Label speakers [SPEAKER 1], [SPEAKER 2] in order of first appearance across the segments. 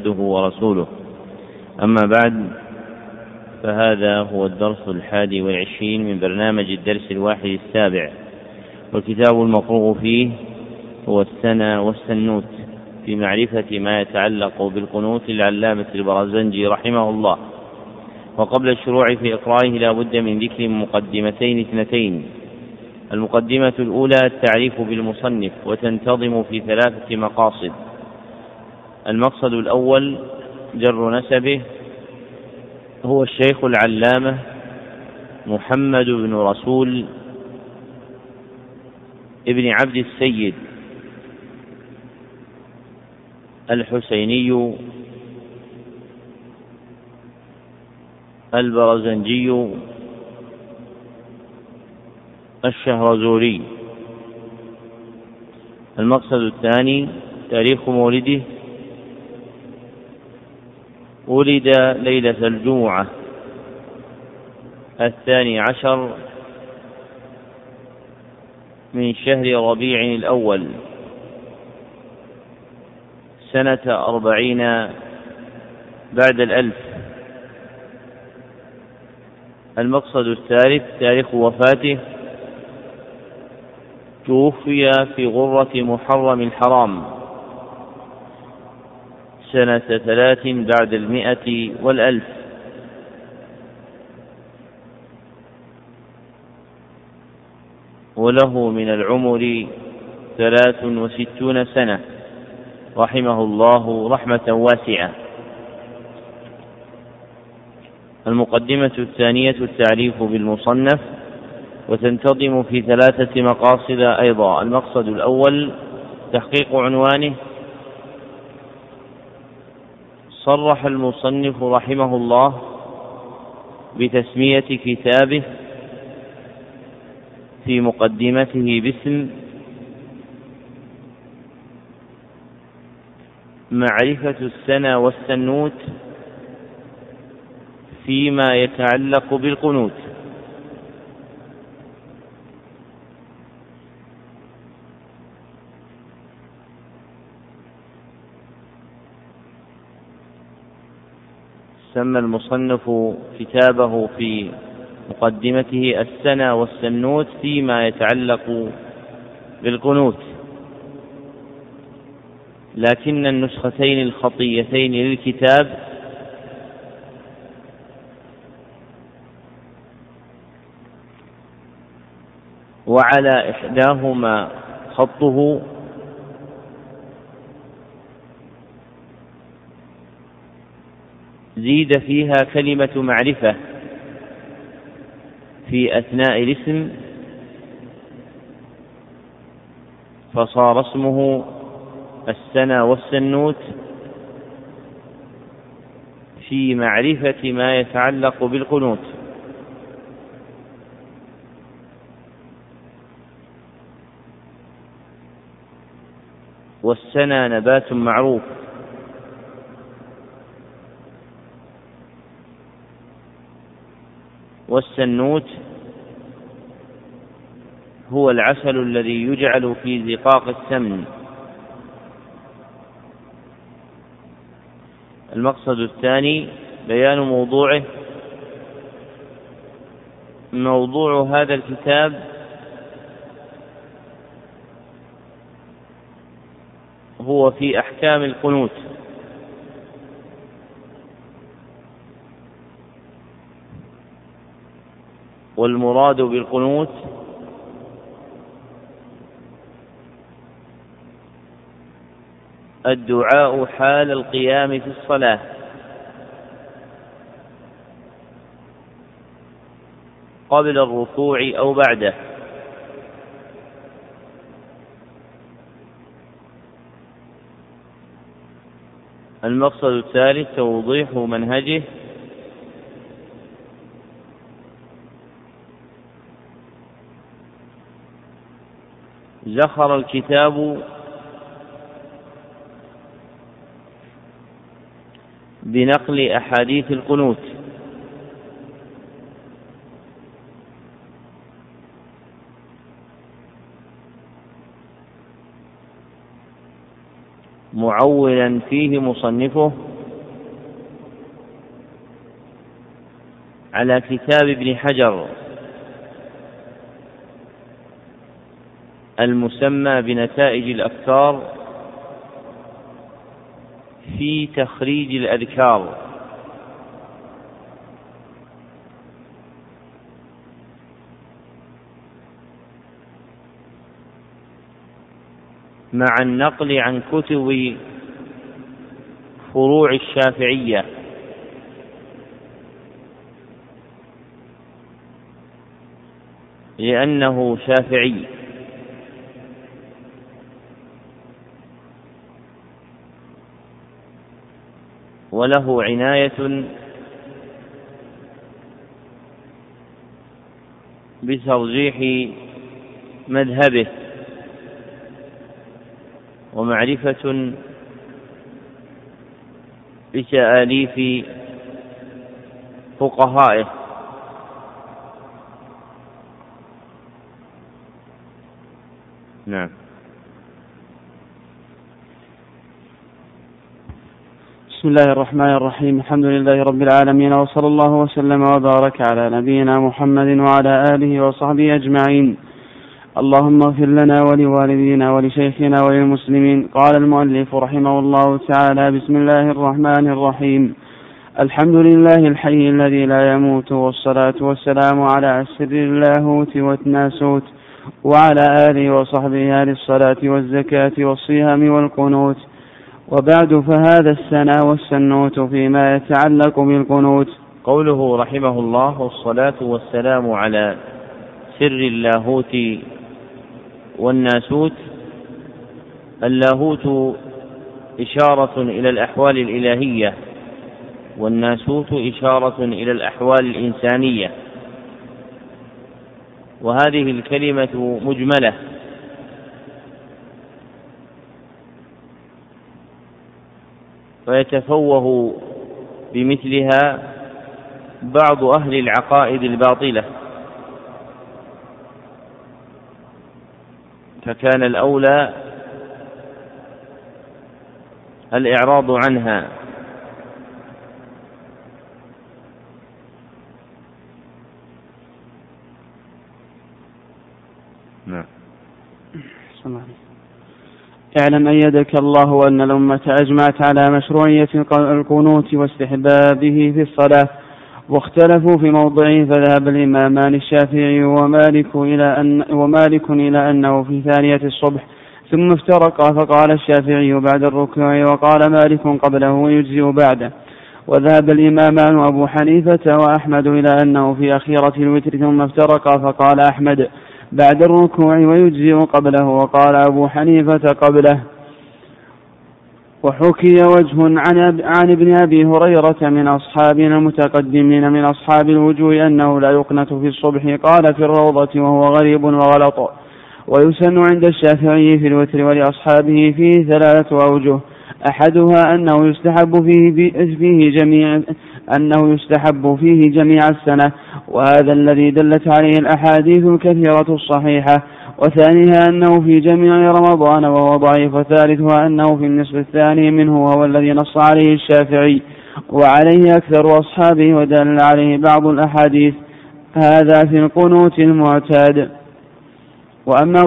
[SPEAKER 1] عبده ورسوله. أما بعد، فهذا هو الدرس 21 من برنامج الدرس 71، والكتاب المقروء فيه هو السنة والسنوت في معرفة ما يتعلق بالقنوت للعلامة البرزنجي رحمه الله. وقبل الشروع في إقرائه لا بد من ذكر مقدمتين اثنتين. المقدمة الأولى التعريف بالمصنف، وتنتظم في 3 مقاصد. المقصد الأول جر نسبه، هو الشيخ العلامة محمد بن رسول ابن عبد السيد الحسيني البرزنجي الشهرزوري. المقصد الثاني تاريخ مولده، ولد ليلة الجمعة 12 من شهر ربيع الأول سنة 40 بعد 1000. المقصد الثالث تاريخ وفاته، توفي في غرة محرم الحرام سنة 3 بعد 100 و1000. وله من العمر 63 سنة رحمه الله رحمة واسعة. المقدمة الثانية التعريف بالمصنف، وتنتظم في 3 مقاصد أيضا. المقصد الأول تحقيق عنوانه. صرح المصنف رحمه الله بتسمية كتابه في مقدمته باسم معرفة السنة والسنوت فيما يتعلق بالقنوت. سمى المصنف كتابه في مقدمته السنة والسنوت فيما يتعلق بالقنوت، لكن النسختين الخطيتين للكتاب وعلى إحداهما خطه زيد فيها كلمة معرفة في أثناء الاسم، فصار اسمه السنة والسنوت في معرفة ما يتعلق بالقنوت. والسنة نبات معروف، والسنوت هو العسل الذي يجعل في زقاق السمن. المقصد الثاني بيان موضوعه. موضوع هذا الكتاب هو في أحكام القنوت، والمراد بالقنوت الدعاء حال القيام في الصلاة، قبل الركوع أو بعده. المقصد الثالث توضيح منهجه. زخر الكتاب بنقل أحاديث القنوت، معولا فيه مصنفه على كتاب ابن حجر المسمى بنتائج الأفكار في تخريج الأذكار، مع النقل عن كتب فروع الشافعية، لأنه شافعي، وله عناية بترجيح مذهبه ومعرفة بتآليف فقهائه. نعم.
[SPEAKER 2] بسم الله الرحمن الرحيم. الحمد لله رب العالمين، وصلى الله وسلم وبارك على نبينا محمد وعلى آله وصحبه أجمعين. اللهم اغفر لنا ولوالدينا ولشيخنا وللمسلمين. قال المؤلف رحمه الله تعالى: بسم الله الرحمن الرحيم. الحمد لله الحي الذي لا يموت، والصلاة والسلام على سر اللاهوت والناسوت، وعلى آله وصحبه أهل الصلاة والزكاة والصيام والقنوت. وبعد، فهذا السنا والسنوت فيما يتعلق بالقنوت.
[SPEAKER 1] قوله رحمه الله: والصلاة والسلام على سر اللاهوت والناسوت. اللاهوت إشارة إلى الأحوال الإلهية، والناسوت إشارة إلى الأحوال الإنسانية، وهذه الكلمة مجملة، ويتفوه بمثلها بعض أهل العقائد الباطلة، فكان الأولى الإعراض عنها. نعم.
[SPEAKER 2] اعلم أيدك الله أن الأمة أجمعت على مشروعية القنوت واستحبابه في الصلاة، واختلفوا في موضعه، فذهب الإمامان الشافعي ومالك إلى أنه في ثانية الصبح، ثم افترقا، فقال الشافعي بعد الركوع، وقال مالك قبله ويجزئ بعده. وذهب الإمامان أبو حنيفة وأحمد إلى أنه في أخيرة الوتر، ثم افترقا، فقال أحمد بعد الركوع ويجزئ قبله، وقال أبو حنيفة قبله. وحكي وجه عن ابن أبي هريرة من أصحابنا المتقدمين من أصحاب الوجوه أنه لا يقنت في الصبح، قال في الروضة وهو غريب وغلط. ويسن عند الشافعي في الوتر ولأصحابه فيه 3 أوجه: أحدها أنه يستحب فيه جميع السنة، وهذا الذي دلت عليه الأحاديث الكثيرة الصحيحة. وثانيها أنه في جميع رمضان، وهو ضعيف. وثالثها أنه في النصف الثاني منه، وهو الذي نص عليه الشافعي وعليه أكثر أصحابه، ودل عليه بعض الأحاديث. هذا في القنوت المعتاد. وأما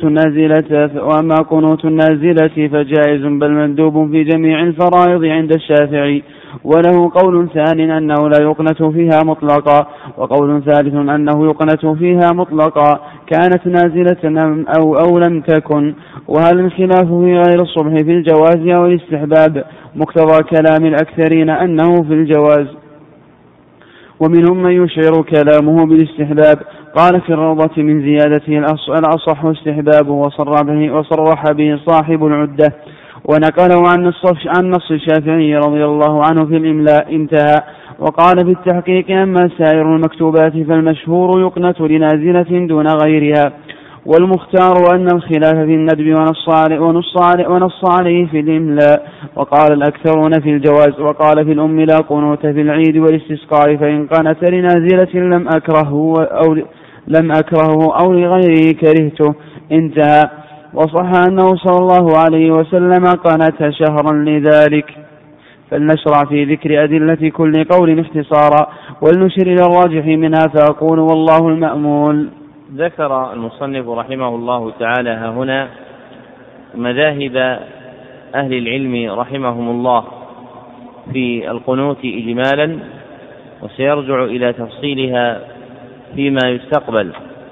[SPEAKER 2] قنوت النازلة فجائز بل مندوب في جميع الفرائض عند الشافعي. وله قول ثان أنه لا يقنت فيها مطلقا، وقول ثالث أنه يقنت فيها مطلقا، كانت نازلة أو لم تكن. وهل الخلاف في غير الصبح في الجواز أو الاستحباب؟ مقتضى كلام الأكثرين أنه في الجواز، ومنهم من يشعر كلامه بالاستحباب. قال في الروضة من زيادته الأصح استحبابه، وصرح به صاحب العدة، ونقله عن نص الشافعي رضي الله عنه في الإملاء، انتهى. وقال في التحقيق: أما سائر المكتوبات فالمشهور يقنت لنازلة دون غيرها، والمختار أن الخلاف في الندب ونص عليه في الإملاء. وقال الأكثرون في الجواز. وقال في الأم: لا قنوت في العيد والاستسقاء، فإن قنت لنازلة لم أكرهه أو لغيره كرهته، انتهى. وصح أنه صلى الله عليه وسلم قنت شهرا لذلك. فلنشرع في ذكر أدلة كل قول اختصارا، ولنشر إلى الراجح منها فأقول والله المأمول.
[SPEAKER 1] ذكر المصنف رحمه الله تعالى هنا مذاهب أهل العلم رحمهم الله في القنوت إجمالا، وسيرجع إلى تفصيلها فيما يستقبل.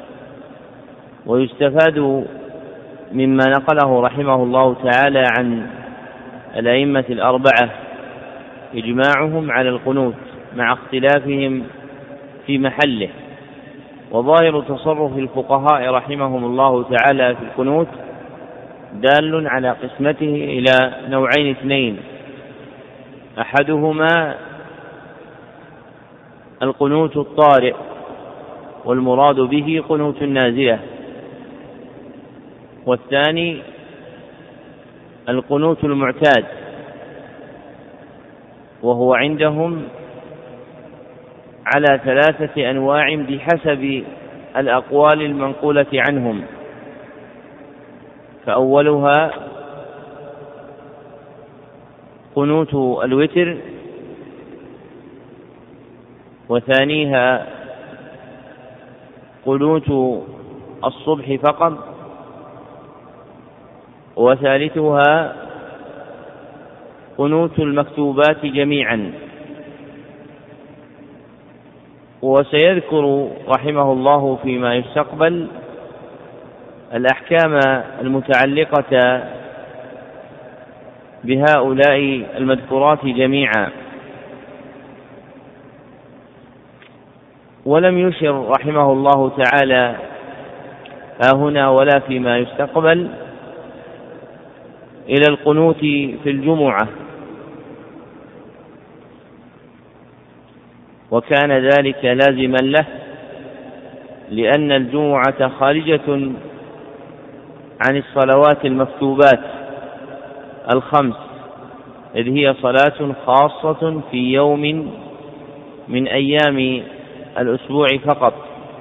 [SPEAKER 1] ويستفاد مما نقله رحمه الله تعالى عن الأئمة الأربعة إجماعهم على القنوت مع اختلافهم في محله. وظاهر تصرف الفقهاء رحمهم الله تعالى في القنوت دال على قسمته إلى نوعين اثنين: أحدهما القنوت الطارئ، والمراد به قنوت النازلة، والثاني القنوت المعتاد، وهو عندهم على 3 أنواع بحسب الأقوال المنقولة عنهم. فأولها قنوت الوتر، وثانيها قنوت الصبح فقط، وثالثها قنوت المكتوبات جميعا. وسيذكر رحمه الله فيما يستقبل الأحكام المتعلقة بهؤلاء المذكورات جميعا. ولم يشر رحمه الله تعالى هنا ولا فيما يستقبل إلى القنوت في الجمعة، وكان ذلك لازما له، لأن الجمعة خارجة عن الصلوات المكتوبات الخمس، إذ هي صلاة خاصة في يوم من أيام الأسبوع فقط.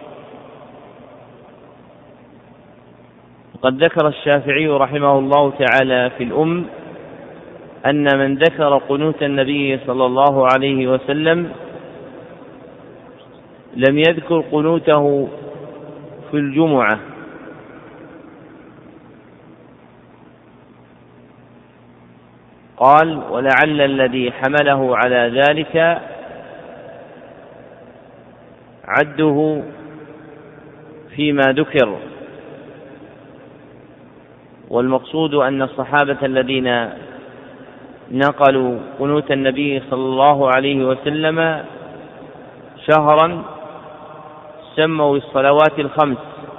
[SPEAKER 1] وقد ذكر الشافعي رحمه الله تعالى في الأم أن من ذكر قنوت النبي صلى الله عليه وسلم لم يذكر قنوته في الجمعة، قال: ولعل الذي حمله على ذلك عده فيما ذكر، والمقصود أن الصحابة الذين نقلوا قنوت النبي صلى الله عليه وسلم شهرا سموا الصلوات الخمس،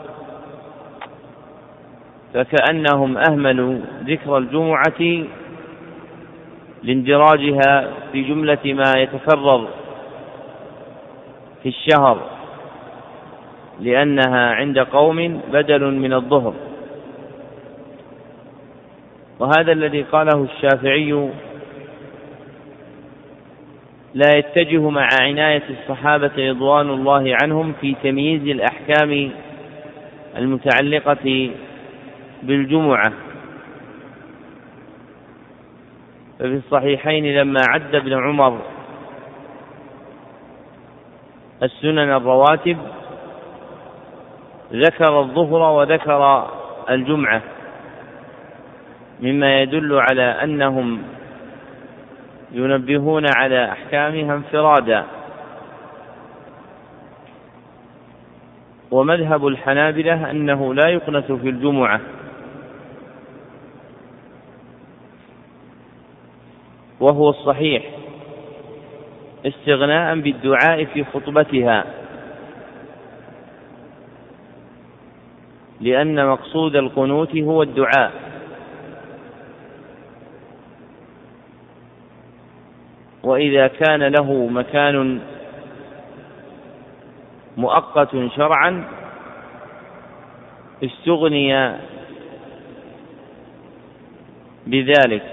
[SPEAKER 1] فكأنهم أهملوا ذكر الجمعة لاندراجها في جملة ما يتكرر في الشهر، لأنها عند قوم بدل من الظهر. وهذا الذي قاله الشافعي لا يتجه مع عناية الصحابة رضوان الله عنهم في تمييز الأحكام المتعلقة بالجمعة. ففي الصحيحين لما عد ابن عمر السنن الرواتب ذكر الظهر وذكر الجمعة، مما يدل على أنهم ينبهون على أحكامها انفرادا. ومذهب الحنابلة أنه لا يقنت في الجمعة، وهو الصحيح، استغناء بالدعاء في خطبتها، لأن مقصود القنوت هو الدعاء. وإذا كان له مكان مؤقت شرعا استغني بذلك.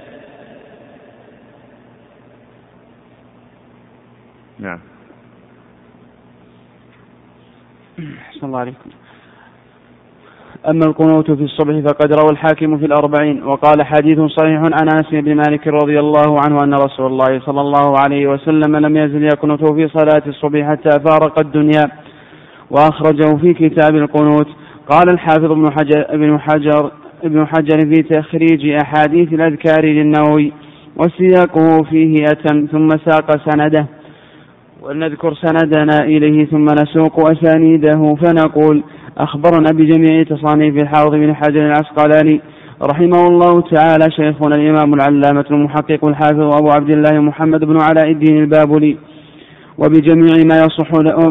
[SPEAKER 1] نعم.
[SPEAKER 2] أحسن الله عليكم. أما القنوت في الصبح فقد روى الحاكم في 40 وقال حديث صحيح عن أنس بن مالك رضي الله عنه أن رسول الله صلى الله عليه وسلم لم يزل يقنط في صلاة الصبح حتى فارق الدنيا، وأخرجه في كتاب القنوت. قال الحافظ ابن حجر في تخريج أحاديث الأذكار للنووي وسياقه فيه أتم، ثم ساق سنده، ولنذكر سندنا إليه ثم نسوق أسانيده فنقول أخبرنا بجميع تصانيف الحافظ بن حجر العسقلاني رحمه الله تعالى شيخنا الإمام العلامة المحقق الحافظ أبو عبد الله محمد بن علاء الدين البابلي وبجميع ما يصح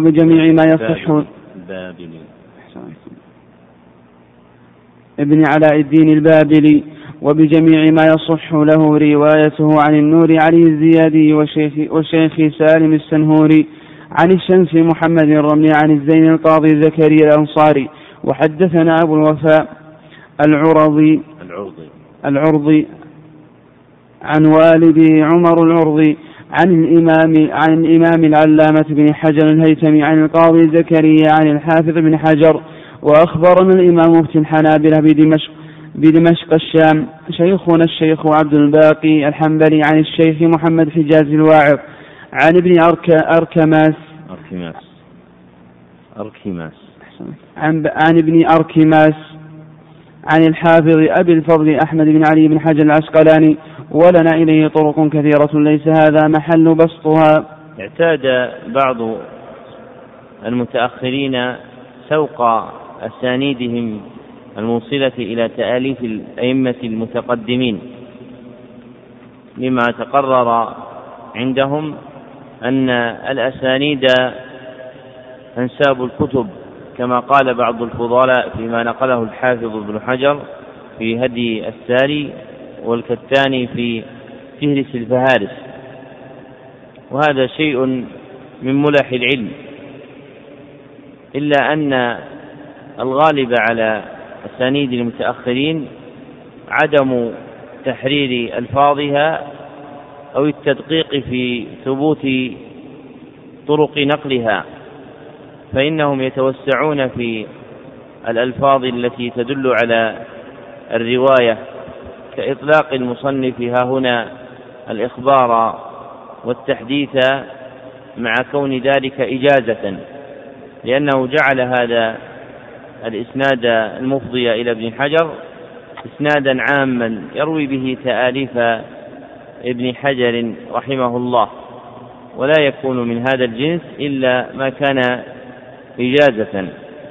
[SPEAKER 2] ابن علاء الدين البابلي وبجميع ما يصح له روايته عن النور علي الزيادي والشيخ سالم السنهوري عن الشمس محمد الرملي عن الزين القاضي زكريا الأنصاري. وحدثنا أبو الوفاء العرضي عن والده عمر العرضي عن الإمام العلامة بن حجر الهيثمي عن القاضي زكريا عن الحافظ بن حجر. وأخبرنا الإمام مفتي الحنابلة بدمشق الشام شيخنا الشيخ عبد الباقي الحنبلي عن الشيخ محمد حجاز الواعظ عن ابن عن ابن أركماس عن الحافظ أبي الفضل أحمد بن علي بن حجر العسقلاني، ولنا إليه طرق كثيرة ليس هذا محل بسطها.
[SPEAKER 1] اعتاد بعض المتأخرين سوق أسانيدهم الموصلة إلى تآليف الأئمة المتقدمين، لما تقرر عندهم أن الأسانيد أنساب الكتب، كما قال بعض الفضلاء فيما نقله الحافظ ابن حجر في هدي الساري والكتاني في فهرس الفهارس. وهذا شيء من ملح العلم، إلا أن الغالب على أسانيد المتأخرين عدم تحرير ألفاظها أو التدقيق في ثبوت طرق نقلها، فإنهم يتوسعون في الألفاظ التي تدل على الرواية، كإطلاق المصنف ها هنا الإخبار والتحديث مع كون ذلك إجازة، لأنه جعل هذا الإسناد المفضي إلى ابن حجر إسنادا عاما يروي به تآليف ابن حجر رحمه الله، ولا يكون من هذا الجنس إلا ما كان إجازة.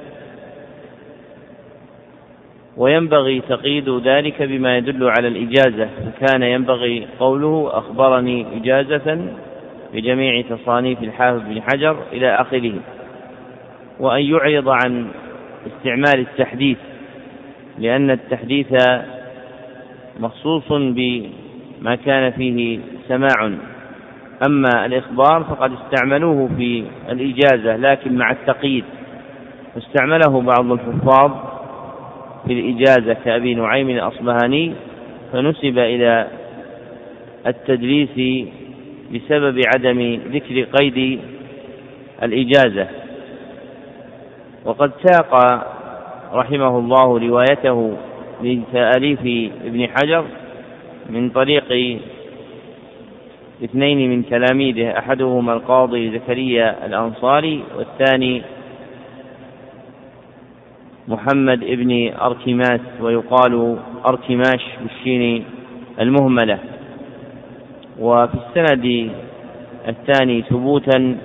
[SPEAKER 1] وينبغي تقييد ذلك بما يدل على الإجازة، فكان ينبغي قوله أخبرني إجازة بجميع تصانيف الحافظ بن حجر إلى آخره، وأن يعرض عن استعمال التحديث، لأن التحديث مخصوص بما كان فيه سماع، أما الإخبار فقد استعملوه في الإجازة لكن مع التقييد، واستعمله بعض الحفاظ في الإجازة كأبي نعيم الأصبهاني فنسب إلى التدليس بسبب عدم ذكر قيد الإجازة. وقد ساق رحمه الله روايته لتأليف ابن حجر من طريق اثنين من تلاميذه، أحدهما القاضي زكريا الأنصاري والثاني محمد ابن أركماس، ويقال أركماش بالشين المهملة. وفي السند الثاني ثبوتا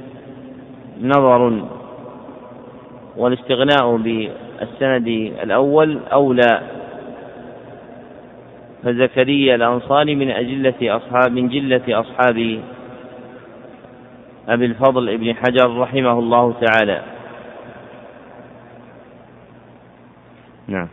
[SPEAKER 1] نظر، والاستغناء بالسند الأول أولى، فزكريا الأنصاري من جلة أصحاب أبي الفضل ابن حجر رحمه الله تعالى. نعم.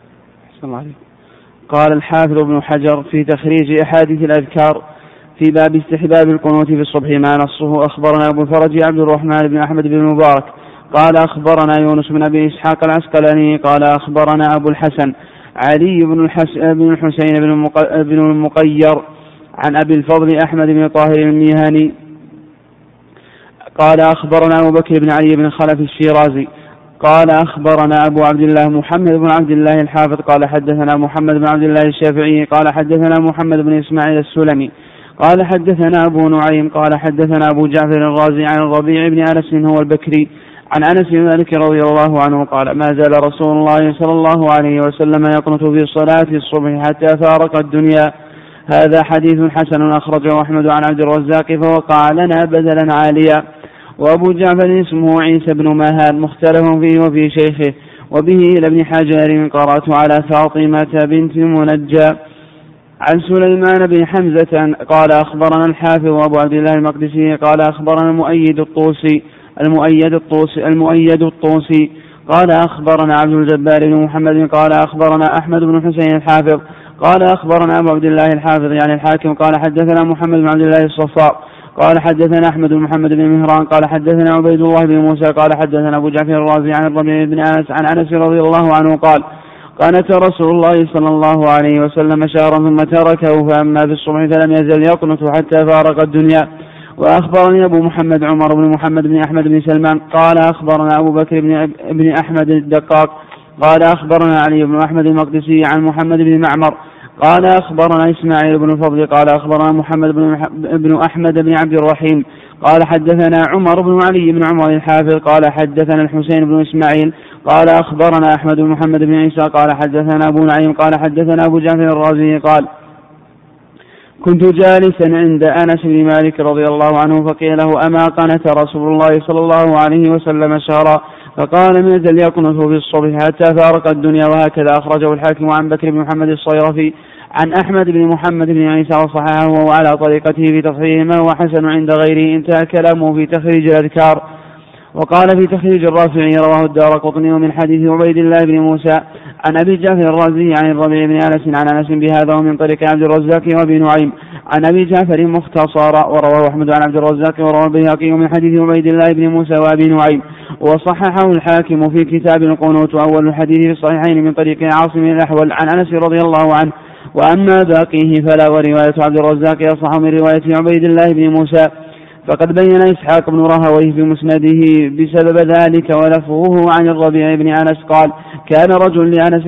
[SPEAKER 2] قال الحافظ ابن حجر في تخريج أحاديث الأذكار في باب استحباب القنوت في الصبح ما نصه أخبرنا أبو الفرج عبد الرحمن بن أحمد بن المبارك قال أخبرنا يونس بن أبي إسحاق العسقلاني قال أخبرنا أبو الحسن علي بن الحسين بن المقير عن أبي الفضل أحمد بن طاهر الميهاني قال أخبرنا أبو بكر بن علي بن خلف الشيرازي قال أخبرنا أبو عبد الله محمد بن عبد الله الحافظ قال حدثنا محمد بن عبد الله الشافعي قال حدثنا محمد بن إسماعيل السلمي قال حدثنا أبو نعيم قال حدثنا أبو جعفر الرازي عن الربيع بن أنس هو البكري عن أنس بن مالك رضي الله عنه قال ما زال رسول الله صلى الله عليه وسلم يقنت في صلاة الصبح حتى فارق الدنيا. هذا حديث حسن أخرجه أحمد عن عبد الرزاق فوقع لنا بدلا عاليا. وأبو جعفر اسمه عيسى بن ماهان مختلف فيه وفي شيخه وبه لابن حجر قرأت على فاطمة بنت منجى عن سليمان بن حمزة قال أخبرنا الحافظ أبو عبد الله المقدسي قال أخبرنا المؤيد الطوسي قال أخبرنا عبد الجبار بن محمد قال أخبرنا أحمد بن حسين الحافظ قال أخبرنا أبو عبد الله الحافظ يعني الحاكم قال حدثنا محمد بن عبد الله الصفار قال حدثنا أحمد بن محمد بن مهران قال حدثنا عبيد الله بن موسى قال حدثنا أبو جعفر الرازي عن الربيع بن أنس عن أنس رضي الله عنه قال قنت رسول الله صلى الله عليه وسلم شهرا ثم تركه فأما في الصبح فلم يزل يقنت حتى فارق الدنيا. وأخبرني أبو محمد عمر بن محمد بن أحمد بن سلمان قال أخبرنا أبو بكر بن أحمد الدقاق قال أخبرنا علي بن أحمد المقدسي عن محمد بن معمر قال أخبرنا إسماعيل بن الفضل قال أخبرنا محمد بن أحمد بن عبد الرحيم قال حدثنا عمر بن علي بن عمر الحافظ قال حدثنا الحسين بن إسماعيل قال أخبرنا أحمد بن محمد بن عيسى قال حدثنا أبو نعيم قال حدثنا أبو جعفر الرازي قال كنت جالسا عند أنس بن مالك رضي الله عنه فقيل له أما قنت رسول الله صلى الله عليه وسلم شهرا فقال ما زل يقنت في الصبح حتى فارق الدنيا. وهكذا أخرجه الحاكم عن بكر بن محمد الصيرفي عن أحمد بن محمد بن عيسى وصححه وهو على طريقته في تصحيح ما هو حسن عند غيره. انتهى كلامه في تخريج الأذكار. وقال في تخريج الرافعي رواه الدارقطني من حديث عبيد الله بن موسى عن أبي جعفر الرازي عن الربيع بن أنس عن أنس بهذا ومن طريق عبد الرزاق وأبي نعيم عن أبي جعفر مختصرا ورواه أحمد عن عبد الرزاق ورواه البيهقي من حديث عبيد الله بن موسى وأبي نعيم وصححه الحاكم في كتاب القنوت وأول الحديث في الصحيحين من طريق عاصم الأحول عن أنس رضي الله عنه. وأما باقيه فلا ورواية عبد الرزاق أصح من رواية عبيد الله بن موسى. فقد بين إسحاق بن راهويه في مسنده بسبب ذلك ولفظه عن الربيع بن أنس قال كان رجل لأنس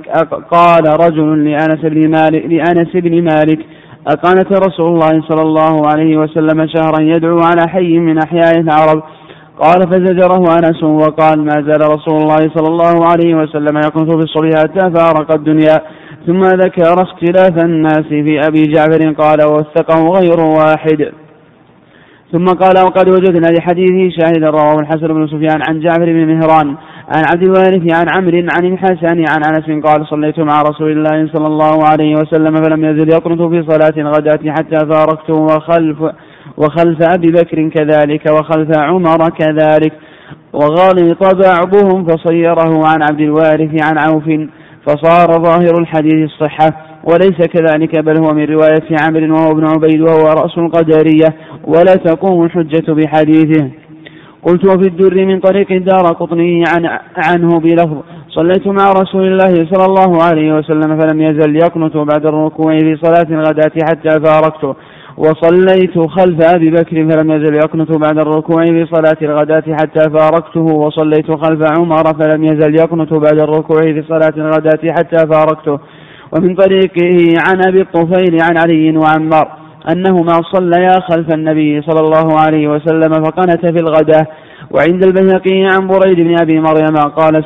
[SPEAKER 2] بن مالك أقانت رسول الله صلى الله عليه وسلم شهرا يدعو على حي من أحياء العرب قال فزجره أنس وقال ما زال رسول الله صلى الله عليه وسلم يقنت في الصبح حتى فارق الدنيا. ثم ذكر اختلاف الناس في أبي جعفر قال ووثقه غير واحد. ثم قال وقد وجدنا لحديثه شاهدا رواه الحسن بن سفيان عن جعفر بن مهران عن عبد الوارث عن عمرو عن الحسن عن أنس قال صليت مع رسول الله صلى الله عليه وسلم فلم يزل يقنت في صلاة الغداة حتى فارقته وخلف أبي بكر كذلك وخلف عمر كذلك. وغالط بعضهم فصيره عن عبد الوارث عن عوف فصار ظاهر الحديث الصحة وليس كذلك بل هو من رواية عمرو وهو ابن عبيد وهو رأس القدرية ولا تقوم الحجة بحديثه. قلت وفي الدر من طريق الدارقطني عنه بلفظ صليت مع رسول الله صلى الله عليه وسلم فلم يزل يقنت بعد الركوع في صلاة الغداة حتى فارقته وصليت خلف أبي بكر فلم يزل يقنت بعد الركوع في صلاة الغداة حتى فارقته وصليت خلف عمر فلم يزل يقنت بعد الركوع في صلاة الغداة حتى فارقته. ومن طريقه عن أبي الطفيل عن علي وعمار أنهما صليا خلف النبي صلى الله عليه وسلم فقنت في الغداة. وعند البيهقي عن بريد بن أبي مريم قال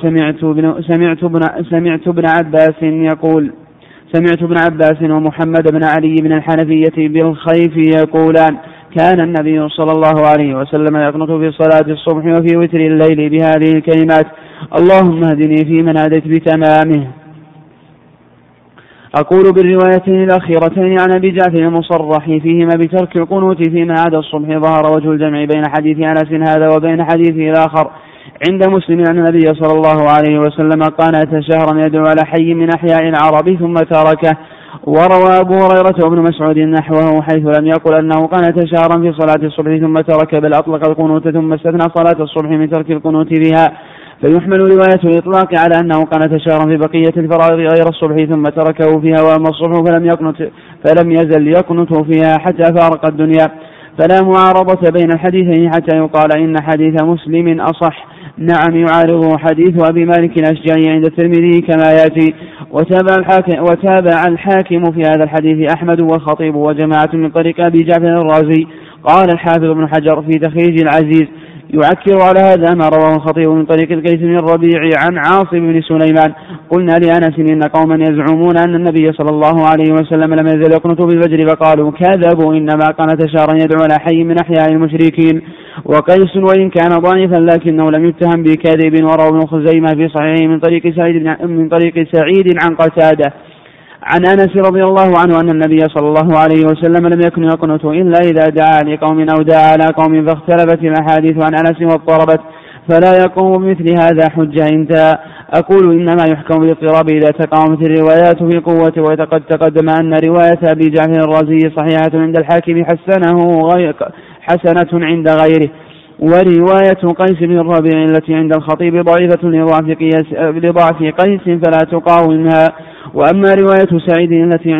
[SPEAKER 2] سمعت ابن عباس ومحمد بن علي بن الحنفية بالخيف يقولان كان النبي صلى الله عليه وسلم يقنط في صلاة الصبح وفي وتر الليل بهذه الكلمات اللهم اهدني فيمن هديت بتمامه. أقول بالروايتين الأخيرتين عن أبي جعفر المصرح فيهما بترك القنوت فيما عدا الصبح ظهر وجه الجمع بين حديث أنس هذا وبين حديثه الآخر عند مسلم أن النبي صلى الله عليه وسلم قنت شهرا يدعو على حي من أحياء العرب ثم تركه. وروى أبو هريرة وابن مسعود نحوه حيث لم يقل أنه قنت شهرا في صلاة الصبح ثم ترك بل أطلق القنوت ثم استثنى صلاة الصبح من ترك القنوت بها. فيحمل رواية الإطلاق على أنه قنت شهرا في بقية الفرائض غير الصبح ثم تركه فيها وأما الصبح فلم يزل يقنت فيها حتى فارق الدنيا. فلا معارضة بين الحديثين حتى يقال إن حديث مسلم أصح نعم يعارضه حديث أبي مالك الأشجعي عند الترمذي كما يأتي. وتابع الحاكم في هذا الحديث أحمد والخطيب وجماعة من طريق أبي جعفر الرازي. قال الحافظ ابن حجر في تخريج العزيز يعكر على هذا ما رواه الخطيب من طريق القيس بن الربيع عن عاصم بن سليمان. قلنا لأنس إن قوما يزعمون أن النبي صلى الله عليه وسلم لم يزل يقنط بالفجر فقالوا كذبوا إنما قنت شهرا يدعو على حي من أحياء المشركين. وقيس وإن كان ضعيفا لكنه لم يتهم بكذب. وروى ابن خزيمة في صحيحه من طريق سعيد عن قتادة عن أنس رضي الله عنه أن النبي صلى الله عليه وسلم لم يكن يقنط إلا إذا دعا لقوم أو دعا على قوم فاختلفت الأحاديث عن أنس واضطربت فلا يقوم بمثل هذا حجة انتهى. أقول إنما يحكم بالاضطراب إذا تقاومت الروايات في قوة. وقد تقدم أن رواية أبي جعفر الرازي صحيحة عند الحاكم حسنة عند غيره. ورواية قيس بن الربيع التي عند الخطيب ضعيفة لضعف قيس فلا تقاومها. وأما رواية سعيد التي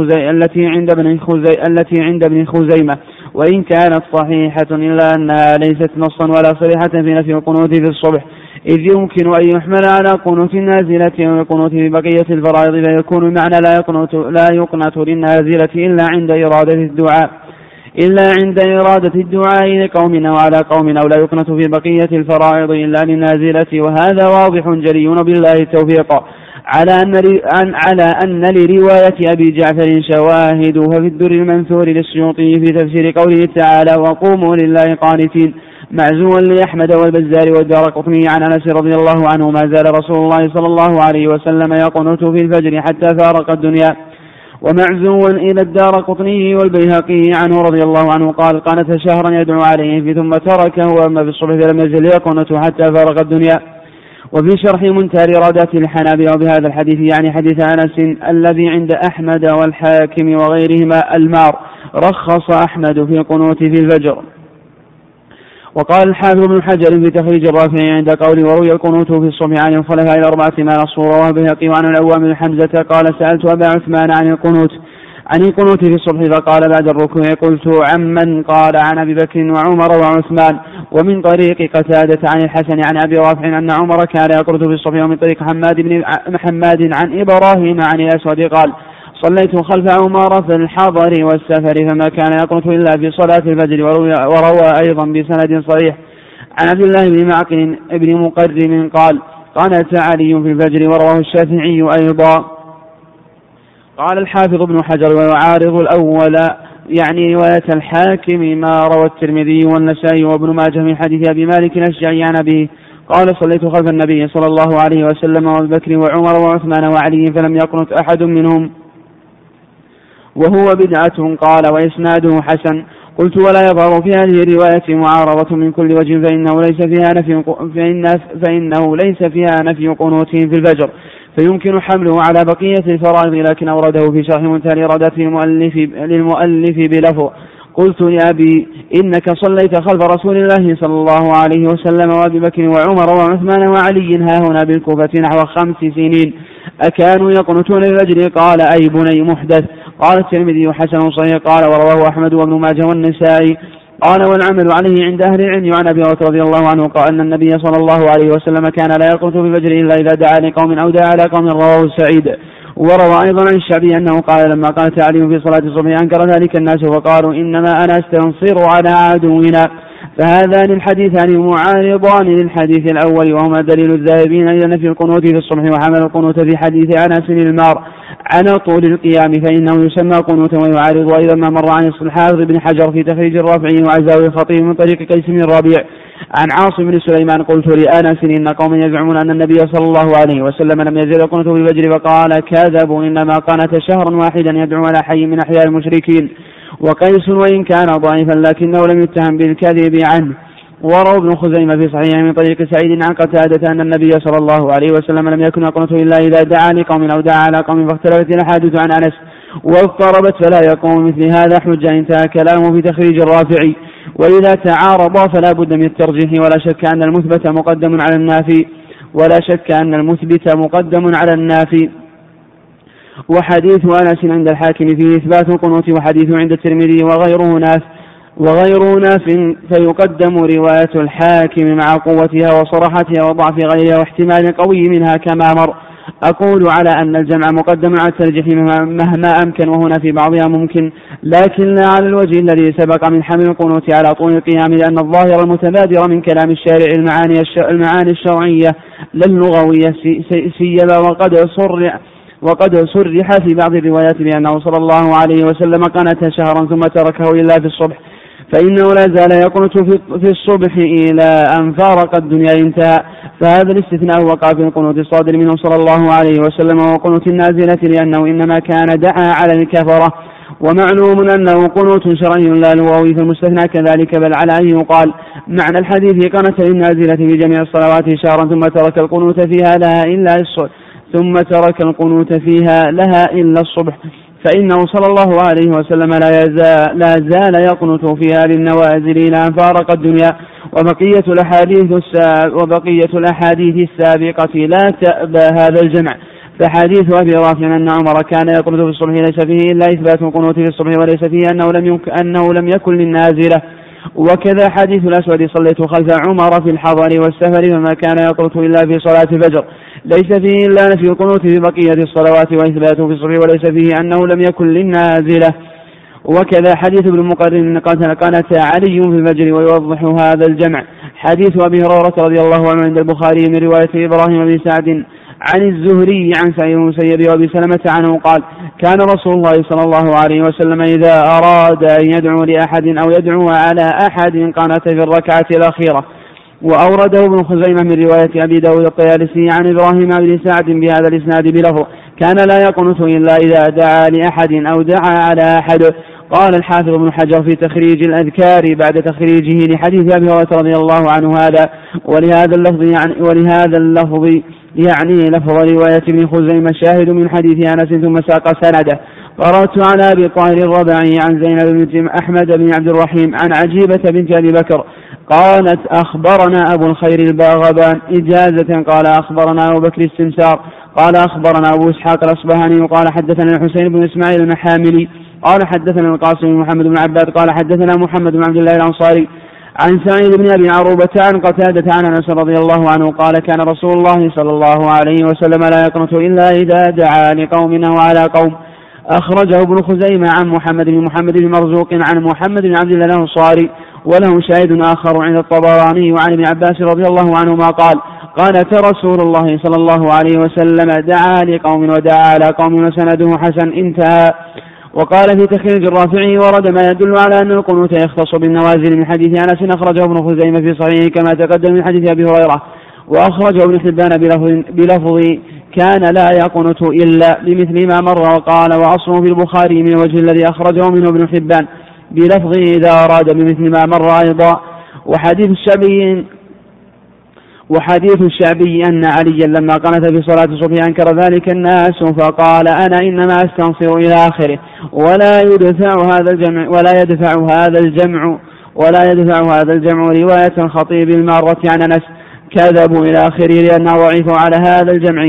[SPEAKER 2] عند ابن خزيمة وإن كانت صحيحة إلا أنها ليست نصا ولا صريحة في نفي القنوت في الصبح إذ يمكن أن يحمل على قنوت النازلة والقنوت في بقية الفرائض فيكون المعنى لا يقنط للنازلة إلا عند إرادة الدعاء لقوم أو على قوم أو لا يقنط في بقية الفرائض إلا للنازلة. وهذا واضح جلي بالله التوفيق على أن لرواية أبي جعفر شواهد. وفي الدر المنثور للسيوطي في تفسير قوله تعالى وقوموا لله قانتين معزوا لأحمد والبزار والدارقطني عن أنس رضي الله عنه ما زال رسول الله صلى الله عليه وسلم يقنط في الفجر حتى فارق الدنيا. ومعزوا إلى الدارقطني والبيهقي عنه رضي الله عنه قال قنت شهرا يدعو عليه ثم تركه وأما في الصبح فلم يزل يقنط حتى فارق الدنيا. وفي شرح منتهى إرادات الحنابلة بهذا الحديث يعني حديث أنس الذي عند أحمد والحاكم وغيرهما المار رخص أحمد في القنوت في الفجر. وقال الحافظ بن حجر في تخريج الرافعي عند قوله وروي القنوت في الصبح عن الخلفاء الأربعة ما نصوا رواه البيهقي وعن العوام بن حمزة قال سألت أبا عثمان عن القنوت في الصبح فقال بعد الركوع قلت عمن قال عن أبي بكر وعمر وعثمان. ومن طريق قتادة عن الحسن عن أبي رافع أن عمر كان يقنط في الصبح. ومن طريق حماد عن إبراهيم عن الأسود قال صليت خلف عمر في الحضر والسفر فما كان يقنط إلا في صلاة الفجر. وروى أيضا بسند صحيح عن عبد الله بن معقل ابن مقرم قال قنت علي في الفجر. ورواه الشافعي أيضا. قال الحافظ ابن حجر ويعارض الأول يعني رواية الحاكم ما روى الترمذي والنسائي وابن ماجه من حديث أبي مالك الأشجعي عن أبيه قال صليت خلف النبي صلى الله عليه وسلم وأبي بكر وعمر وعثمان وعلي فلم يقنط أحد منهم وهو بدعة. قال وإسناده حسن. قلت ولا يظهر في هذه الرواية معارضة من كل وجه فإنه ليس فيها نفي قنوتهم في الفجر فيمكن حمله على بقية الفرائض لكن أورده في شرح منتهى الإرادات للمؤلف بلفظ قلت لأبي إنك صليت خلف رسول الله صلى الله عليه وسلم وأبي بكر وعمر وعثمان وعلي هاهنا بالكوفة نحو 5 سنين أكانوا يقنطون الفجر؟ قال أي بني محدث. قال الترمذي حسن صحيح. قال ورواه أحمد وابن ماجه والنسائي. قال والعمل عليه عند أهل العلم عن أبي هريرة رضي الله عنه قال أن النبي صلى الله عليه وسلم كان لا يقنط في الفجر إلا إذا دعا لقوم أو دعا على قوم. رواه سعيد. وروى أيضا عن الشعبي أنه قال لما قال علي في صلاة الصبح أنكر ذلك الناس وقالوا إنما أنا أستنصر على عدونا. فهذان الحديثان معارضان للحديث الأول وهما دليل الذاهبين إلى نفي القنوت في الصبح. وحمل القنوت في حديث أنس المار على طول القيام فإنه يسمى قنوتا. ويعارض أيضا ما مر عن الحافظ بن حجر في تخريج الرافعي وعزاوي الخطيب من طريق قيس بن الربيع عن عاصم بن سليمان قلت لأنس إن قوم يزعمون أن النبي صلى الله عليه وسلم لم يزل يقنط في الفجر فقال كذبوا إنما قنت شهرا واحدا يدعو على حي من أحياء المشركين. وقيس وإن كان ضعيفا لكنه لم يتهم بالكذب عنه. وروى ابن خزيمة في صحيحه من طريق سعيد عن قتادة أن النبي صلى الله عليه وسلم لم يكن يقنط إلا إذا دعا لقوم أو دعا على قوم فاختلفت الأحاديث عن أنس واضطربت فلا يقوم مثل هذا حجة. انتهى كلامه في تخريج الرافعي. وإذا تعارضا فلا بد من الترجيح ولا شك أن المثبت مقدم على النافي. وحديث أنس عند الحاكم فيه إثبات القنوت وحديث عند الترمذي وغيره وغير ناف، فيقدم رواية الحاكم مع قوتها وصراحتها وضعف غيرها واحتمال قوي منها كما مر. أقول على أن الجمع مقدم على الترجيح مهما أمكن، وهنا في بعضها ممكن، لكن لا على الوجه الذي سبق من حمل القنوت على طول القيام، لأن الظاهر المتبادر من كلام الشارع المعاني الشرعية لا اللغوية سيما، وقد صرح في بعض الروايات بأنه صلى الله عليه وسلم قنت شهرا ثم تركه إلا في الصبح، فإنه لا زال يقنت في الصبح إلى أن فارق الدنيا انتهى. فهذا الاستثناء وقع في القنوت الصادر منه صلى الله عليه وسلم وقنوت النازلة، لأنه إنما كان دعا على الكفرة، ومعلوم أنه قنوت شرعي لا لغوي، فالمستثنى كذلك، بل على أن يقال معنى الحديث قنت للنازلة في جميع الصلوات شهرا ثم ترك القنوت فيها لها إلا الصبح، فإنه صلى الله عليه وسلم لا زال يقنت فيها للنوازل إلى أن فارق الدنيا. وبقية الأحاديث السابقة لا تأبى هذا الجمع، فحديث أبي رافع أن عمر كان يقنت في الصبح ليس فيه إلا إثبات القنوت في الصبح، وليس فيه أنه لم يكن للنازلة. وكذا حديث الأسود صليت خلف عمر في الحضر والسفر فما كان يقنت إلا في صلاة الفجر، ليس فيه إلا نفي القنوت في بقية الصلوات وإثباته في الصبح، وليس فيه أنه لم يكن للنازلة. وكذا حديث ابن مقرن قنت علي في الفجر، ويوضح هذا الجمع حديث أبي هريرة رضي الله عنه عند البخاري من رواية إبراهيم بن سعد عن الزهري عن سعيد بن المسيب وأبي سلمة عنه قال كان رسول الله صلى الله عليه وسلم إذا أراد أن يدعو لأحد أو يدعو على أحد قنت في الركعة الأخيرة. وأورده ابن خزيمة من رواية أبي داود الطيالسي عن إبراهيم بن سعد بهذا الإسناد بلفظ كان لا يقنت إلا إذا دعا لأحد أو دعا على أحد. قال الحافظ ابن حجر في تخريج الأذكار بعد تخريجه لحديث أبي هريرة رضي الله عنه هذا، ولهذا اللفظ يعني لفظ رواية ابن خزيمة شاهد من حديث أنس ثم ساق سنده. قرأت على أبي طاهر الربعي عن زينب بنت أحمد بن عبد الرحيم عن عجيبة بنت أبي بكر قالت أخبرنا أبو الخير الباغبان إجازة، قال أخبرنا أبو بكر السمسار قال أخبرنا أبو إسحاق الأصبهاني قال حدثنا الحسين بن إسماعيل المحاملي قال حدثنا القاسم بن محمد بن عباد قال حدثنا محمد بن عبد الله الأنصاري عن سعيد بن أبي عروبة عن قتادة عن أنس رضي الله عنه قال كان رسول الله صلى الله عليه وسلم لا يقنت إلا إذا دعا لقوم أو على قوم. أخرجه ابن خزيمة عن محمد بن مرزوق عن محمد بن عبد الله الأنصاري، وله شاهد آخر عند الطبراني وعن ابن عباس رضي الله عنهما قال قالت رسول الله صلى الله عليه وسلم دعا لقوم ودعا على قوم وسنده حسن انتهى. وقال في تخريج الرافعي ورد ما يدل على أن القنوت يختص بالنوازل من حديث أنس أخرجه ابن خزيمة في صحيحه كما تقدم من حديث أبي هريرة، وأخرجه ابن حبان بلفظ كان لا يقنت إلا بمثل ما مر. وقال وأصله في البخاري من وجه الذي أخرجه منه ابن حبان بلفظ إذا أراد بمثل ما مر أيضا. وحديث الشعبي أن عليا لما قنت في صلاة الصبح أنكر ذلك الناس فقال أنا إنما أستنصر إلى آخره، ولا يدفع هذا الجمع رواية الخطيب المارة عن أنس كذبوا إلى آخره لأنه ضعيف. على هذا الجمع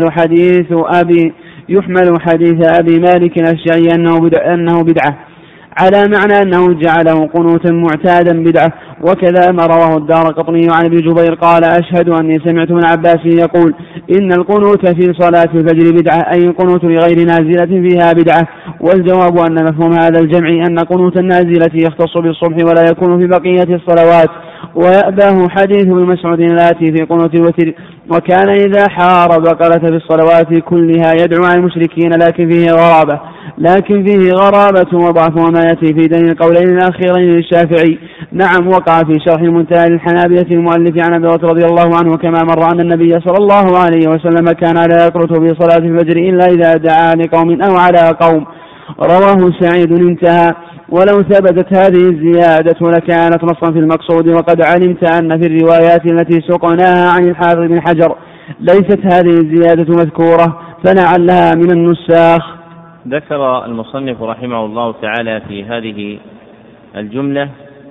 [SPEAKER 2] يحمل حديث أبي مالك الأشجعي أنه بدعة على معنى أنه جعله قنوتا معتادا بدعة. وكذا ما رواه الدارقطني عن ابن جبير قال أشهد أني سمعت من عباس يقول إن القنوت في صلاة الفجر بدعة، أي القنوت لغير نازلة فيها بدعة. والجواب أن مفهوم هذا الجمع أن قنوت النازلة يختص بالصبح ولا يكون في بقية الصلوات. ويأباه حديث ابن مسعود الآتي في قنوت الوتر وكان إذا حارب قالت في الصلوات كلها يدعو عن المشركين لكن فيه غرابة وضعف وما يأتي في دين القولين الأخيرين للشافعي. نعم وقع في شرح المنتهى للحنابلة المؤلف عن أبي هريرة رضي الله عنه كما مر أن النبي صلى الله عليه وسلم كان لا يقنت في صلاة الفجر إلا إذا دعا لقوم أو على قوم. رواه سعيد انتهى. ولو ثبتت هذه الزيادة لكانت نصا في المقصود، وقد علمت أن في الروايات التي سقناها عن الحافظ بن حجر ليست هذه الزيادة مذكورة فلعلها من النساخ.
[SPEAKER 1] ذكر المصنف رحمه الله تعالى في هذه الجملة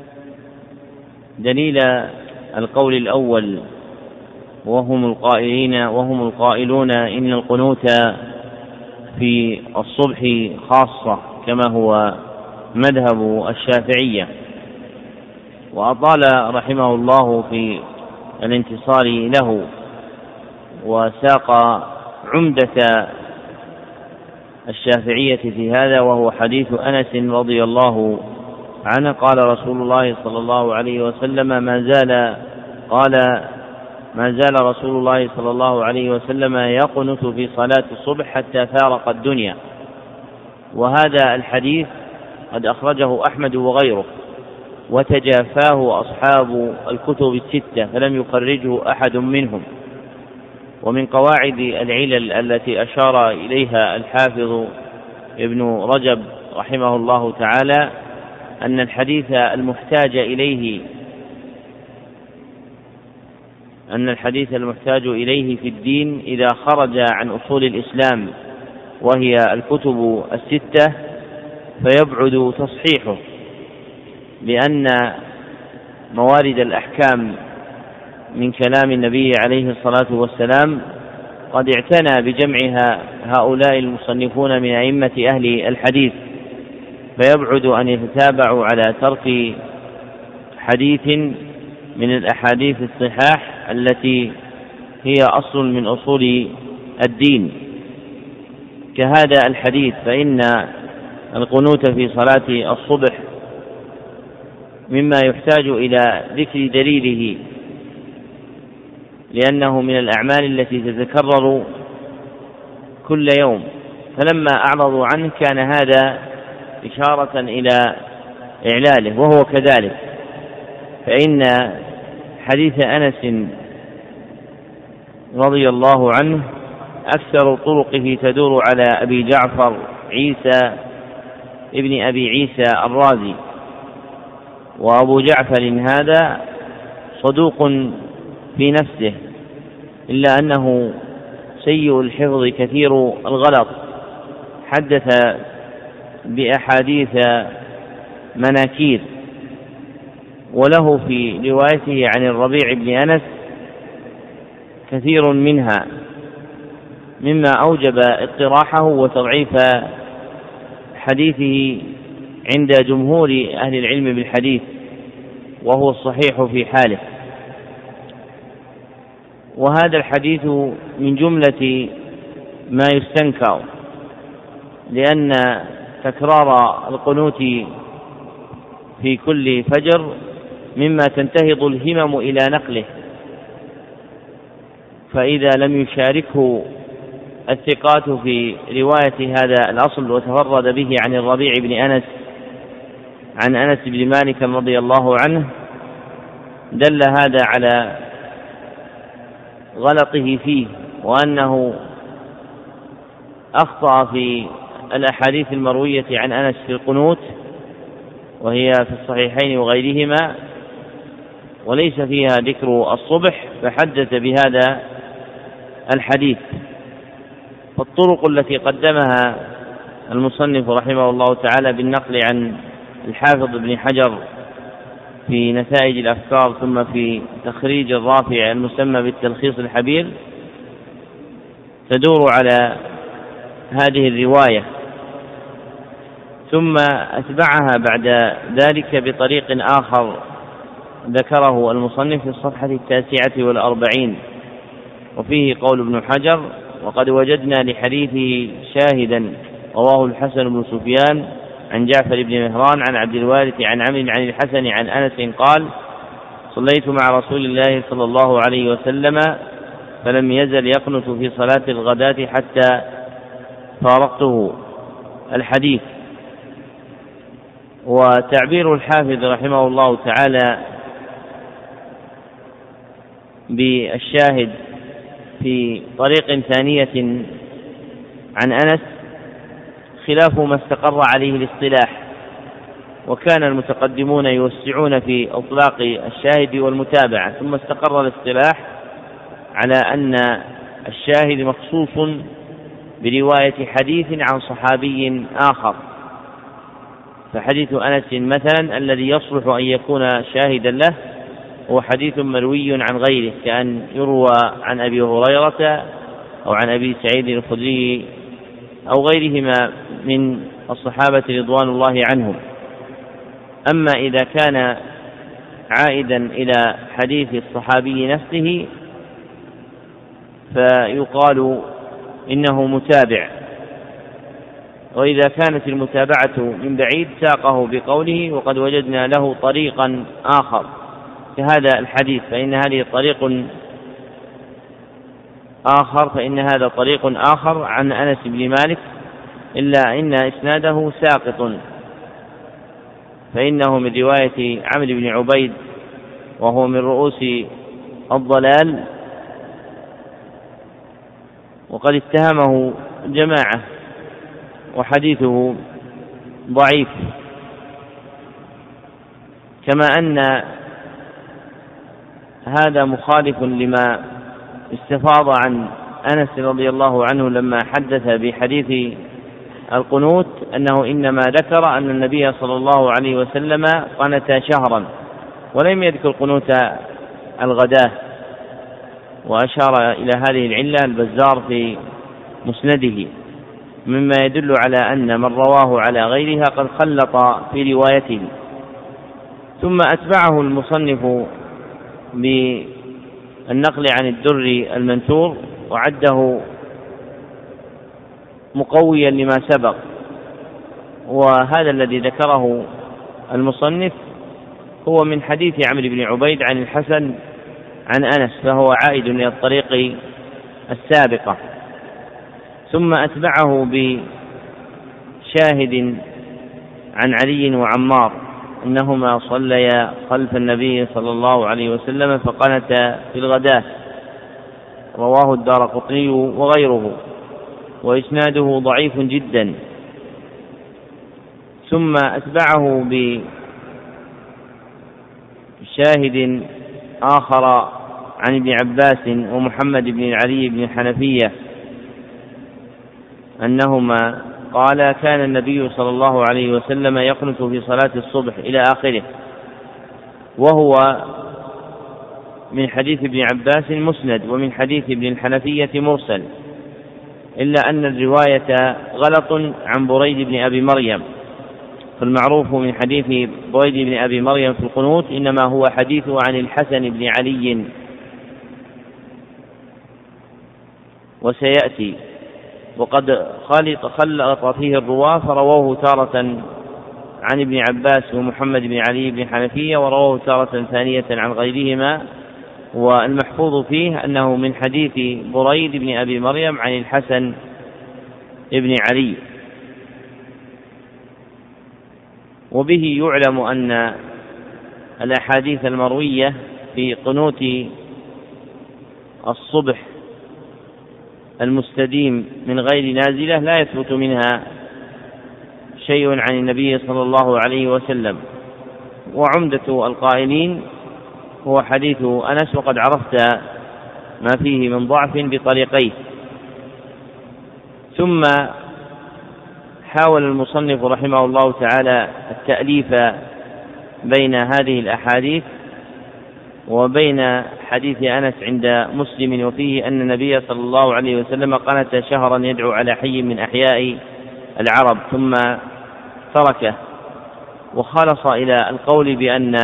[SPEAKER 1] دليل القول الأول وهم القائلون إن القنوت في الصبح خاصة كما هو مذهب الشافعية، وأطال رحمه الله في الانتصار له، وساق عمدة الشافعية في هذا، وهو حديث أنس رضي الله عنه قال رسول الله صلى الله عليه وسلم ما زال رسول الله صلى الله عليه وسلم يقنت في صلاة الصبح حتى فارق الدنيا. وهذا الحديث قد أخرجه أحمد وغيره، وتجافاه أصحاب الكتب الستة فلم يخرجه أحد منهم. ومن قواعد العلل التي أشار إليها الحافظ ابن رجب رحمه الله تعالى أن الحديث المحتاج إليه في الدين إذا خرج عن أصول الإسلام وهي الكتب الستة فيبعد تصحيحه، لأن موارد الأحكام من كلام النبي عليه الصلاة والسلام قد اعتنى بجمعها هؤلاء المصنفون من أئمة أهل الحديث، فيبعد أن يتتابعوا على ترك حديث من الأحاديث الصحاح التي هي أصل من أصول الدين كهذا الحديث. فإن القنوت في صلاة الصبح مما يحتاج إلى ذكر دليله، لأنه من الأعمال التي تتكرر كل يوم، فلما أعرضوا عنه كان هذا إشارة إلى إعلاله، وهو كذلك. فإن حديث أنس رضي الله عنه أكثر طرقه تدور على أبي جعفر عيسى ابن أبي عيسى الرازي، وأبو جعفر هذا صدوق في نفسه إلا أنه سيء الحفظ كثير الغلط، حدث بأحاديث مناكير، وله في روايته عن الربيع بن أنس كثير منها مما أوجب اقتراحه وتضعيف حديثه عند جمهور أهل العلم بالحديث، وهو الصحيح في حاله. وهذا الحديث من جملة ما يستنكر، لأن تكرار القنوت في كل فجر مما تنتهض الهمم إلى نقله، فإذا لم يشاركه الثقات في رواية هذا الأصل وتفرد به عن الربيع بن أنس عن أنس بن مالك رضي الله عنه دل هذا على غلطه فيه، وأنه أخطأ في الأحاديث المروية عن أنس في القنوت، وهي في الصحيحين وغيرهما، وليس فيها ذكر الصبح، فحدث بهذا الحديث. فالطرق التي قدمها المصنف رحمه الله تعالى بالنقل عن الحافظ ابن حجر في نتائج الأفكار ثم في تخريج الرافع المسمى بالتلخيص الحبير تدور على هذه الرواية، ثم أتبعها بعد ذلك بطريق آخر ذكره المصنف في الصفحة 49، وفيه قول ابن حجر: وقد وجدنا لحديثه شاهدا رواه الحسن بن سفيان عن جعفر بن مهران عن عبد الوارث عن عمرو عن الحسن عن أنس قال: صليت مع رسول الله صلى الله عليه وسلم فلم يزل يقنت في صلاة الغداة حتى فارقته. الحديث. وتعبير الحافظ رحمه الله تعالى بالشاهد في طريق ثانية عن أنس خلاف ما استقر عليه الاصطلاح، وكان المتقدمون يوسعون في إطلاق الشاهد والمتابعة، ثم استقر الاصطلاح على أن الشاهد مخصوص برواية حديث عن صحابي آخر. فحديث أنس مثلا الذي يصلح أن يكون شاهدا له هو حديث مروي عن غيره، كأن يروى عن أبي هريرة أو عن أبي سعيد الخدري أو غيرهما من الصحابة رضوان الله عنهم. أما إذا كان عائدا إلى حديث الصحابي نفسه فيقال إنه متابع، وإذا كانت المتابعة من بعيد ساقه بقوله وقد وجدنا له طريقا آخر كهذا الحديث، فإن هذا طريق آخر عن أنس بن مالك، إلا إن إسناده ساقط، فإنه من رواية عمرو بن عبيد وهو من رؤوس الضلال، وقد اتهمه جماعة وحديثه ضعيف، كما أن هذا مخالف لما استفاض عن أنس رضي الله عنه لما حدث بحديث القنوت أنه إنما ذكر أن النبي صلى الله عليه وسلم قنت شهرا ولم يذكر قنوت الغداة، وأشار إلى هذه العلة البزار في مسنده، مما يدل على أن من رواه على غيرها قد خلط في روايته. ثم أتبعه المصنف بالنقل عن الدر المنثور وعده مقويا لما سبق، وهذا الذي ذكره المصنف هو من حديث عمرو بن عبيد عن الحسن عن أنس، فهو عائد إلى الطريق السابقة. ثم أتبعه بشاهد عن علي وعمار أنهما صليا خلف النبي صلى الله عليه وسلم فقنتا في الغداة، رواه الدارقطني وغيره، وإسناده ضعيف جدا. ثم أتبعه بشاهد آخر عن ابن عباس ومحمد بن علي بن الحنفية أنهما قال كان النبي صلى الله عليه وسلم يقنت في صلاة الصبح إلى آخره، وهو من حديث ابن عباس مسند ومن حديث ابن الحنفية مرسل، إلا أن الرواية غلط عن بريد بن أبي مريم، فالمعروف من حديث بريد بن أبي مريم في القنوت إنما هو حديثه عن الحسن بن علي، وسيأتي. وقد خلط فيه الرواة فرووه تارة عن ابن عباس ومحمد بن علي بن حنفية، ورووه تارة ثانية عن غيرهما، والمحفوظ فيه أنه من حديث بريد بن أبي مريم عن الحسن بن علي. وبه يعلم أن الأحاديث المروية في قنوت الصبح المستديم من غير نازلة لا يثبت منها شيء عن النبي صلى الله عليه وسلم، وعمدة القائلين هو حديث أنس، وقد عرفت ما فيه من ضعف بطريقيه. ثم حاول المصنف رحمه الله تعالى التأليف بين هذه الأحاديث وبين حديث أنس عند مسلم، وفيه أن النبي صلى الله عليه وسلم قنت شهرا يدعو على حي من أحياء العرب ثم تركه، وخلص إلى القول بأن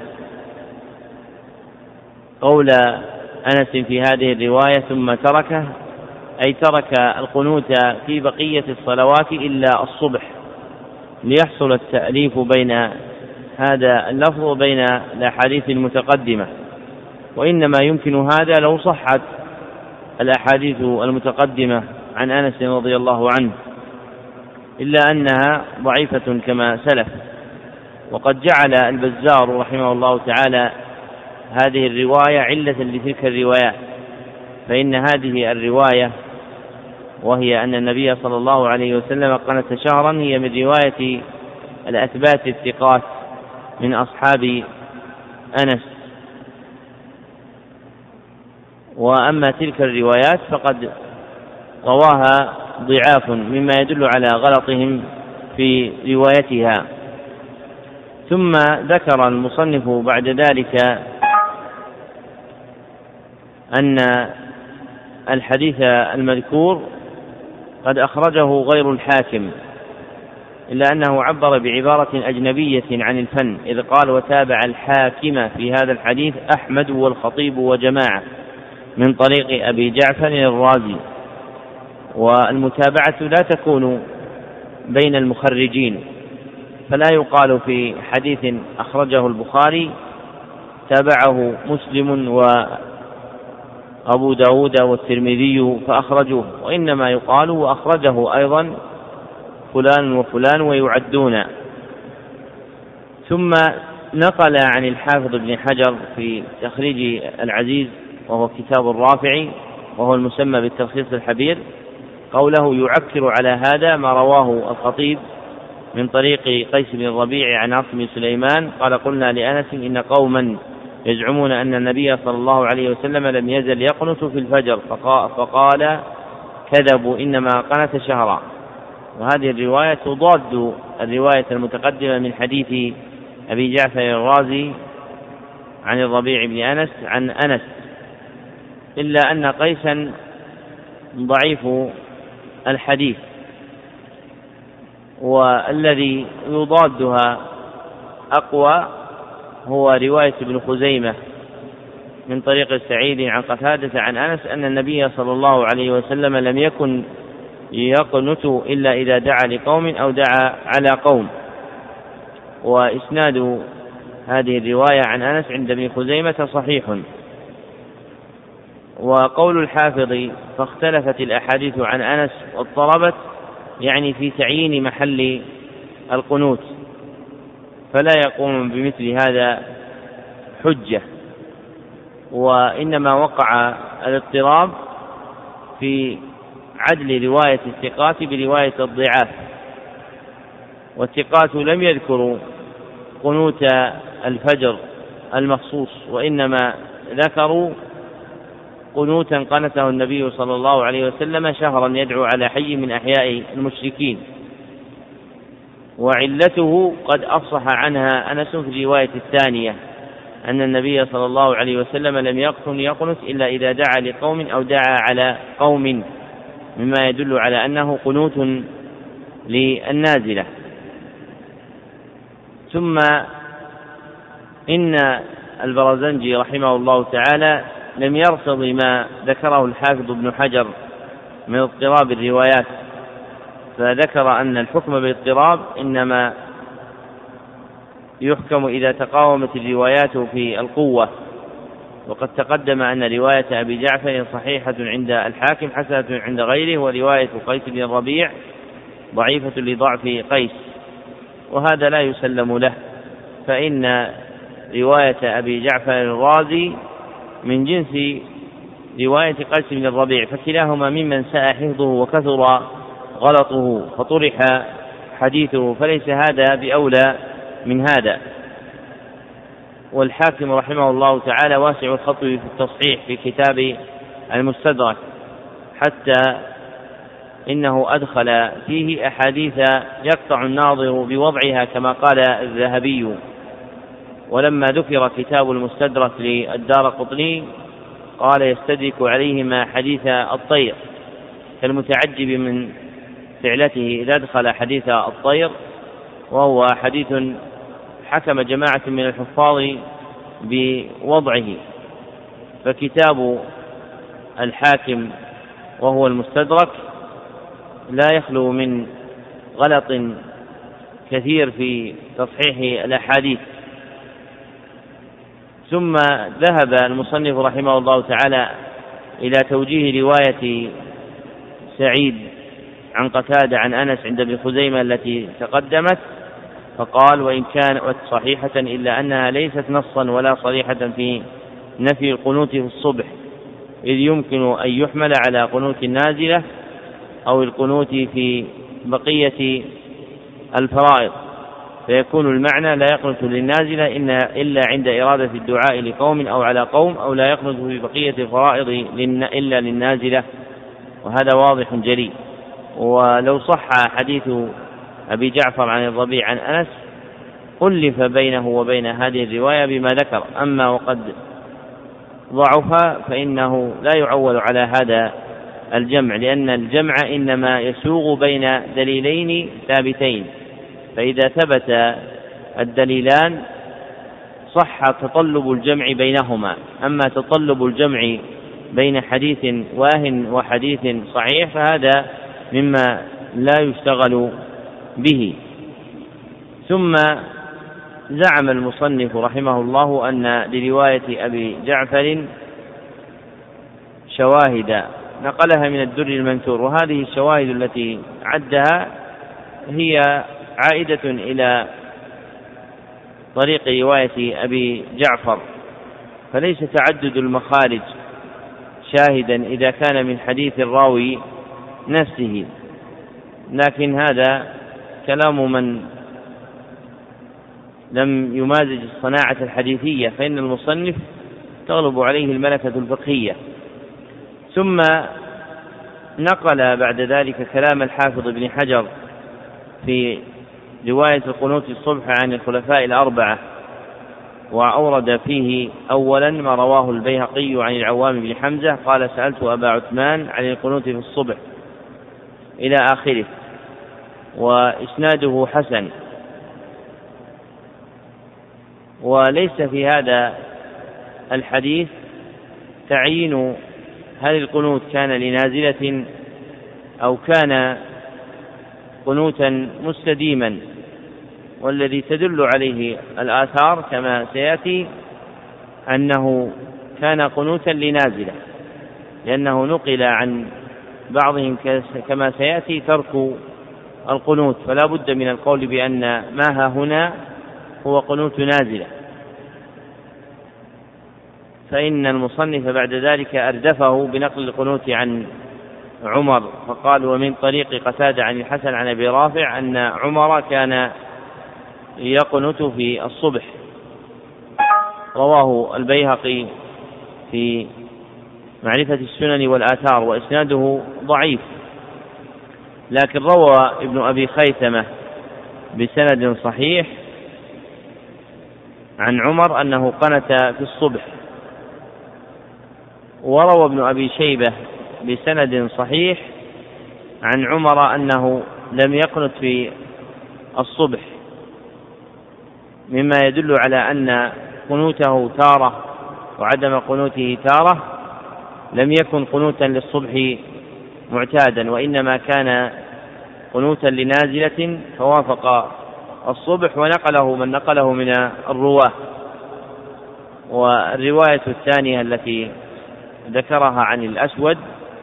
[SPEAKER 1] قول أنس في هذه الرواية ثم تركه أي ترك القنوت في بقية الصلوات إلا الصبح، ليحصل التأليف بين هذا اللفظ وبين الأحاديث المتقدمة. وإنما يمكن هذا لو صحت الأحاديث المتقدمة عن أنس رضي الله عنه، إلا أنها ضعيفة كما سلف. وقد جعل البزار رحمه الله تعالى هذه الرواية علة لتلك الروايات، فإن هذه الرواية وهي أن النبي صلى الله عليه وسلم قنت شهرا هي من رواية الأثبات الثقات من أصحاب أنس، وأما تلك الروايات فقد رواها ضعاف مما يدل على غلطهم في روايتها. ثم ذكر المصنف بعد ذلك أن الحديث المذكور قد أخرجه غير الحاكم، إلا أنه عبر بعبارة أجنبية عن الفن، إذ قال: وتابع الحاكم في هذا الحديث أحمد والخطيب وجماعة من طريق أبي جعفر الرازي. والمتابعة لا تكون بين المخرجين، فلا يقال في حديث أخرجه البخاري تابعه مسلم وأبو داود والترمذي فأخرجوه، وإنما يقال وأخرجه أيضا فلان وفلان ويعدون. ثم نقل عن الحافظ ابن حجر في تخريج العزيز، وهو كتاب الرافعي وهو المسمى بالتلخيص الحبير، قوله: يعكر على هذا ما رواه الخطيب من طريق قيس بن الربيع عن عاصم بن سليمان قال: قلنا لأنس إن قوما يزعمون أن النبي صلى الله عليه وسلم لم يزل يقنت في الفجر، فقال: كذبوا، إنما قنت شهرا. وهذه الرواية تضاد الرواية المتقدمة من حديث أبي جعفر الرازي عن الربيع بن أنس عن أنس، إلا أن قيسا ضعيف الحديث، والذي يضادها أقوى هو رواية ابن خزيمة من طريق سعيد عن قتادة عن أنس أن النبي صلى الله عليه وسلم لم يكن يقنت إلا إذا دعا لقوم أو دعا على قوم. وإسناد هذه الرواية عن أنس عند ابن خزيمة صحيح. وقول الحافظ: فاختلفت الأحاديث عن أنس واضطربت، يعني في تعيين محل القنوت، فلا يقوم بمثل هذا حجة، وإنما وقع الاضطراب في عدل رواية الثقات برواية الضعاف، والثقات لم يذكروا قنوت الفجر المخصوص، وإنما ذكروا قنوتا قنته النبي صلى الله عليه وسلم شهرا يدعو على حي من أحياء المشركين، وعلته قد أفصح عنها أنس في الرواية الثانية أن النبي صلى الله عليه وسلم لم يكن يقنت إلا إذا دعا لقوم أو دعا على قوم، مما يدل على أنه قنوت للنازلة. ثم إن البرزنجي رحمه الله تعالى لم يرصد ما ذكره الحافظ ابن حجر من اضطراب الروايات، فذكر أن الحكم بالاضطراب إنما يحكم إذا تقاومت الروايات في القوة، وقد تقدم أن رواية أبي جعفر صحيحة عند الحاكم حسنة عند غيره، ورواية قيس بن الربيع ضعيفة لضعف قيس، وهذا لا يسلم له، فإن رواية أبي جعفر الرازي من جنس رواية قيس بن الربيع، فكلاهما ممن ساء حفظه وكثر غلطه فطرح حديثه، فليس هذا بأولى من هذا. والحاكم رحمه الله تعالى واسع الخط في التصحيح في كتاب المستدرك، حتى إنه أدخل فيه أحاديث يقطع الناظر بوضعها كما قال الذهبي. ولما ذكر كتاب المستدرك للدارقطني قال: يستدرك عليهما حديث الطير، كالمتعجب من فعلته إذا أدخل حديث الطير، وهو حديث حكم جماعة من الحفاظ بوضعه. فكتاب الحاكم وهو المستدرك لا يخلو من غلط كثير في تصحيح الأحاديث. ثم ذهب المصنف رحمه الله تعالى إلى توجيه رواية سعيد عن قتادة عن أنس عند ابن خزيمة التي تقدمت، فقال: وإن كانت صحيحة إلا أنها ليست نصا ولا صريحة في نفي القنوت في الصبح، إذ يمكن أن يحمل على قنوت النازلة أو القنوت في بقية الفرائض، فيكون المعنى: لا يقنت للنازلة إلا عند إرادة الدعاء لقوم أو على قوم، أو لا يقنت في بقية الفرائض إلا للنازلة، وهذا واضح جلي. ولو صح حديث أبي جعفر عن الربيع عن أنس ألف بينه وبين هذه الرواية بما ذكر، أما وقد ضعف فإنه لا يعول على هذا الجمع، لأن الجمع إنما يسوغ بين دليلين ثابتين، فإذا ثبت الدليلان صح تطلب الجمع بينهما. أما تطلب الجمع بين حديث واهن وحديث صحيح فهذا مما لا يشتغل به. ثم زعم المصنف رحمه الله أن لرواية أبي جعفر شواهد نقلها من الدر المنثور، وهذه الشواهد التي عدها هي عائدة إلى طريق رواية أبي جعفر، فليس تعدد المخارج شاهدا إذا كان من حديث الراوي نفسه، لكن هذا كلام من لم يمازج الصناعة الحديثية، فإن المصنف تغلب عليه الملكة الفقهية. ثم نقل بعد ذلك كلام الحافظ ابن حجر في رواية القنوت الصبح عن الخلفاء الأربعة، وأورد فيه أولا ما رواه البيهقي عن العوام بن حمزة قال سألت أبا عثمان عن القنوت في الصبح إلى آخره، وإسناده حسن. وليس في هذا الحديث تعيين هل القنوت كان لنازلة أو كان قنوتا مستديما، والذي تدل عليه الآثار كما سيأتي أنه كان قنوتا لنازلة، لأنه نقل عن بعضهم كما سيأتي ترك القنوت، فلا بد من القول بأن ما ها هنا هو قنوت نازلة. فإن المصنف بعد ذلك أردفه بنقل القنوت عن عمر، فقال ومن طريق قتادة عن الحسن عن أبي رافع أن عمر كان يقنت في الصبح. رواه البيهقي في معرفة السنن والآثار وإسناده ضعيف، لكن روى ابن أبي خيثمة بسند صحيح عن عمر أنه قنت في الصبح، وروى ابن أبي شيبة بسند صحيح عن عمر أنه لم يقنت في الصبح، مما يدل على أن قنوته تارة وعدم قنوته تارة لم يكن قنوتا للصبح معتادا، وإنما كان قنوتا لنازلة فوافق الصبح، ونقله من نقله من الرواة. والرواية الثانية التي ذكرها عن الأسود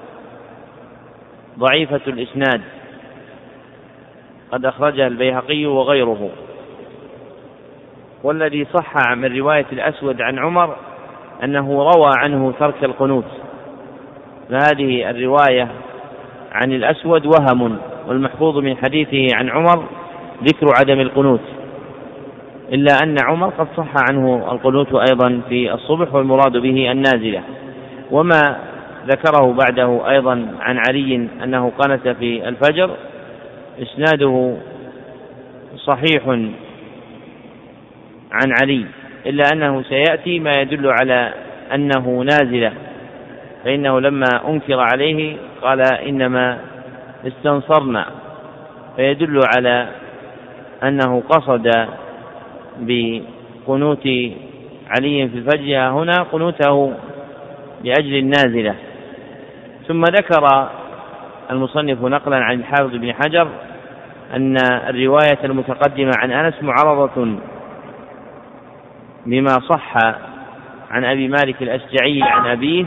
[SPEAKER 1] ضعيفة الإسناد، قد أخرجها البيهقي وغيره. والذي صح من رواية الأسود عن عمر أنه روى عنه ترك القنوت، فهذه الرواية عن الأسود وهم، والمحفوظ من حديثه عن عمر ذكر عدم القنوت، إلا أن عمر قد صح عنه القنوت أيضا في الصبح، والمراد به النازلة. وما ذكره بعده أيضا عن علي أنه قنت في الفجر إسناده صحيح عن علي، إلا أنه سيأتي ما يدل على أنه نازلة، فإنه لما أنكر عليه قال إنما استنصرنا، فيدل على أنه قصد بقنوت علي في الفجر هنا قنوته لأجل النازلة. ثم ذكر المصنف نقلا عن الحافظ بن حجر أن الرواية المتقدمة عن أنس معرضة بما صح عن أبي مالك الأشجعي عن أبيه،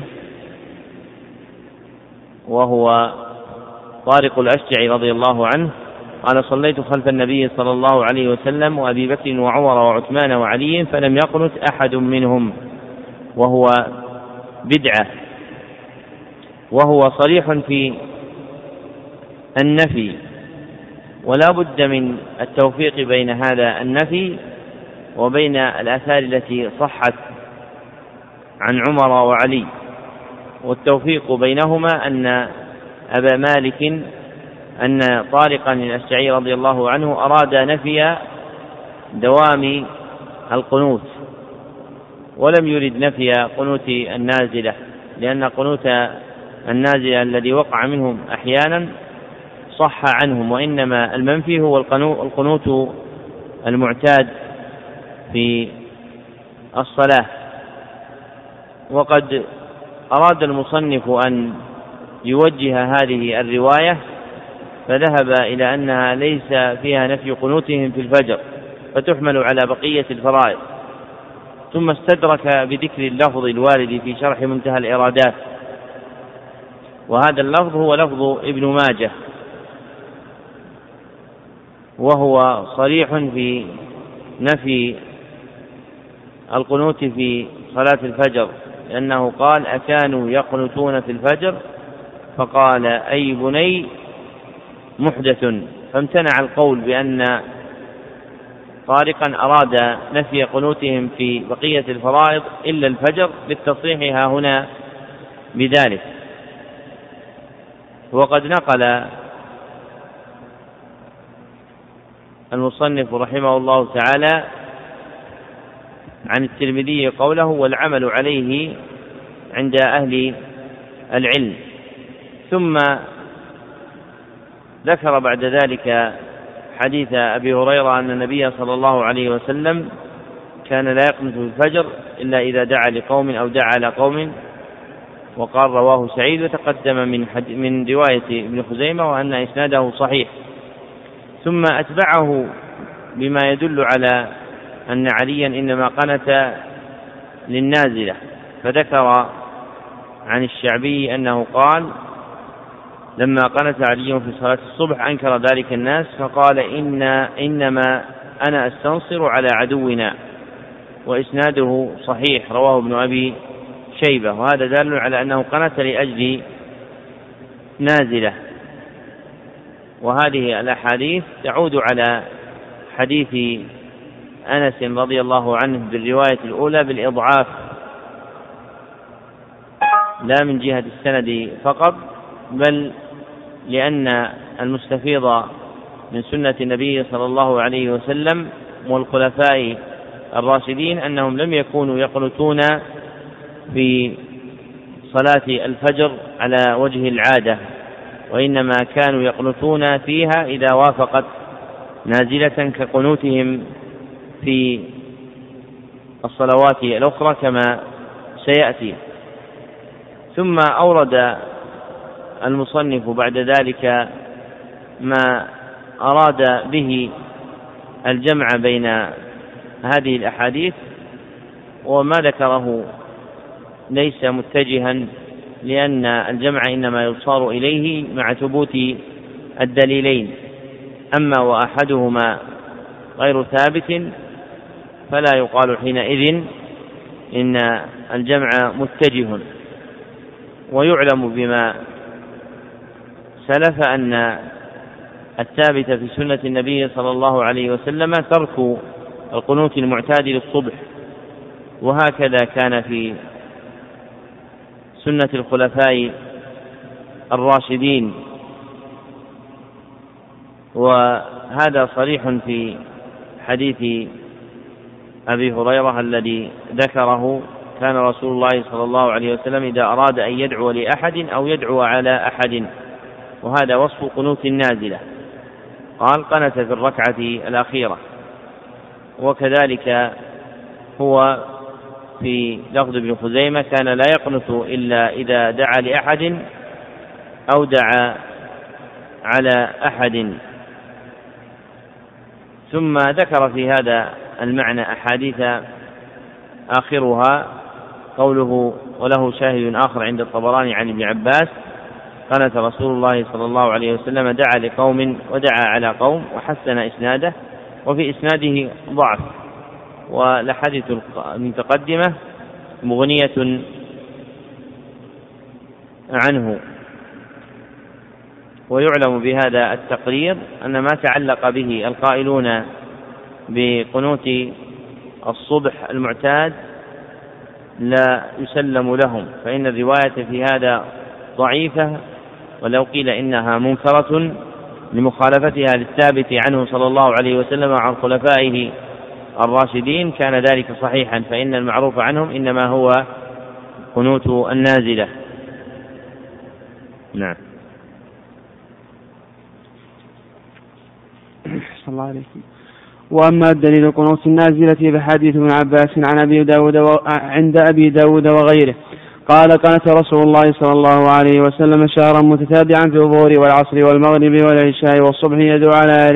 [SPEAKER 1] وهو طارق الأشجعي رضي الله عنه قال صليت خلف النبي صلى الله عليه وسلم وأبي بكر وعمر وعثمان وعلي فلم يقنت أحد منهم، وهو بدعة، وهو صريح في النفي، ولا بد من التوفيق بين هذا النفي وبين الآثار التي صحت عن عمر وعلي. والتوفيق بينهما أن أبا مالك أن طارقا الأشجعي رضي الله عنه أراد نفي دوام القنوت، ولم يرد نفي قنوت النازلة، لأن قنوت النازلة الذي وقع منهم أحيانا صح عنهم، وإنما المنفي هو القنوت المعتاد في الصلاة. وقد أراد المصنف أن يوجه هذه الرواية فذهب إلى أنها ليس فيها نفي قنوتهم في الفجر فتحمل على بقية الفرائض، ثم استدرك بذكر اللفظ الوارد في شرح منتهى الإرادات، وهذا اللفظ هو لفظ ابن ماجه، وهو صريح في نفي القنوت في صلاة الفجر، لأنه قال: أكانوا يقنتون في الفجر؟ فقال: أي بني محدث، فامتنع القول بأن طارقا أراد نفي قنوتهم في بقية الفرائض إلا الفجر للتصريح هنا بذلك. وقد نقل المصنف رحمه الله تعالى عن الترمذي قوله: والعمل عليه عند أهل العلم. ثم ذكر بعد ذلك حديث أبي هريرة أن النبي صلى الله عليه وسلم كان لا يقنت في الفجر إلا إذا دعا لقوم أو دعا على قوم، وقال رواه سعيد، وتقدم من رواية ابن خزيمة وأن إسناده صحيح. ثم أتبعه بما يدل على أن عليا إنما قنت للنازلة، فذكر عن الشعبي أنه قال: لما قنت علي في صلاة الصبح أنكر ذلك الناس، فقال: إنما أنا أستنصر على عدونا. وإسناده صحيح، رواه ابن أبي شيبة، وهذا دال على أنه قنت لأجل نازلة. وهذه الأحاديث تعود على حديث أنس رضي الله عنه بالرواية الأولى بالإضعاف، لا من جهة السند فقط، بل لأن المستفيض من سنة النبي صلى الله عليه وسلم والخلفاء الراشدين أنهم لم يكونوا يقنتون في صلاة الفجر على وجه العادة، وإنما كانوا يقنتون فيها إذا وافقت نازلة كقنوتهم في الصلوات الأخرى كما سيأتي. ثم أورد المصنف بعد ذلك ما أراد به الجمع بين هذه الأحاديث، وما ذكره ليس متجها، لأن الجمع إنما يصار إليه مع ثبوت الدليلين، أما وأحدهما غير ثابت فلا يقال حينئذ إن الجمع متجه. ويعلم بما سلف أن الثابت في سنة النبي صلى الله عليه وسلم ترك القنوت المعتاد للصبح، وهكذا كان في سنة الخلفاء الراشدين، وهذا صريح في حديث أبي هريرة الذي ذكره: كان رسول الله صلى الله عليه وسلم إذا أراد أن يدعو لأحد أو يدعو على أحد، وهذا وصف قنوت النازلة، قال: قنت في الركعة الأخيرة. وكذلك هو في لفظ ابن خزيمة: كان لا يقنت إلا إذا دعا لأحد أو دعا على أحد. ثم ذكر في هذا المعنى أحاديث آخرها قوله: وله شاهد آخر عند الطبراني عن ابن عباس: قنت رسول الله صلى الله عليه وسلم دعا لقوم ودعا على قوم، وحسن إسناده، وفي إسناده ضعف، والأحاديث المتقدمة مغنية عنه. ويعلم بهذا التقرير أن ما تعلق به القائلون بقنوت الصبح المعتاد لا يسلم لهم، فإن الرواية في هذا ضعيفة، ولو قيل إنها منكرة لمخالفتها للثابت عنه صلى الله عليه وسلم وعن خلفائه الراشدين كان ذلك صحيحا، فإن المعروف عنهم إنما هو قنوت النازلة. نعم.
[SPEAKER 2] صلى الله عليه وسلم. وأما الدليل القنوت النازلة فحديث ابن عباس عند أبي داود وغيره قال قنت رسول الله صلى الله عليه وسلم شهرا متتابعا في الظهر والعصر والمغرب والعشاء والصبح يدعو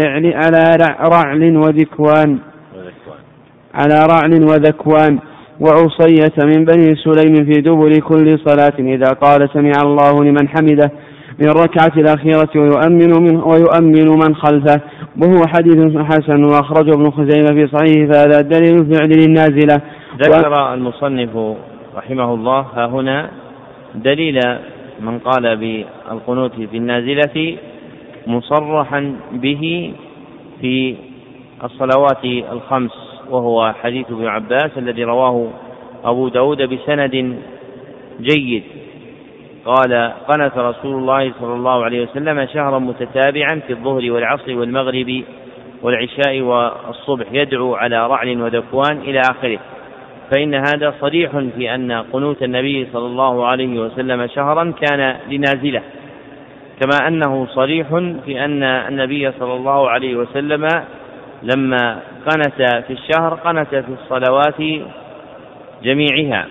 [SPEAKER 2] على رعل وذكوان وعصية من بني سليم في دبر كل صلاة إذا قال سمع الله لمن حمده من الركعة الأخيرة ويؤمن من خلفه، وهو حديث حسن وأخرجه ابن خزيمة في صحيحه، فهذا دليل الفعل للنازلة.
[SPEAKER 1] ذكر المصنف رحمه الله ها هنا دليل من قال بالقنوت في النازلة مصرحا به في الصلوات الخمس، وهو حديث ابن عباس الذي رواه أبو داود بسند جيد قال قنت رسول الله صلى الله عليه وسلم شهرا متتابعا في الظهر والعصر والمغرب والعشاء والصبح يدعو على رعل وذكوان إلى آخره. فإن هذا صريح في أن قنوت النبي صلى الله عليه وسلم شهرا كان لنازلة، كما أنه صريح في أن النبي صلى الله عليه وسلم لما قنت في الشهر قنت في الصلوات جميعها.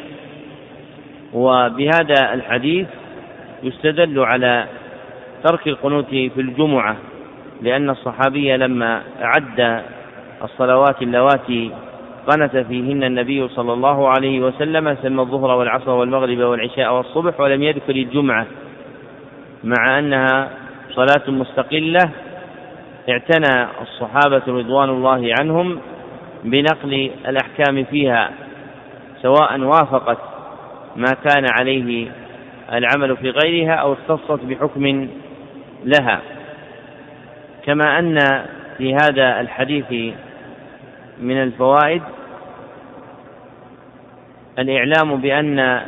[SPEAKER 1] وبهذا الحديث يستدل على ترك القنوت في الجمعة، لأن الصحابي لما أعد الصلوات اللواتي قنت فيهن النبي صلى الله عليه وسلم سمى الظهر والعصر والمغرب والعشاء والصبح، ولم يذكر الجمعة مع أنها صلاة مستقلة اعتنى الصحابة رضوان الله عنهم بنقل الأحكام فيها سواء وافقت ما كان عليه العمل في غيرها أو اختصت بحكم لها. كما أن في هذا الحديث من الفوائد الإعلام بأن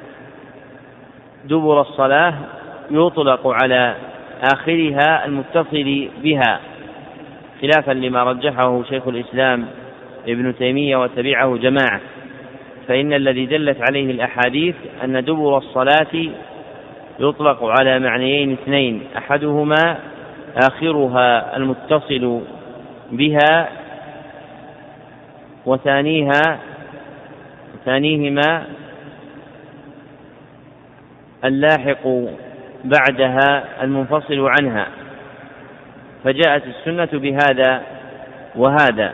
[SPEAKER 1] دبر الصلاة يطلق على آخرها المتصل بها، خلافا لما رجحه شيخ الإسلام ابن تيمية وتبعه جماعة، فإن الذي دلت عليه الأحاديث أن دبر الصلاة يطلق على معنيين اثنين، أحدهما آخرها المتصل بها، وثانيهما اللاحق بعدها المنفصل عنها، فجاءت السنة بهذا وهذا.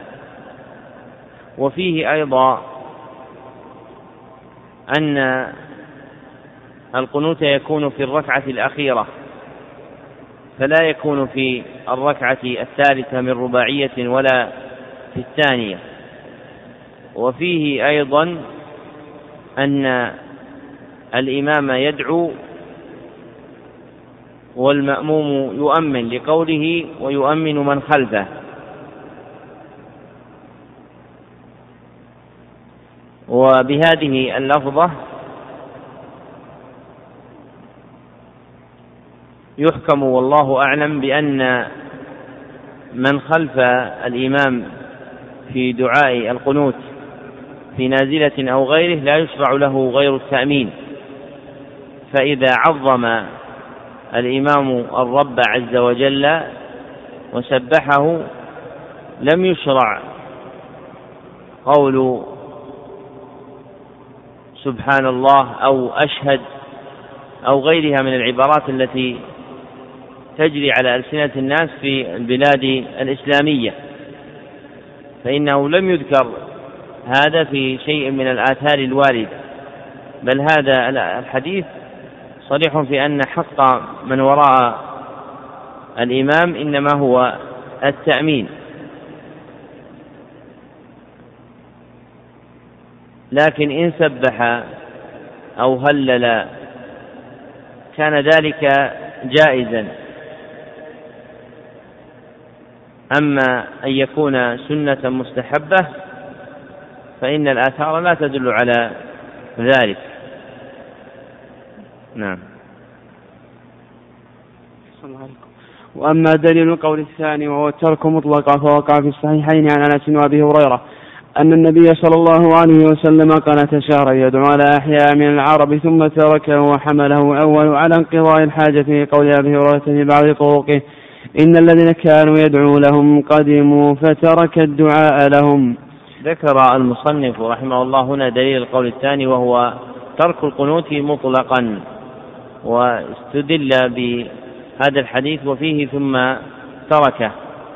[SPEAKER 1] وفيه أيضا أن القنوت يكون في الركعة الأخيرة، فلا يكون في الركعة الثالثة من رباعية ولا في الثانية. وفيه أيضا أن الإمام يدعو والمأموم يؤمن لقوله ويؤمن من خلفه. وبهذه اللفظة يحكم والله أعلم بأن من خلف الإمام في دعاء القنوت في نازلة أو غيره لا يشرع له غير التأمين، فإذا عظم الإمام الرب عز وجل وسبحه لم يشرع قول سبحان الله أو أشهد أو غيرها من العبارات التي تجري على ألسنة الناس في البلاد الإسلامية، فإنه لم يذكر هذا في شيء من الآثار الواردة، بل هذا الحديث صريح في أن حق من وراء الإمام إنما هو التأمين. لكن إن سبح أو هلل كان ذلك جائزا، أما أن يكون سنة مستحبة فإن الآثار لا تدل على ذلك. نعم.
[SPEAKER 2] وأما دليل القول الثاني وهو الترك مطلقا فوقع في الصحيحين عن أنس وأبي هريرة أن النبي صلى الله عليه وسلم قنت شهرا يدعو على أحياء من العرب ثم تركه وحمله أول على انقضاء الحاجة في قول أبي هريرة في بعض طرقه إن الذين كانوا يدعو لهم قدموا فترك الدعاء لهم.
[SPEAKER 1] ذكر المصنف رحمه الله هنا دليل القول الثاني وهو ترك القنوت مطلقا، واستدل بهذا الحديث وفيه ثم تركه،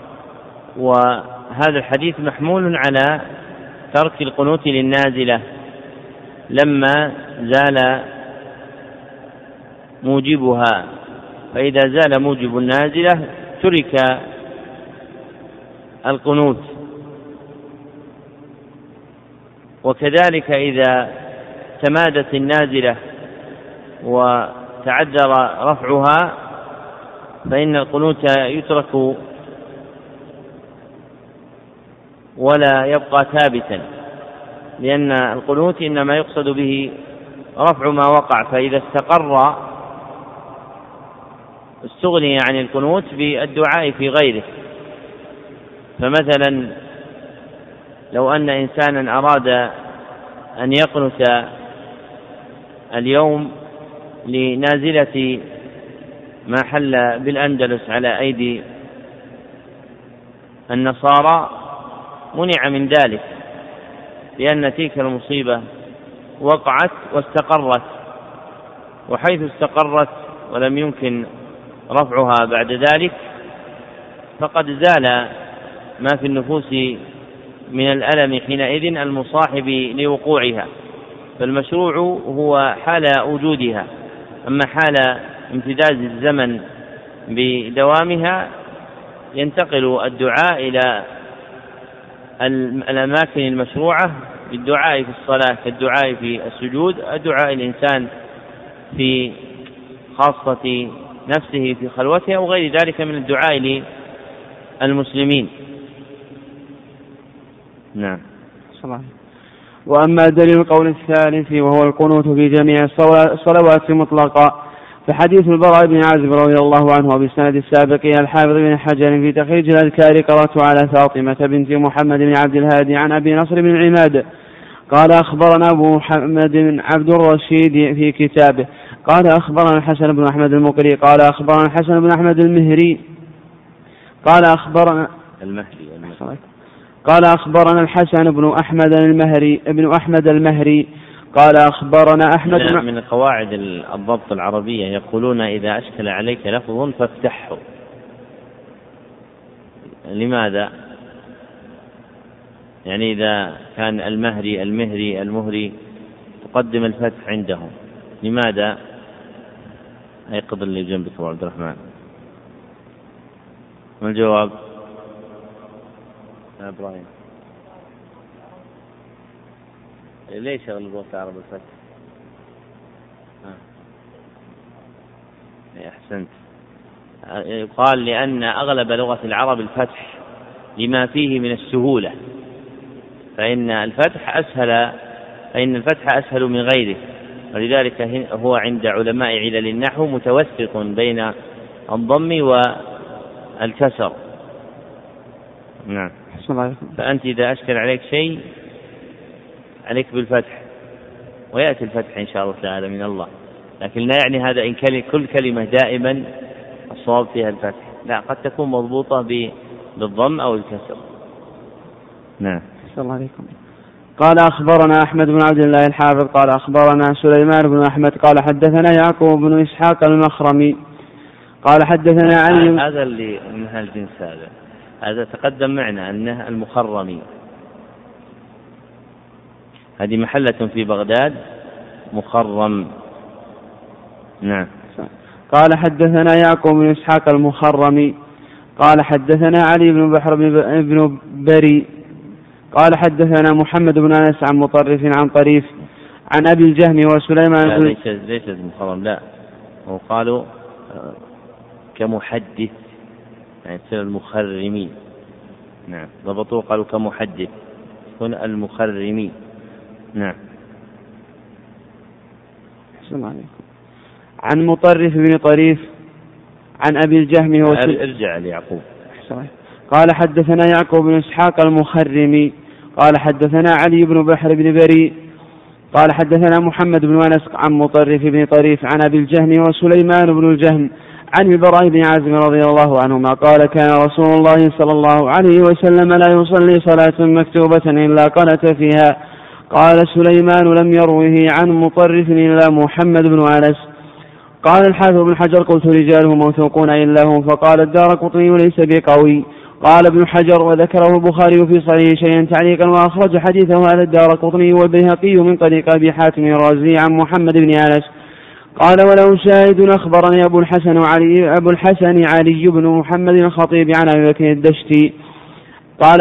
[SPEAKER 1] وهذا الحديث محمول على ترك القنوت للنازلة لما زال موجبها، فإذا زال موجب النازلة ترك القنوت. وكذلك إذا تمادت النازلة وتعذر رفعها فإن القنوت يترك ولا يبقى ثابتا، لأن القنوت إنما يقصد به رفع ما وقع، فإذا استقر استغني عن القنوت بالدعاء في غيره. فمثلا لو أن إنسانا أراد أن يقنت اليوم لنازلة ما حل بالأندلس على أيدي النصارى منع من ذلك، لأن تلك المصيبة وقعت واستقرت، وحيث استقرت ولم يمكن رفعها بعد ذلك فقد زال ما في النفوس من الألم حينئذ المصاحب لوقوعها، فالمشروع هو حال وجودها. أما حال امتداد الزمن بدوامها ينتقل الدعاء إلى الأماكن المشروعة بالدعاء في الصلاة كالدعاء في السجود، الدعاء الإنسان في خاصة نفسه في خلوته أو غير ذلك من الدعاء للمسلمين. نعم.
[SPEAKER 2] وأما دليل القول الثالث وهو القنوت في جميع الصلوات مطلقا فحديث البراء بن عازب رضي الله عنه وبالسند السابق إلى الحافظ بن حجر في تخريج الأذكار قرأت على فاطمة بنت محمد بن عبد الهادي عن أبي نصر بن عماد قال أخبرنا أبو محمد بن عبد الرشيد في كتابه قال أخبرنا الحسن بن أحمد المقري قال أخبرنا الحسن بن أحمد المهري قال أخبرنا قال أخبرنا الحسن بن أحمد المهري قال أخبرنا أحمد
[SPEAKER 1] من قواعد الضبط العربية يقولون إذا أشكل عليك لفظ فافتحه. لماذا؟ يعني إذا كان المهري تقدم الفتح عندهم، لماذا؟ أيقظ اللي جنبك أبو عبد الرحمن. ما الجواب يا إبراهيم؟ ليش شغل الوقت العرب الفتح؟ أحسنت. يقال لأن أغلب لغة العرب الفتح لما فيه من السهولة، فإن الفتح أسهل من غيره، ولذلك هو عند علماء علل النحو متوسط بين الضم والكسر. نعم. فأنت إذا أشكل عليك شيء عليك بالفتح، ويأتي الفتح إن شاء الله تعالى من الله، لكن لا يعني هذا إن كل كلمة دائما الصواب فيها الفتح، لا، قد تكون مضبوطة بالضم أو الكسر. نعم.
[SPEAKER 2] الله عليكم. قال أخبرنا أحمد بن عبد الله الحافظ قال أخبرنا سليمان بن أحمد قال حدثنا يعقوب بن إسحاق المخرمي قال حدثنا عن
[SPEAKER 1] هذا اللي من هالجنس هذا تقدم معنا أنه المخرمي، هذه محلة في بغداد مخرم. نعم.
[SPEAKER 2] قال حدثنا يعقوب بن إسحاق المخرمي قال حدثنا علي بن بحر بن بري قال حدثنا محمد بن أنس عن مطرف عن طريف عن أبي الجهم وسليمان
[SPEAKER 1] بن ليس المخرم، لا، وقالوا كمحدث يعني المخرمي. نعم، ضبطوه قالوا كمحدث يكون المخرمي. نعم.
[SPEAKER 2] عن مطرف بن طريف عن أبي الجهم
[SPEAKER 1] ارجع ليعقوب.
[SPEAKER 2] قال حدثنا يعقوب بن إسحاق المخرمي قال حدثنا علي بن بحر بن بري قال حدثنا محمد بن أنس عن مطرف بن طريف عن أبي الجهم وسليمان بن الجهم عن البراء بن عازب رضي الله عنهما قال كان رسول الله صلى الله عليه وسلم لا يصلي صلاة مكتوبة إلا قنت فيها. قال سليمان لم يروه عن مطرف إلا محمد بن أنس. قال الحافظ بن حجر قلت رجاله موثوقون إلا هم. فقال الدارقطني ليس بقوي. قال ابن حجر وذكره البخاري في صحيح شيئا تعليقا وأخرج حديثه هذا الدارقطني والبيهقي من طريق أبي حاتم الرازي عن محمد بن أنس. قال وله شاهد أخبرني أبو الحسن علي بن محمد الخطيب عن أبي بكر الدشتي قال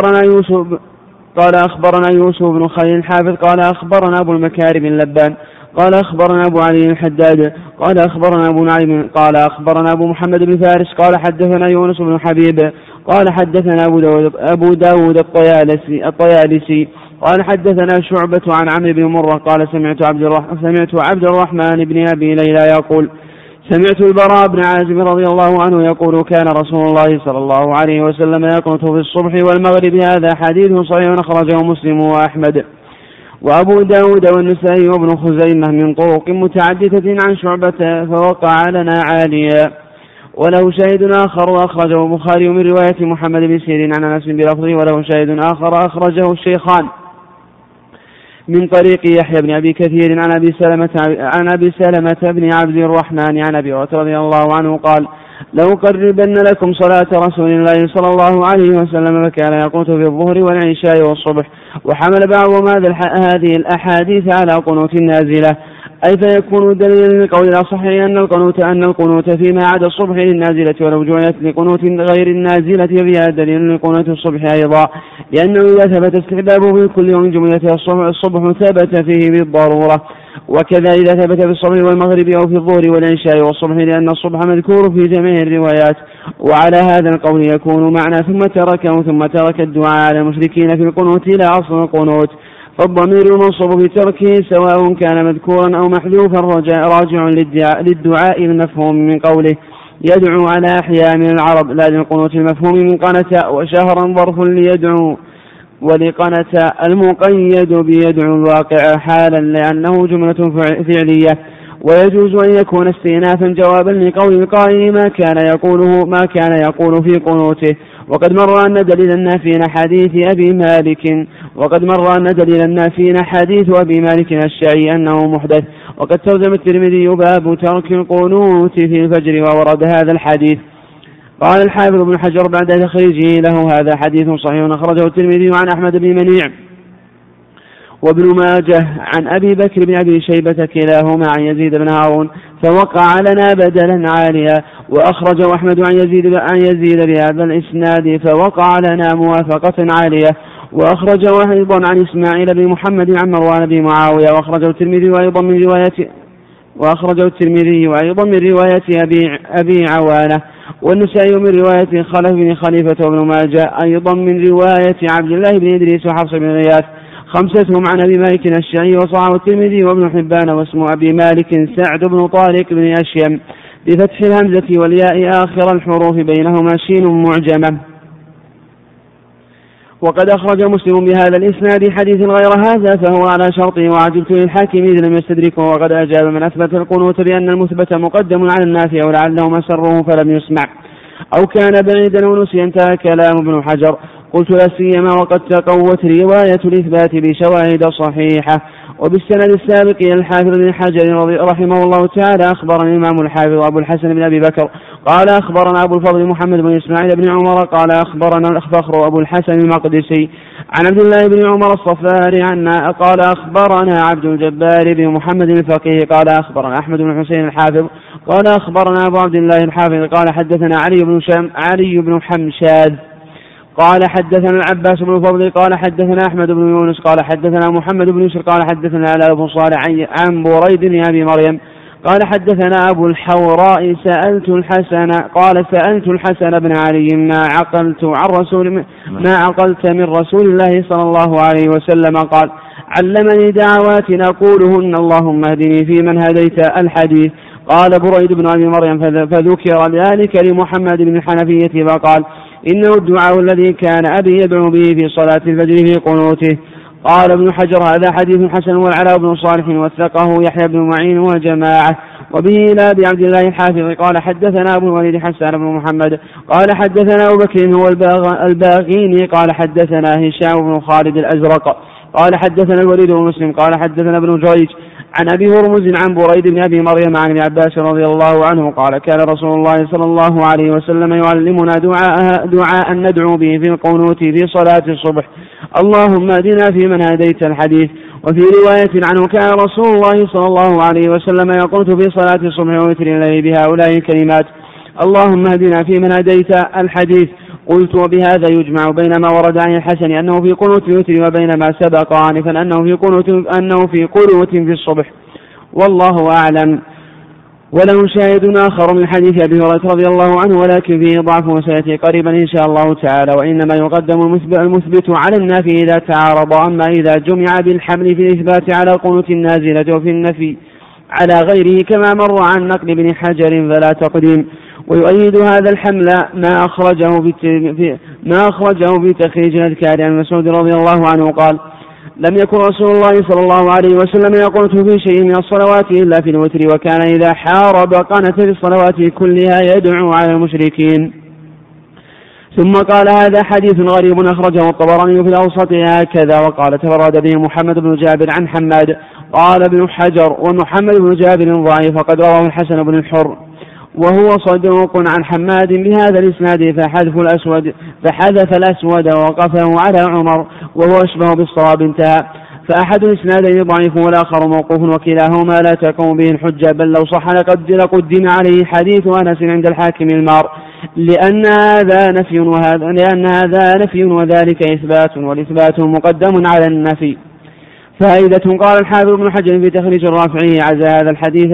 [SPEAKER 2] أخبرنا يوسف بن خليل الحافظ قال أخبرنا أبو المكارم اللبان قال أخبرنا أبو علي الحداد قال أخبرنا أبو نعيم قال أخبرنا أبو محمد بن فارس قال حدثنا يونس بن حبيب قال حدثنا أبو داود الطيالسي قال حدثنا شعبة عن عمرو بن مرة قال سمعت عبد الرحمن بن أبي ليلى يقول سمعت البراء بن عازب رضي الله عنه يقول كان رسول الله صلى الله عليه وسلم يقنط في الصبح والمغرب. هذا حديث صحيح أخرجه مسلم وأحمد وأبو داود والنسائي وابن خزيمة من طرق متعددة عن شعبة فوقع لنا عاليا. وله شاهد آخر وأخرجه البخاري من رواية محمد بن سيرين عن أنس بلفظه. وله شاهد آخر أخرجه الشيخان من طريق يحيى بن أبي كثير عن أبي سلمة بن عبد الرحمن عن أبي هريرة رضي الله عنه قال لأقربن لكم صلاة رسول الله صلى الله عليه وسلم فكان يقنط في الظهر والعشاء والصبح. وحمل بعضهم هذه الأحاديث على قنوت النازلة أي فيكون دليلا لقول الأصح أن القنوت فيما عدا الصبح للنازلة ولو جعلت لقنوت غير النازلة فيها دليل لقنوت الصبح أيضا لأنه إذا ثبت استحبابه في كل يوم جملة الصبح ثبت فيه بالضرورة. وكذا إذا ثبت في الصبح والمغرب أو في الظهر والعشاء والصبح لأن الصبح مذكور في جميع الروايات. وعلى هذا القول يكون معنى ثم ترك الدعاء على المشركين في القنوت إلى أصل القنوت. فالضمير المنصوب بتركه سواء كان مذكورا أو محذوفا راجع للدعاء المفهوم من قوله يدعو على أحياء من العرب لا للقنوت المفهوم من قنت وشهرا ظرف ليدعو ولقنت المقيد بيدعو الواقع حالا لأنه جملة فعلية. ويجوز أن يكون استئنافا جوابا لقول القائل ما كان يقول في قنوته. وقد مر أن دليل النافين حديث أبي مالك الشعي أنه محدث. وقد ترجم الترمذي باب ترك القنوت في الفجر وورد هذا الحديث. قال الحافظ بن حجر بعد تخريجه له هذا حديث صحيح أخرجه الترمذي عن أحمد بن منيع وابن ماجه عن أبي بكر بن أبي شيبة كلاهما عن يزيد بن هارون فوقع لنا بدلا عاليا. وأخرجه أحمد عن يزيد بهذا الإسناد فوقع لنا موافقة عالية. وأخرجه أيضا عن إسماعيل بن محمد عن مروان بن معاوية. وأخرجه الترمذي أيضا من رواية أبي عوانة والنسائي من رواية خلف بن خليفة وابن ماجه أيضا من رواية عبد الله بن إدريس وحفص بن غياث خمستهم عن أبي مالك الشعي وصححه الترمذي وابن حبان. واسم أبي مالك سعد بن طارق بن أشيم بفتح الهمزة والياء آخر الحروف بينهما شين معجمة. وقد أخرج مسلم بهذا الإسناد حديث غير هذا فهو على شرطه وعجبت للحاكم إذ لم يستدركه. وقد أجاب من أثبت القنوت بأن المثبت مقدم على النافي ولعله مسره فلم يسمع أو كان بعيدا ونسي. انتهى كلام ابن حجر. قلت لا سيما وقد تقوت رواية الإثبات بشواهد صحيحة. وبالسند السابق إلى الحافظ بن حجر رحمه الله تعالى أخبرنا الإمام الحافظ أبو الحسن بن أبي بكر قال أخبرنا أبو الفضل محمد بن إسماعيل بن عمر قال أخبرنا الفخر أبو الحسن المقدسي عن عبد الله بن عمر الصفاري قال أخبرنا عبد الجبار بن محمد الفقيه قال أخبرنا أحمد بن حسين الحافظ قال أخبرنا أبو عبد الله الحافظ قال حدثنا علي بن حمشاد قال حدثنا العباس بن الفضل قال حدثنا أحمد بن يونس قال حدثنا محمد بن يسر قال حدثنا علاء بن صالح عن بريد بن أبي مريم قال حدثنا أبو الحوراء سألت الحسن بن علي ما عقلت من رسول الله صلى الله عليه وسلم قال علمني دعوات أقولهن اللهم اهدني فيمن هديت الحديث. قال بريد بن أبي مريم فذكر ذلك لمحمد بن الحنفية فقال إنه الدعاء الذي كان أبي يدعو به في صلاة الفجر في قنوته. قال ابن حجر هذا حديث حسن والعلاء بن صالح وثقه يحيى بن معين وجماعة. وبه إلى أبي عبد الله الحافظ قال حدثنا أبو الوليد حسان بن محمد قال حدثنا أبو بكر هو الباغيني قال حدثنا هشام بن خالد الأزرق قال حدثنا الوليد بن مسلم قال حدثنا ابن جريج عن أبي هرمز عن بريد بن أبي مريم عن ابن عباس رضي الله عنه قال كان رسول الله صلى الله عليه وسلم يعلمنا دعاء ندعو به في القنوت في صلاة الصبح: اللهم اهدنا فيمن هديت الحديث. وفي رواية عنه كان رسول الله صلى الله عليه وسلم يقنت في صلاة الصبح ووتر الليل بهؤلاء الكلمات: اللهم اهدنا فيمن هديت الحديث. قلت: وبهذا يجمع بين ما ورد عن الحسن أنه في قنوت الوتر وبين ما سبق عنفا أنه في قنوت في الصبح، والله أعلم. وله شاهد آخر من حديث أبي هريرة رضي الله عنه ولكن فيه ضعف وسيأتي قريبا إن شاء الله تعالى. وإنما يقدم المثبت على النافي إذا تعارض، أما إذا جمع بالحمل في الإثبات على القنوت النازلة وفي النفي على غيره كما مر عن نقل ابن حجر فلا تقديم. ويؤيد هذا الحمل ما أخرجه في تخريج الأذكار عن مسعود رضي الله عنه قال: لم يكن رسول الله صلى الله عليه وسلم يقنت في شيء من الصلوات إلا في الوتر، وكان إذا حارب قنت في الصلوات كلها يدعو على المشركين. ثم قال: هذا حديث غريب أخرجه الطبراني في الأوسط هكذا. وقال: تفرد به محمد بن جابر عن حماد. قال ابن حجر: ومحمد بن جابر ضعيف، وقد رواه الحسن بن الحر وهو صدوق عن حماد بهذا الإسناد فحذف الأسود ووقفه على عمر وهو أشبه بالصواب انتهى. فأحد الإسنادين ضعيف والآخر موقوف، وكلاهما لا تقوم به الحجة، بل لو صح لقدم عليه حديث أنس عند الحاكم المار، لأن هذا نفي وذلك إثبات، والإثبات مقدم على النفي. فائدة: قال الحافظ ابن حجر في تخريج الرافعي: عزى هذا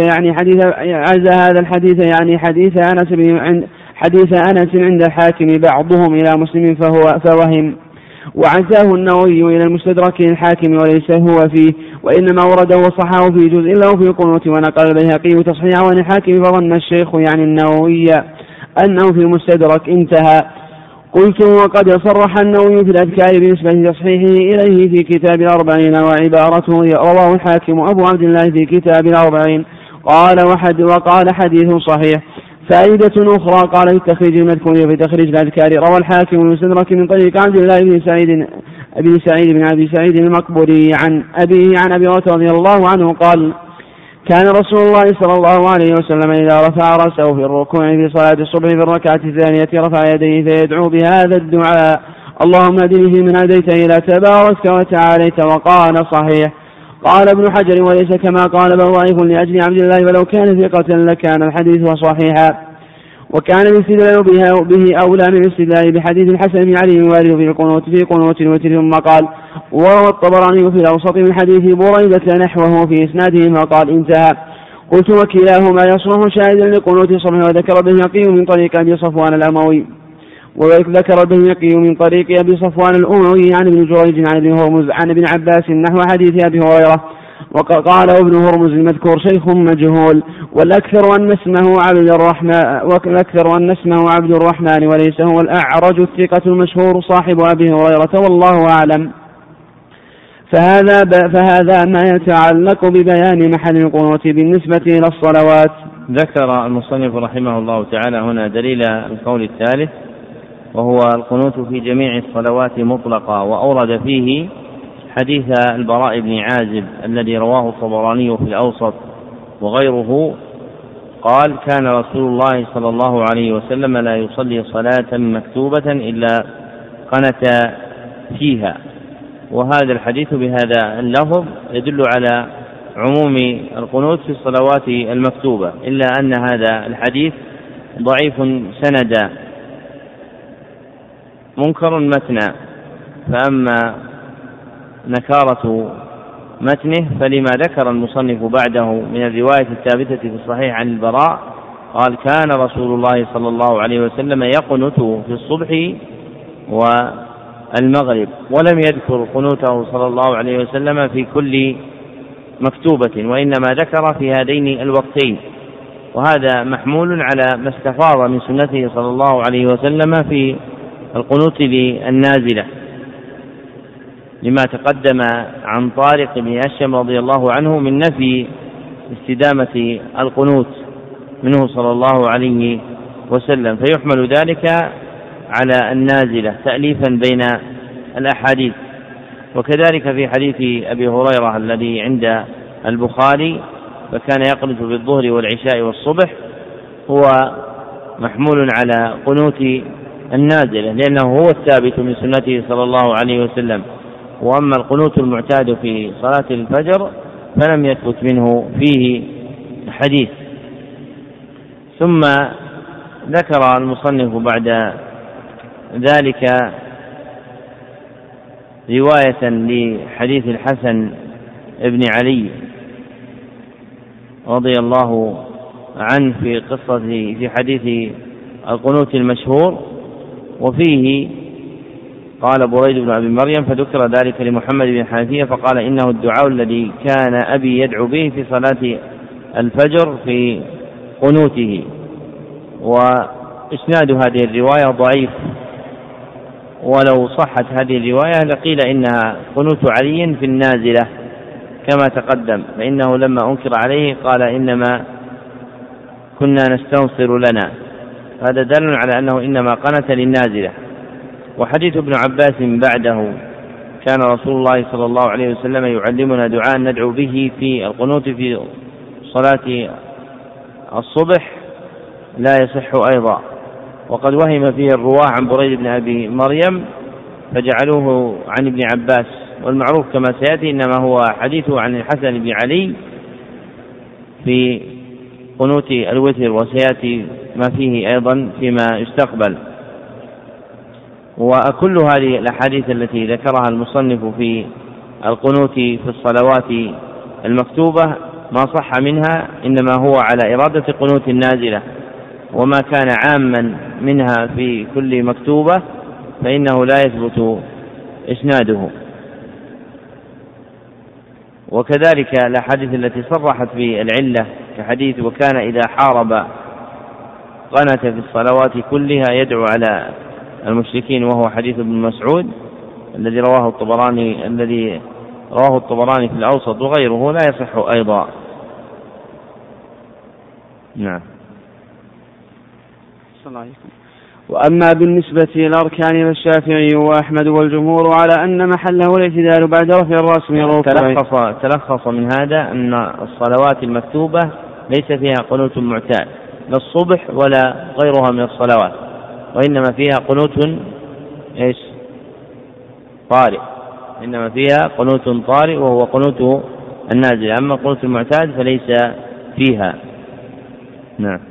[SPEAKER 2] الحديث يعني حديث أنس عند الحاكم بعضهم إلى مسلم فوهم، وعزاه النووي إلى المستدرك الحاكم وليس هو فيه، وإنما ورده وصححه في جزء له في القنوت، ونقل البيهقي تصحيحه عن الحاكم فظن الشيخ يعني النووي أنه في المستدرك انتهى. قلت: وقد صرح النووي في الأذكار بنسبة تصحيحه إليه في كتاب الأربعين، وعبارته رواه الحاكم أبو عبد الله في كتاب الأربعين وقال حديث صحيح. فائدة أخرى: قال في التخريج المذكور في تخريج الأذكار: روى الحاكم المستدرك من طريق عبد الله بن سعيد بن أبي سعيد المقبري عن أبيه عن أبي هريرة رضي الله عنه قال: كان رسول الله صلى الله عليه وسلم إذا رفع رأسه في الركوع في صلاة الصبح في الركعة الثانية رفع يديه فيدعو بهذا الدعاء: اللهم اهدني فيمن هديت إلى تباركت وتعاليت. وقال: صحيح. قال ابن حجر: وليس كما قال بل ضعيف لأجل عبد الله، ولو كان ثقة لكان الحديث صحيحا. وكان الاستدلال به أولى من الاستدلال بحديث الحسن بن علي الوارد في قنوت الوتر. ثم قال: وروى الطبراني في الأوسط من حديث بريدة نحوه في إسناده فقال انتهى. قلت: وكلاهما يصلح شاهدا لقنوت الصبح. وذكر البيهقي من طريق أبي صفوان الأموي عن ابن جريج عن ابن هرمز عن ابن عباس نحو حديث أبي هريرة. وقال ابن هرمز المذكور شيخ مجهول، والأكثر أن اسمه عبد الرحمن وليس هو الأعرج الثقة المشهور صاحب أبي هريرة، والله أعلم. فهذا ما يتعلق ببيان محل القنوت بالنسبة إلى الصلوات.
[SPEAKER 1] ذكر المصنف رحمه الله تعالى هنا دليل القول الثالث، وهو القنوت في جميع الصلوات مطلقا، وأورد فيه حديث البراء بن عازب الذي رواه الطبراني في الأوسط وغيره قال: كان رسول الله صلى الله عليه وسلم لا يصلي صلاة مكتوبة إلا قنت فيها. وهذا الحديث بهذا اللفظ يدل على عموم القنوت في الصلوات المكتوبة، إلا أن هذا الحديث ضعيف سندا منكر متنا، فأما نكارة متنه فلما ذكر المصنف بعده من الرواية الثابتة في الصحيح عن البراء قال: كان رسول الله صلى الله عليه وسلم يقنت في الصبح والمغرب، ولم يذكر قنوته صلى الله عليه وسلم في كل مكتوبة، وإنما ذكر في هذين الوقتين. وهذا محمول على ما استفاض من سنته صلى الله عليه وسلم في القنوت للنازلة، لما تقدم عن طارق بن أشم رضي الله عنه من نفي استدامة القنوت منه صلى الله عليه وسلم، فيحمل ذلك على النازلة تأليفا بين الأحاديث. وكذلك في حديث أبي هريرة الذي عند البخاري فكان يقنت بالظهر والعشاء والصبح، هو محمول على قنوت النازلة لأنه هو الثابت من سنته صلى الله عليه وسلم. وأما القنوت المعتاد في صلاة الفجر فلم يثبت منه فيه حديث. ثم ذكر المصنف بعد ذلك رواية لحديث الحسن ابن علي رضي الله عنه في حديث القنوت المشهور، وفيه قال بريد بن أبي مريم فذكر ذلك لمحمد بن حنفية فقال إنه الدعاء الذي كان أبي يدعو به في صلاة الفجر في قنوته. وإسناد هذه الرواية ضعيف، ولو صحت هذه الرواية لقيل إنها قنوت علي في النازلة كما تقدم، فإنه لما أنكر عليه قال إنما كنا نستنصر لنا، هذا دل على أنه إنما قنت للنازلة. وحديث ابن عباس بعده كان رسول الله صلى الله عليه وسلم يعلمنا دعاء ندعو به في القنوت في صلاة الصبح لا يصح أيضا، وقد وهم فيه الرواة عن بريد بن أبي مريم فجعلوه عن ابن عباس، والمعروف كما سيأتي إنما هو حديثه عن الحسن بن علي في قنوت الوتر، وسيأتي ما فيه أيضا فيما يستقبل. وكل هذه الأحاديث التي ذكرها المصنف في القنوت في الصلوات المكتوبة ما صح منها إنما هو على إرادة قنوت النازلة، وما كان عاما منها في كل مكتوبة فإنه لا يثبت إسناده. وكذلك الأحاديث التي صرحت بالعلة كحديث وكان إذا حارب قنت في الصلوات كلها يدعو على المشركين، وهو حديث ابن مسعود الذي رواه الطبراني في الأوسط وغيره، لا يصح أيضا. نعم.
[SPEAKER 2] وأما بالنسبة للأركان فالشافعي وأحمد والجمهور على أن محله الاعتدال بعد رفع الرأس من الركوع.
[SPEAKER 1] تلخص من هذا أن الصلوات المكتوبة ليس فيها قنوت معتاد لا الصبح ولا غيرها من الصلوات، وإنما فيها قنوت طارئ، إنما فيها قنوت طارئ وهو قنوت النازل، أما قنوت المعتاد فليس فيها. نعم.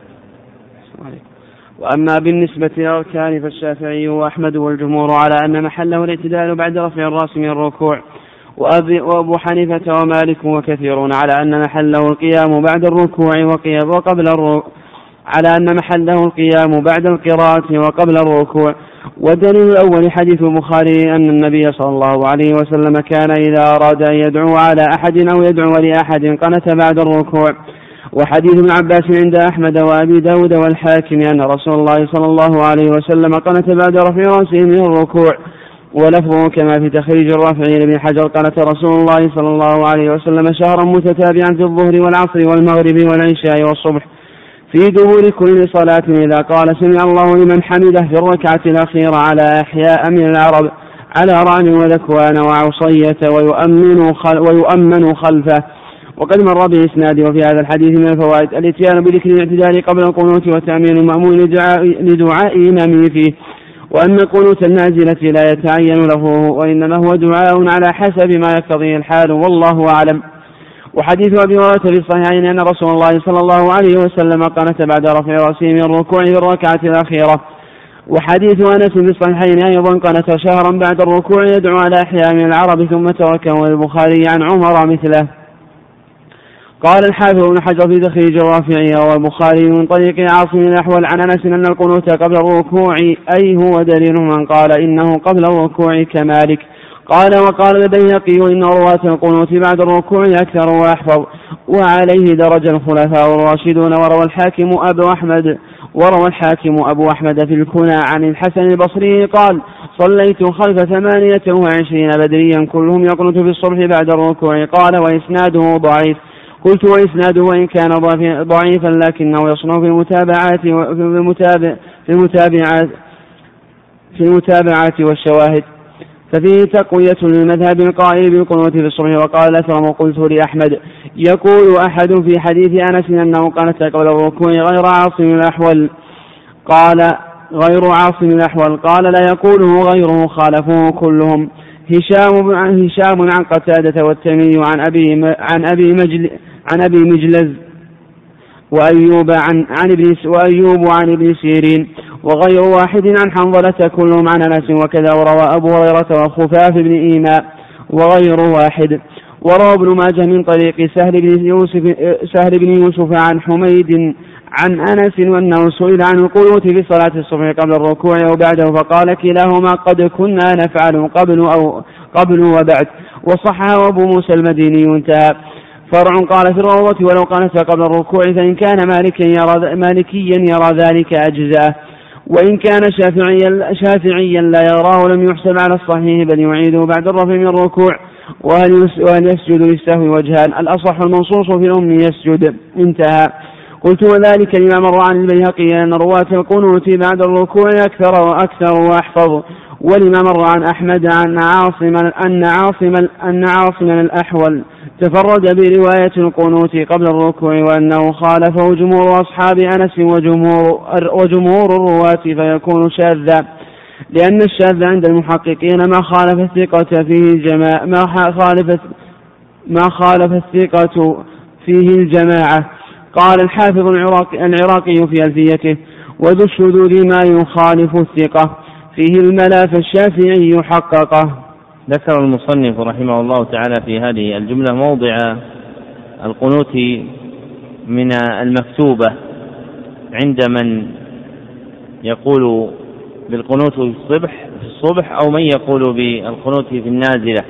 [SPEAKER 2] وأما بالنسبة للأركان فالشافعي وأحمد والجمهور على أن محله الاعتدال بعد رفع الرأس من الركوع، وأبو حنيفة ومالك وكثيرون على أن محله القيام بعد الركوع وقبل الركوع، على أن محله القيام بعد القراءة وقبل الركوع. والدليل الأول حديث البخاري أن النبي صلى الله عليه وسلم كان إذا أراد أن يدعو على أحد أو يدعو لأحد قنت بعد الركوع. وحديث ابن عباس عند أحمد وأبي داود والحاكم أن رسول الله صلى الله عليه وسلم قنت بعد رفع رأسه من الركوع، ولفظه كما في تخريج الرافع لابن حجر قنت رسول الله صلى الله عليه وسلم شهرا متتابعا في الظهر والعصر والمغرب والعشاء والصبح في دبور كل صلاة إذا قال سمع الله لمن حمده في الركعة الأخيرة على أحياء من العرب على رعن وذكوان وعصية ويؤمن خلفه. وقد مر بإسناده وفي هذا الحديث من الفوائد الاتيان بذكر الاعتدال قبل القنوت وتأمين المأمون لدعاء إمامه فيه، وأن قنوت النازلة لا يتعين له وإنما هو دعاء على حسب ما يقتضيه الحال والله أعلم. وحديث أبي هريرة في الصحيحين أن رسول الله صلى الله عليه وسلم قنت بعد رفع رأسه من الركوع في الركعة الأخيرة. وحديث أنس في الصحيحين أيضا قنت شهرا بعد الركوع يدعو على أحياء من العرب ثم تركه البخاري عن عمر مثله. قال الحافظ ابن حجر في تخريج الرافعي والبخاري من طريق عاصم الأحول عن أنس أن القنوت قبل الركوع أي هو دليل من قال إنه قبل الركوع كمالك. وقال البيهقي إن رواة القنوت بعد الركوع أكثر وأحفظ، وعليه درج الخلفاء الراشدون. وروى الحاكم أبو أحمد في الكنى عن الحسن البصري قال صليت خلف 28 بدريا كلهم يقنت في الصبح بعد الركوع. قال وإسناده ضعيف. قلت وإسناده وإن كان ضعيفا لكنه يصنع في المتابعات والشواهد، ففيه تقوية للمذهب القائل بالقنوت في الصبح. وقال الأثرم قلت لأحمد يقول أحد في حديث أنس أنه قنت قبل الركوع غير عاصم الأحول، قال لا يقوله غيره خالفوه كلهم. هشام عن قتادة والتميمي عن أبي مجلز وأيوب عن ابن سيرين وغير واحد عن حنظلة كلهم عن أنس، وكذا وروى أبو هريرة وخفاف بن إيماء وغير واحد. وروى ابن ماجه من طريق سهل بن يوسف عن حميد عن أنس أنه سئل عن القنوت في صلاة الصبح قبل الركوع أو بعده فقال كلاهما قد كنا نفعل قبل وبعد، وصححه أبو موسى المديني انتهى. فرع قال في الروضة ولو قنت قبل الركوع فإن كان مالكيا يرى ذلك أجزاءه، وإن كان شافعيا لا يراه لم يحسب على الصحيح بل يعيده بعد الرفع من الركوع. وهل يسجد للسهو وجهان، الأصح المنصوص في الأم يسجد انتهى. قلت وذلك لما مر عن البيهقي أن رواة القنوت بعد الركوع أكثر وأحفظ، ولما مر عن أحمد أن عاصما الأحول تفرد برواية القنوت قبل الركوع وأنه خالفه جمهور أصحاب أنس وجمهور الرواة فيكون شاذا، لأن الشاذ عند المحققين ما خالف الثقة فيه الجماعة. قال الحافظ العراقي في ألفيته وذو الشذوذ ما يخالف الثقة فيه الملا فالشافعي حققه.
[SPEAKER 1] ذكر المصنف رحمه الله تعالى في هذه الجملة موضع القنوت من المكتوبة عند من يقول بالقنوت في الصبح أو من يقول بالقنوت في النازلة،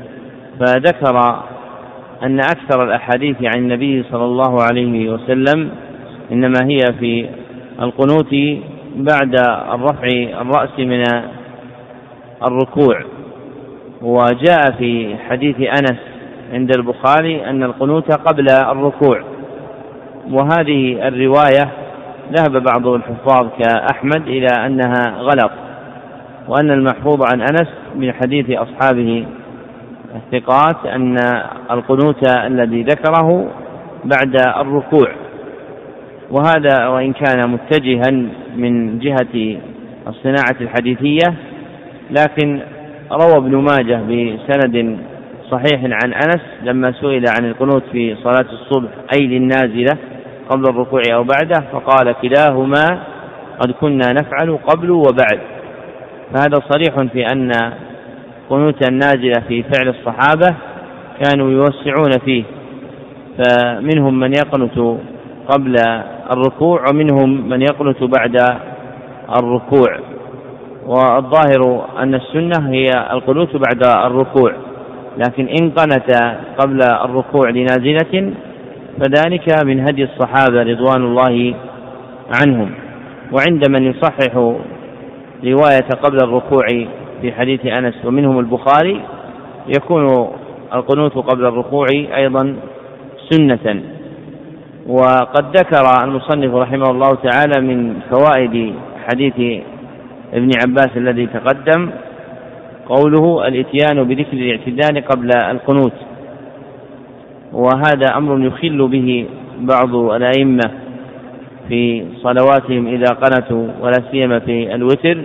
[SPEAKER 1] فذكر أن أكثر الأحاديث عن النبي صلى الله عليه وسلم إنما هي في القنوت بعد الرفع الرأس من الركوع. وجاء في حديث أنس عند البخاري أن القنوت قبل الركوع، وهذه الرواية ذهب بعض الحفاظ كأحمد إلى أنها غلط، وأن المحفوظ عن أنس من حديث أصحابه الثقات أن القنوت الذي ذكره بعد الركوع، وهذا وإن كان متجها من جهة الصناعة الحديثية، لكن روى ابن ماجه بسند صحيح عن أنس لما سئل عن القنوت في صلاة الصبح أي للنازلة قبل الركوع أو بعده فقال كلاهما قد كنا نفعل قبل وبعد، فهذا صريح في أن قنوت النازلة في فعل الصحابة كانوا يوسعون فيه، فمنهم من يقنت قبل الركوع ومنهم من يقنت بعد الركوع، والظاهر أن السنة هي القنوت بعد الركوع، لكن إن قنت قبل الركوع لنازلة فذلك من هدي الصحابة رضوان الله عنهم. وعند من يصحح رواية قبل الركوع في حديث أنس ومنهم البخاري يكون القنوت قبل الركوع أيضا سنة. وقد ذكر المصنف رحمه الله تعالى من فوائد حديث ابن عباس الذي تقدم قوله الاتيان بذكر الاعتدال قبل القنوت، وهذا أمر يخل به بعض الأئمة في صلواتهم إذا قنتوا ولا سيما في الوتر،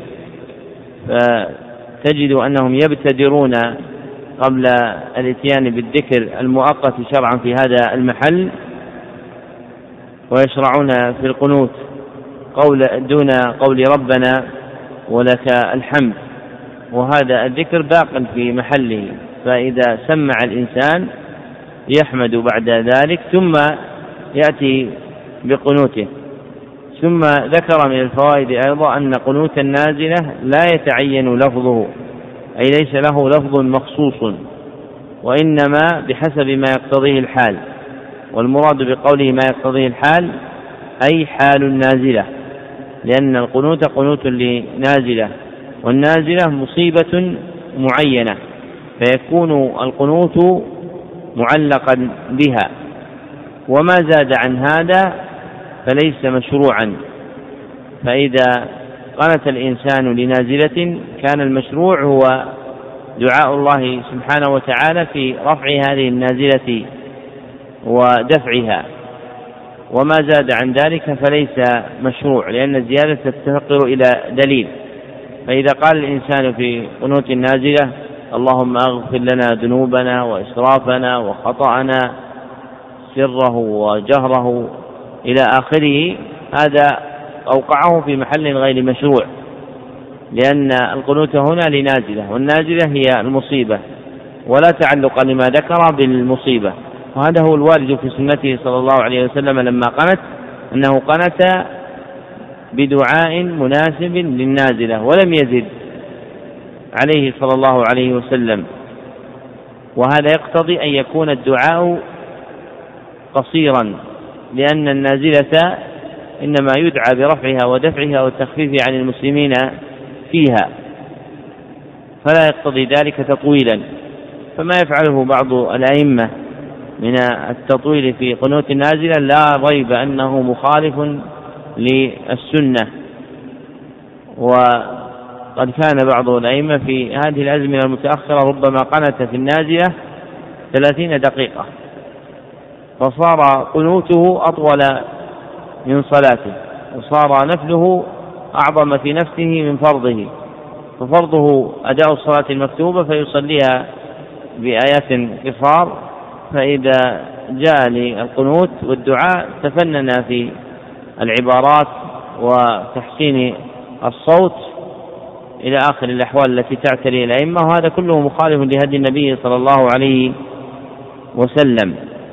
[SPEAKER 1] فتجد أنهم يبتدرون قبل الاتيان بالذكر المؤقت شرعا في هذا المحل ويشرعون في القنوت دون قول ربنا ولك الحمد، وهذا الذكر باق في محله، فإذا سمع الإنسان يحمد بعد ذلك ثم يأتي بقنوته. ثم ذكر من الفوائد أيضا أن قنوت النازلة لا يتعين لفظه، أي ليس له لفظ مخصوص، وإنما بحسب ما يقتضيه الحال، والمراد بقوله ما يقتضيه الحال أي حال النازلة، لأن القنوت قنوت لنازلة، والنازلة مصيبة معينة فيكون القنوت معلقا بها، وما زاد عن هذا فليس مشروعا. فإذا قنت الإنسان لنازلة كان المشروع هو دعاء الله سبحانه وتعالى في رفع هذه النازلة ودفعها، وما زاد عن ذلك فليس مشروع، لأن الزيادة تفتقر إلى دليل. فإذا قال الإنسان في قنوت النازلة اللهم أغفر لنا ذنوبنا وإسرافنا وخطأنا سره وجهره إلى آخره، هذا أوقعه في محل غير مشروع، لأن القنوت هنا لنازلة، والنازلة هي المصيبة ولا تعلق لما ذكر بالمصيبة. وهذا هو الوارد في سنته صلى الله عليه وسلم لما قنت، أنه قنت بدعاء مناسب للنازلة ولم يزد عليه صلى الله عليه وسلم. وهذا يقتضي أن يكون الدعاء قصيرا، لأن النازلة إنما يدعى برفعها ودفعها والتخفيف عن المسلمين فيها، فلا يقتضي ذلك تطويلا. فما يفعله بعض الأئمة من التطويل في قنوت النازلة لا ريب أنه مخالف للسنة. وقد كان بعض الأئمة في هذه الأزمنة المتأخرة ربما قنت في النازلة 30 دقيقة، فصار قنوته أطول من صلاته، وصار نفله أعظم في نفسه من فرضه، ففرضه أداء الصلاة المكتوبة فيصليها بآيات قصار، فإذا جاء للقنوت والدعاء تفنن في العبارات وتحسين الصوت إلى آخر الأحوال التي تعتري الأئمة، وهذا كله مخالف لهدي النبي صلى الله عليه وسلم.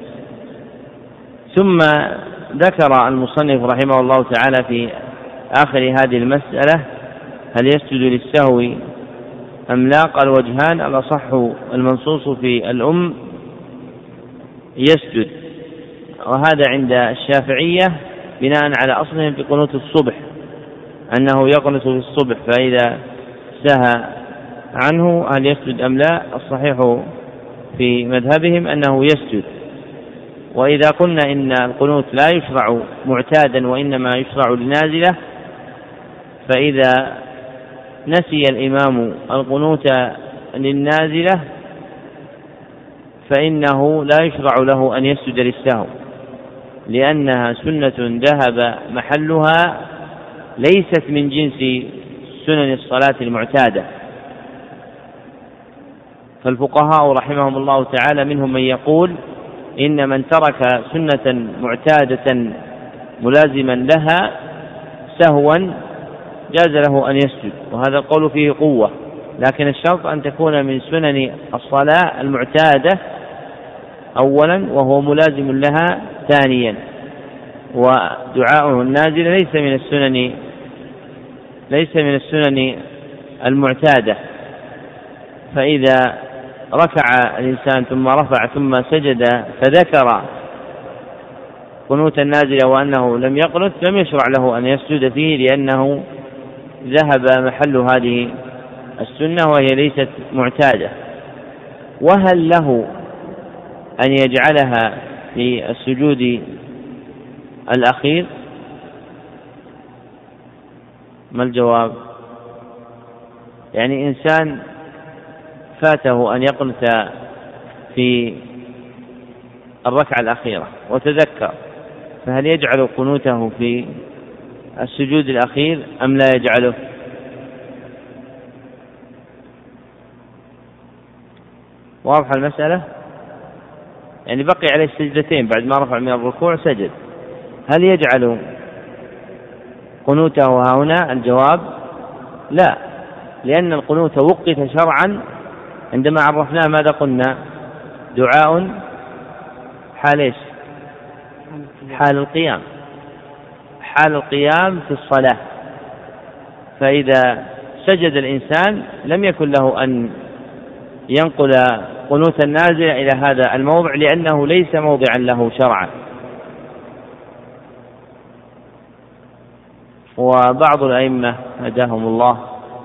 [SPEAKER 1] ثم ذكر المصنف رحمه الله تعالى في آخر هذه المسألة هل يسجد للسهو أم لا؟ قال وجهان، الأصح المنصوص في الأم يسجد، وهذا عند الشافعية بناء على أصلهم في قنوت الصبح أنه يقنت في الصبح، فإذا سهى عنه هل يسجد أم لا؟ الصحيح في مذهبهم أنه يسجد. وإذا قلنا إن القنوت لا يشرع معتادا وإنما يشرع لنازلة، فإذا نسي الإمام القنوت للنازلة فإنه لا يشرع له أن يسجد للسهو، لأنها سنة ذهب محلها ليست من جنس سنن الصلاة المعتادة. فالفقهاء رحمهم الله تعالى منهم من يقول إن من ترك سنة معتادة ملازما لها سهوا جاز له أن يسجد، وهذا القول فيه قوة، لكن الشرط أن تكون من سنن الصلاة المعتادة أولا وهو ملازم لها ثانيا. ودعاؤه النازل ليس من السنن المعتادة. فإذا ركع الإنسان ثم رفع ثم سجد فذكر قنوت النازلة وأنه لم يقنت لم يشرع له أن يسجد فيه، لأنه ذهب محل هذه السنة وهي ليست معتادة. وهل له أن يجعلها في السجود الأخير؟ ما الجواب؟ يعني إنسان فاته أن يقنت في الركعة الأخيرة وتذكر، فهل يجعل قنوته في السجود الأخير أم لا يجعله؟ واضح المسألة؟ يعني بقي عليه السجدتين بعد ما رفع من الركوع سجد، هل يجعل قنوته هنا؟ الجواب لا، لأن القنوت وقت شرعا عندما عرفناه ماذا قلنا؟ دعاء حال ايش؟ حال القيام في الصلاة. فإذا سجد الإنسان لم يكن له أن ينقل قنوت النازل إلى هذا الموضع، لأنه ليس موضعا له شرعا. وبعض الأئمة هداهم الله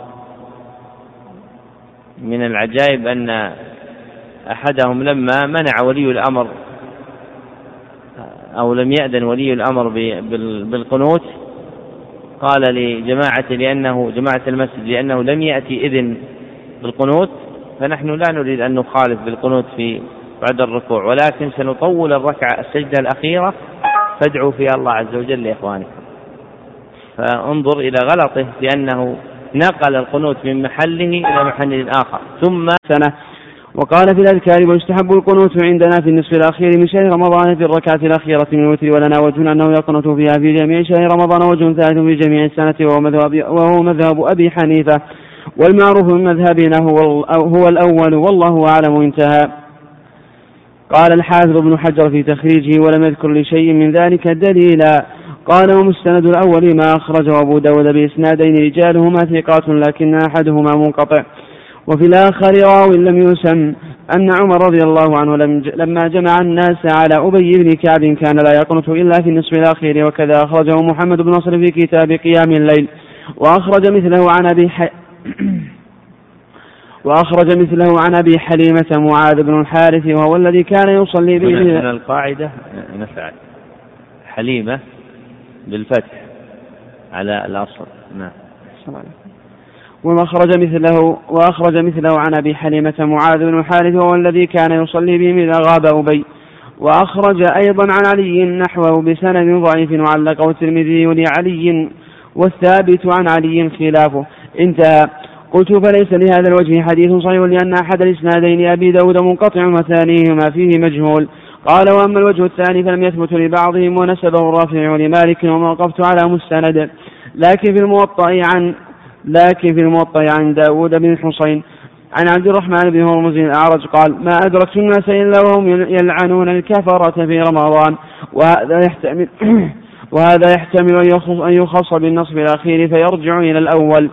[SPEAKER 1] من العجائب أن أحدهم لما منع ولي الأمر أو لم يأذن ولي الأمر بالقنوت، قال جماعة المسجد لأنه لم يأتي إذن بالقنوت، فنحن لا نريد أن نخالف بالقنوت بعد الركوع، ولكن سنطول السجدة الأخيرة فادعوا فيها الله عز وجل لإخوانكم. فانظر إلى غلطه لأنه نقل القنوت من محله إلى محل آخر. ثم
[SPEAKER 2] سنة. وقال في الأذكار: ويستحب القنوت عندنا في النصف الأخير من شهر رمضان في الركعة الأخيرة من الوتر، ولنا وجه أنه يقنط فيها في جميع شهر رمضان، وجه ثالث في جميع السنة وهو مذهب أبي حنيفة، والمعروف من مذهبنا هو الأول والله أعلم. انتهى. قال الحافظ ابن حجر في تخريجه: ولم يذكر لشيء من ذلك دليلا. قال: ومستند الأول ما أخرجه أبو داود بإسنادين رجالهما ثقات لكن أحدهما منقطع، وفي الآخر راو لم يسم أن عمر رضي الله عنه لما جمع الناس على أبي بن كعب كان لا يقنط إلا في النصف الأخير، وكذا أخرجه محمد بن نصر في كتاب قيام الليل، وأخرج مثله عن أبي حليمة معاذ بن الحارث وهو الذي كان يصلي به.
[SPEAKER 1] من القاعدة نفعل حليمة بالفتح على الأصل. نعم.
[SPEAKER 2] وأخرج مثله عن أبي حليمة معاذ بن الحارث وهو الذي كان يصلي بهم إذا غاب أبي. وأخرج أيضا عن علي نحوه بسند ضعيف وعلقه الترمذي لعلي، والثابت عن علي خلافه. انتهى. قلت: فليس لهذا الوجه حديث صحيح لأن أحد الإسنادين أبي داود منقطع وثانيهما فيه مجهول. قال: وأما الوجه الثاني فلم يثبت لبعضهم ونسبه الرافع لمالك ووقفت على مستند، لكن في الموطأ عن داود بن حسين عن عبد الرحمن بن هرمز الأعرج قال: ما أدركت الناس إلا وهم يلعنون الكفرة في رمضان، وهذا يحتمل أن يخص بالنصف الأخير فيرجع إلى الأول.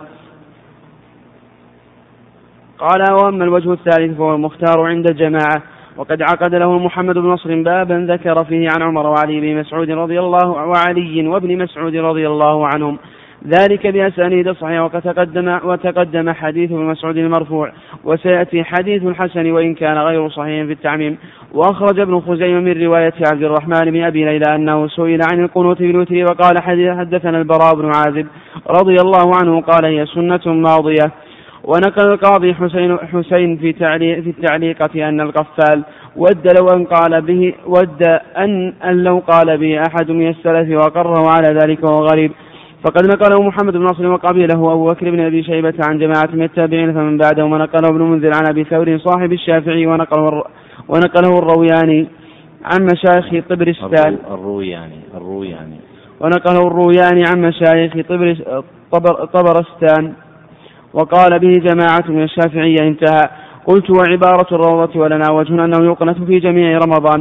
[SPEAKER 2] قال: وأما الوجه الثالث فهو المختار عند الجماعة، وقد عقد له محمد بن نصر بابا ذكر فيه عن عمر وعلي بن مسعود وابن مسعود رضي الله عنهم ذلك بأسانيد صحيحة، وتقدم حديث ابن مسعود المرفوع، وسيأتي حديث الحسن وإن كان غير صحيح في التعميم. وأخرج ابن خزيمة من رواية عبد الرحمن بن أبي ليلى أنه سئل عن القنوت بالوتر وقال: حدثنا البراء بن عازب رضي الله عنه قال: هي سنة ماضية. ونقل القاضي حسين في التعليقة أن القفال ود أن لو قال به أحد من السلف وقره على ذلك وهو غريب. فقد نقله محمد بن نصر وقبيله أبو بكر بن أبي شيبة عن جماعة من التابعين فمن بعده، ونقله ابن منذر عن أبي ثور صاحب الشافعي، ونقله الروياني عن مشايخ طبرستان ونقله الروياني عن مشايخ طبرستان، وقال به جماعة من الشافعية. انتهى. قلت: وعبارة الروضة ولنا وجه أنه يقنت في جميع رمضان،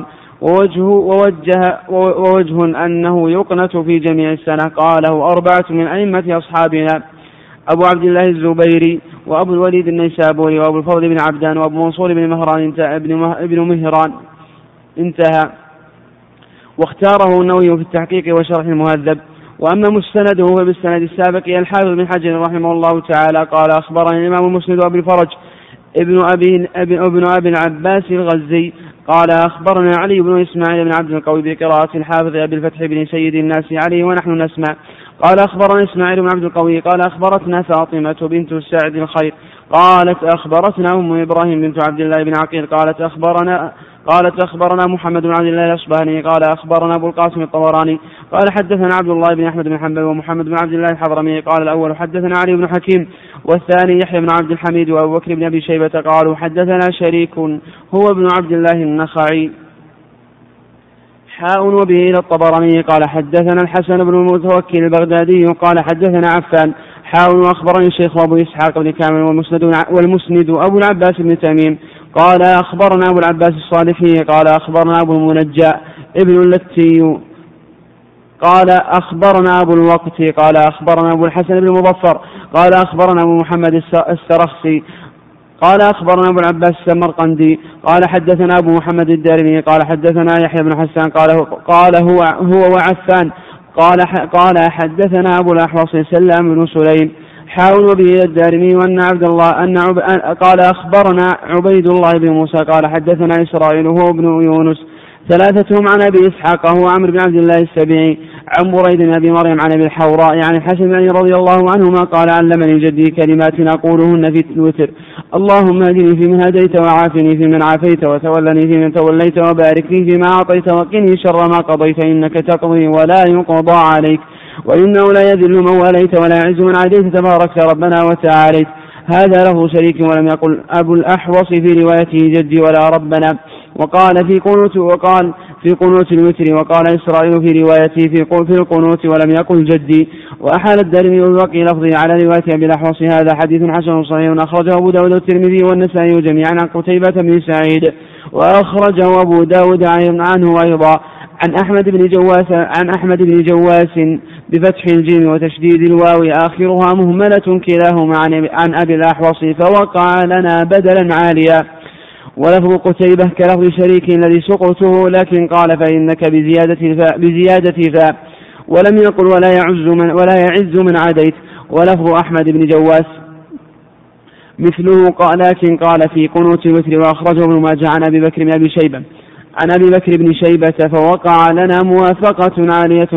[SPEAKER 2] ووجه أنه يقنت في جميع السنة. قاله 4 من أئمة أصحابنا: أبو عبد الله الزبيري، وأبو الوليد النيسابوري، وأبو الفضل بن عبدان، وأبو منصور بن مهران. انتهى. واختاره النووي في التحقيق وشرح المهذب. وأما مستنده فبالسند السابق إلى الحافظ بن حجر رحمه الله تعالى قال: أخبرني الإمام المسند أبي الفرج ابن أبي العباس الغزي قال: أخبرنا علي بن إسماعيل بن عبد القوي بقراءة الحافظ أبي الفتح بن سيد الناس عليه ونحن نسمع. قال: أخبرنا إسماعيل بن عبد القوي قال: أخبرتنا فاطمة بنت الساعد الخير قالت: أخبرتنا أم إبراهيم بنت عبد الله بن عقيل قالت: أخبرنا محمد بن عبد الله الأصبهاني قال: أخبرنا أبو القاسم الطبراني قال: حدثنا عبد الله بن أحمد بن حنبل ومحمد بن عبد الله الحضرمي قال: الأول حدثنا علي بن حكيم، والثاني يحيى بن عبد الحميد وأبو بكر بن أبي شيبة قالوا: حدثنا شريك هو ابن عبد الله النخعي. وبه إلى الطبراني قال: حدثنا الحسن بن المتوكل البغدادي قال: حدثنا عفان. وأخبرني الشيخ أبو إسحاق بن كامل والمسند أبو العباس بن تميم قال: أخبرنا أبو العباس الصالحي قال: أخبرنا أبو المنجى ابن اللتي قال: أخبرنا أبو الوقت قال: أخبرنا أبو الحسن بن المظفر قال: أخبرنا أبو محمد السرخسي قال: أخبرنا أبو العباس السمرقندي قال: حدثنا أبو محمد الدارمي قال: حدثنا يحيى بن حسان قال هو وعفان قال: حدثنا أبو الأحوص سلام بن سليم. وبه الدارمي وأن عبد الله قال: أخبرنا عبيد الله بن موسى قال: حدثنا إسرائيل هو ابن يونس ثلاثتهم عن أبي إسحاق هو عمرو بن عبد الله السبيعي عن بريد بن أبي مريم عن أبي الحوراء يعني الحسن رضي الله عنهما قال علمني جدي كلمات أقولهن في الوتر: اللهم اهدني فيمن هديت وعافني فيمن عافيت وتولني فيمن توليت وبارك لي فيما أعطيت وقني شر ما قضيت إنك تقضي ولا يقضى عليك وإنه لا يذل من واليت ولا يعز من عاديت تبارك ربنا وتعاليت. هذا له شريك ولم يقل أبو الأحوص في روايته جدي ولا ربنا، وقال في قنوت الوتر، وقال إسرائيل في روايته في القنوت ولم يقل جدي. وأحال الدارمي وبقي لفظه على رواية أبي الأحوص. هذا حديث حسن صحيح أخرجه أبو داود والترمذي والنسائي جميعا عن قتيبة بن سعيد، وأخرجه أبو داود عنه أيضا عن أحمد بن جواس بفتح الجيم وتشديد الواو آخرها مهملة كلاهما عن أبي الأحوص فوقع لنا بدلا عاليا. ولفظ قتيبة كلفظ شريك الذي سقطه، لكن قال فإنك بزيادة فاء ولم يقل ولا يعز من عاديت. ولفظ أحمد بن جواس مثله لكن قال في قنوت الوتر. وأخرجه ابن ماجه عن أبي بكر بن شيبة فوقع لنا موافقة عالية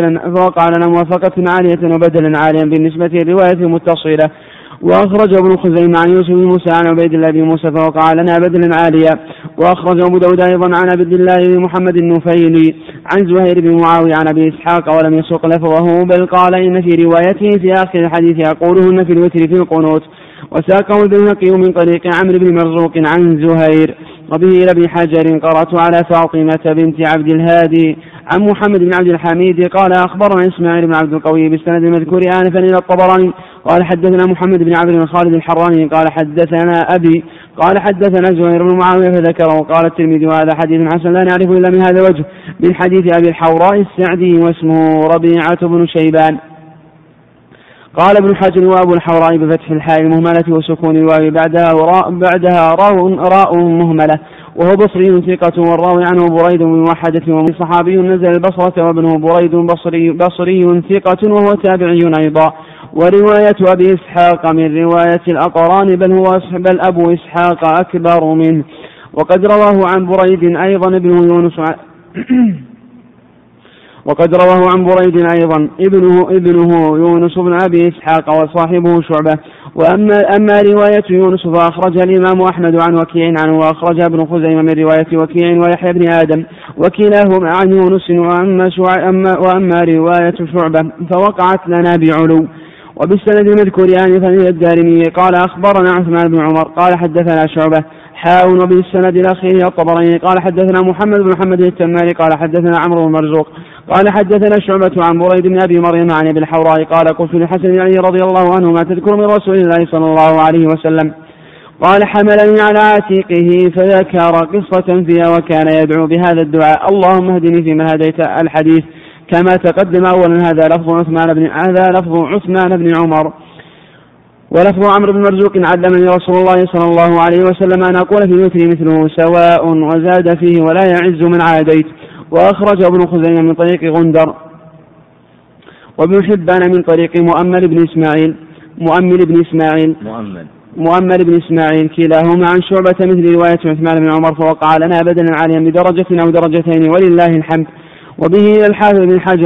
[SPEAKER 2] وبدلا عاليا بالنسبة للرواية متصلة. وأخرج ابن خزيمة عن يوسف بن موسى عن عبيد الله بن موسى فوقع لنا بدلا عاليا. وأخرج أبو داود أيضا عن عبد الله بن محمد النفيلي عن زهير بن معاوية عن أبي إسحاق ولم يسوق لفظه بل قال إن في روايته في آخر الحديث يقولهن في الوتر في القنوت. وساقه البيهقي من طريق عمرو بن مرزوق عن زهير. وبه إلى ابن حجر قرأت على فاطمة بنت عبد الهادي عن محمد بن عبد الحميد قال أخبرنا إسماعيل بن عبد القوي بالسند المذكور آنفا إلى الطبراني قال حدثنا محمد بن عبد بن خالد الحراني قال حدثنا أبي قال حدثنا زهير بن معاوية فذكره. قال الترمذي وهذا حديث حسن لا نعرفه إلا من هذا الوجه من حديث أبي الحوراء السعدي واسمه ربيعة بن شيبان. قال ابن حجر وأبو الحوراء بفتح الحاء المهملة وسكون الواو بعدها راء مهملة وهو بصري ثقة والراوي عنه بريد من وحدة ومن صحابي نزل البصرة وابنه بريد بصري ثقة وهو تابعي أيضا. ورواية أبي إسحاق من رواية الأقران بل أبو إسحاق أكبر منه. وقد رواه عن بريد أيضا ابنه يونس بن أبي إسحاق وصاحبه شعبة. وأما رواية يونس فأخرجها الإمام أحمد عن وكيع عنه وأخرجها ابن خزيمة من رواية وكيع ويحيى بن آدم وكلاهما عن يونس. وأما رواية شعبة فوقعت لنا بعلو. وبالسند المذكور آنفا إلى الدارمي قال أخبرنا عثمان بن عمر قال حدثنا شعبة وبالسند الأخير الطبراني قال حدثنا محمد بن محمد التماري قال حدثنا عمرو بن مرزوق قال حدثنا شعبة عن بريد بن أبي مريم عن ابي الحوراء قال قلت لحسن بن علي رضي الله عنه ما تذكر من رسول الله صلى الله عليه وسلم؟ قال حملني على عاتقه فذكر قصة فيها وكان يدعو بهذا الدعاء: اللهم اهدني فيما هديت الحديث كما تقدم أولا. هذا لفظ عثمان بن عمر. ولفظ عمرو بن مرزوق علمني رسول الله صلى الله عليه وسلم أن أقول في الوتر مثله سواء وزاد فيه ولا يعز من عاديت. وأخرج ابن خزيمة من طريق غندر وابن حبان من طريق مؤمل بن إسماعيل كلاهما عن شعبة مثل رواية عثمان بن عمر فوقع لنا بدلا عاليا بدرجة أو درجتين ولله الحمد. وبه إلى الحافظ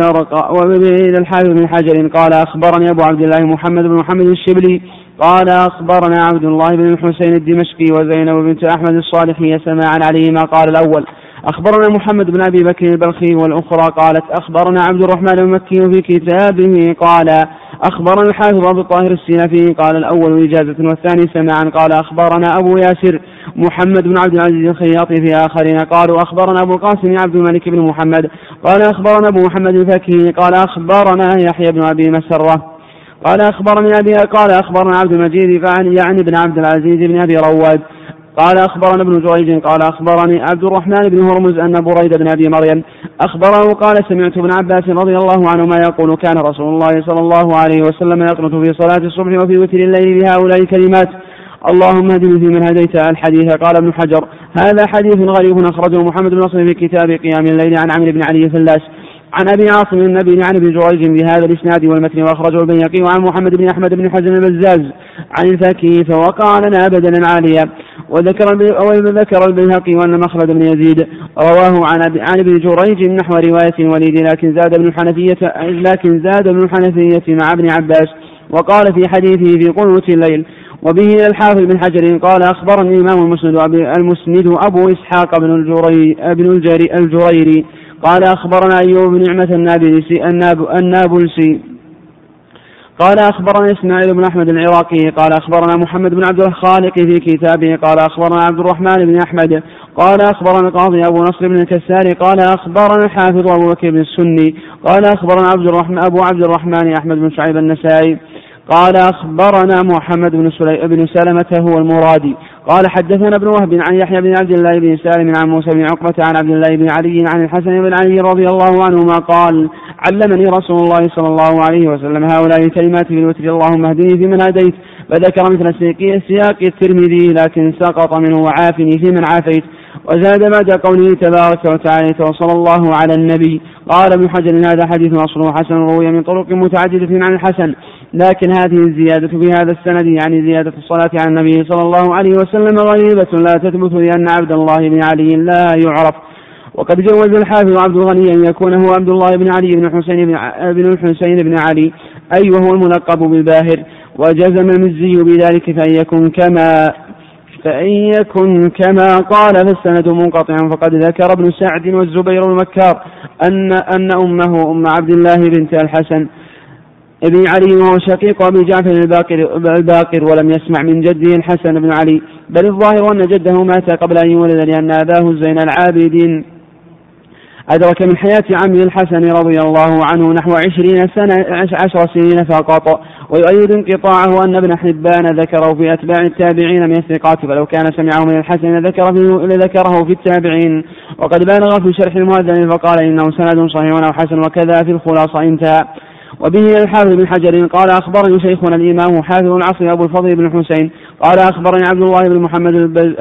[SPEAKER 2] بن حجر قال أخبرني أبو عبد الله محمد بن محمد الشبلي قال أخبرنا عبد الله بن الحسين الدمشقي وزينب بنت أحمد الصالحية سماعا عليهما. قال الأول أخبرنا محمد بن أبي بكر البلخي والأخرى قالت أخبرنا عبد الرحمن المكي في كتابه قال أخبرنا الحافظ أبو الطاهر السينفي. قال الأول إجازة والثاني سماعا. قال أخبرنا أبو ياسر محمد بن عبد العزيز الخياطي في آخرين قالوا أخبرنا أبو القاسم عبد الملك بن محمد قال أخبرنا أبو محمد الفكي قال أخبرنا يحيى بن أبي مسرة قال أخبرني أبي قال أخبرنا عبد المجيد يعني بن عبد العزيز بن أبي رواد قال أخبرنا ابن جريج قال أخبرني عبد الرحمن بن هرمز أن بريد بن أبي مريم أخبره قال سمعت ابن عباس رضي الله عنهما يقول كان رسول الله صلى الله عليه وسلم يقنط في صلاة الصبح وفي وتر الليل بهؤلاء الكلمات: اللهم اهدني فيمن هديت الحديث. قال ابن حجر هذا حديث غريب أخرجه محمد بن نصر في كتاب قيام الليل عن عمرو بن علي فلاس عن أبي عاصم النبي عن ابن جريج بهذا الإسناد والمتن. وأخرجه البيهقي وعن محمد بن أحمد بن حزم البزاز عن الفكي فوقع لنا بدلا عاليا. وذكر البيهقي وأن مخلد بن يزيد رواه عن ابن جريج نحو رواية الوليد، لكن زاد ابن الحنفية مع ابن عباس، وقال في حديثه في قنوت الليل. وبه إلى الحافظ بن حجر قال أخبرني الإمام المسند أبو إسحاق بن الجريري قال أخبرنا أيوب بن نعمة النابلسي قال أخبرنا إسماعيل بن أحمد العراقي قال أخبرنا محمد بن عبد الخالق في كتابه قال أخبرنا عبد الرحمن بن أحمد قال أخبرنا القاضي أبو نصر بن الكساري قال أخبرنا الحافظ أبو بكر بن السني قال أخبرنا أبو عبد الرحمن أحمد بن شعيب النسائي قال أخبرنا محمد بن سلمة هو المرادي قال حدثنا ابن وهب عن يحيى بن عبد الله بن سالم عن موسى بن عقبة عن عبد الله بن علي عن الحسن بن علي رضي الله عنهما قال علمني رسول الله صلى الله عليه وسلم هؤلاء الكلمات في الوتر: اللهم اهدني فيمن هديت، فذكر مثل سياق الترمذي لكن سقط منه وعافني فيمن عافيت، وزاد بعد قوله تبارك وتعالى وصلى الله على النبي. قال ابن حجر هذا حديث أصله حسن روي من طرق متعددة عن الحسن، لكن هذه الزيادة في هذا السند يعني زيادة الصلاة على النبي صلى الله عليه وسلم غريبة لا تثبت لأن عبد الله بن علي لا يعرف. وقد جوز الحافظ عبد الغني أن يكون هو عبد الله بن علي بن الحسين بن علي أي وهو الملقب بالباهر، وجزم المزي بذلك فإن يكن كما قال فالسند منقطع. فقد ذكر ابن سعد والزبير المكار أن أمه أم عبد الله بنت الحسن ابن علي وهو شقيق أبي جعفر الباقر ولم يسمع من جده الحسن بن علي، بل الظاهر أن جده مات قبل أن يولد لأن أباه زين العابدين أدرك من حياة عمه الحسن رضي الله عنه نحو 10 سنين فقط. ويؤيد انقطاعه أن ابن حبان ذكره في أتباع التابعين من الثقات، فلو كان سمعه من الحسن لذكره في التابعين. وقد بالغ في شرح المؤذن فقال إنه سند صحيح أو حسن، وكذا في الخلاصة انتهى. وبه الحافظ بن حجر قال أخبرني شيخنا الإمام حافظ العصر أبو الفضل بن حسين قال أخبرني عبد الله بن محمد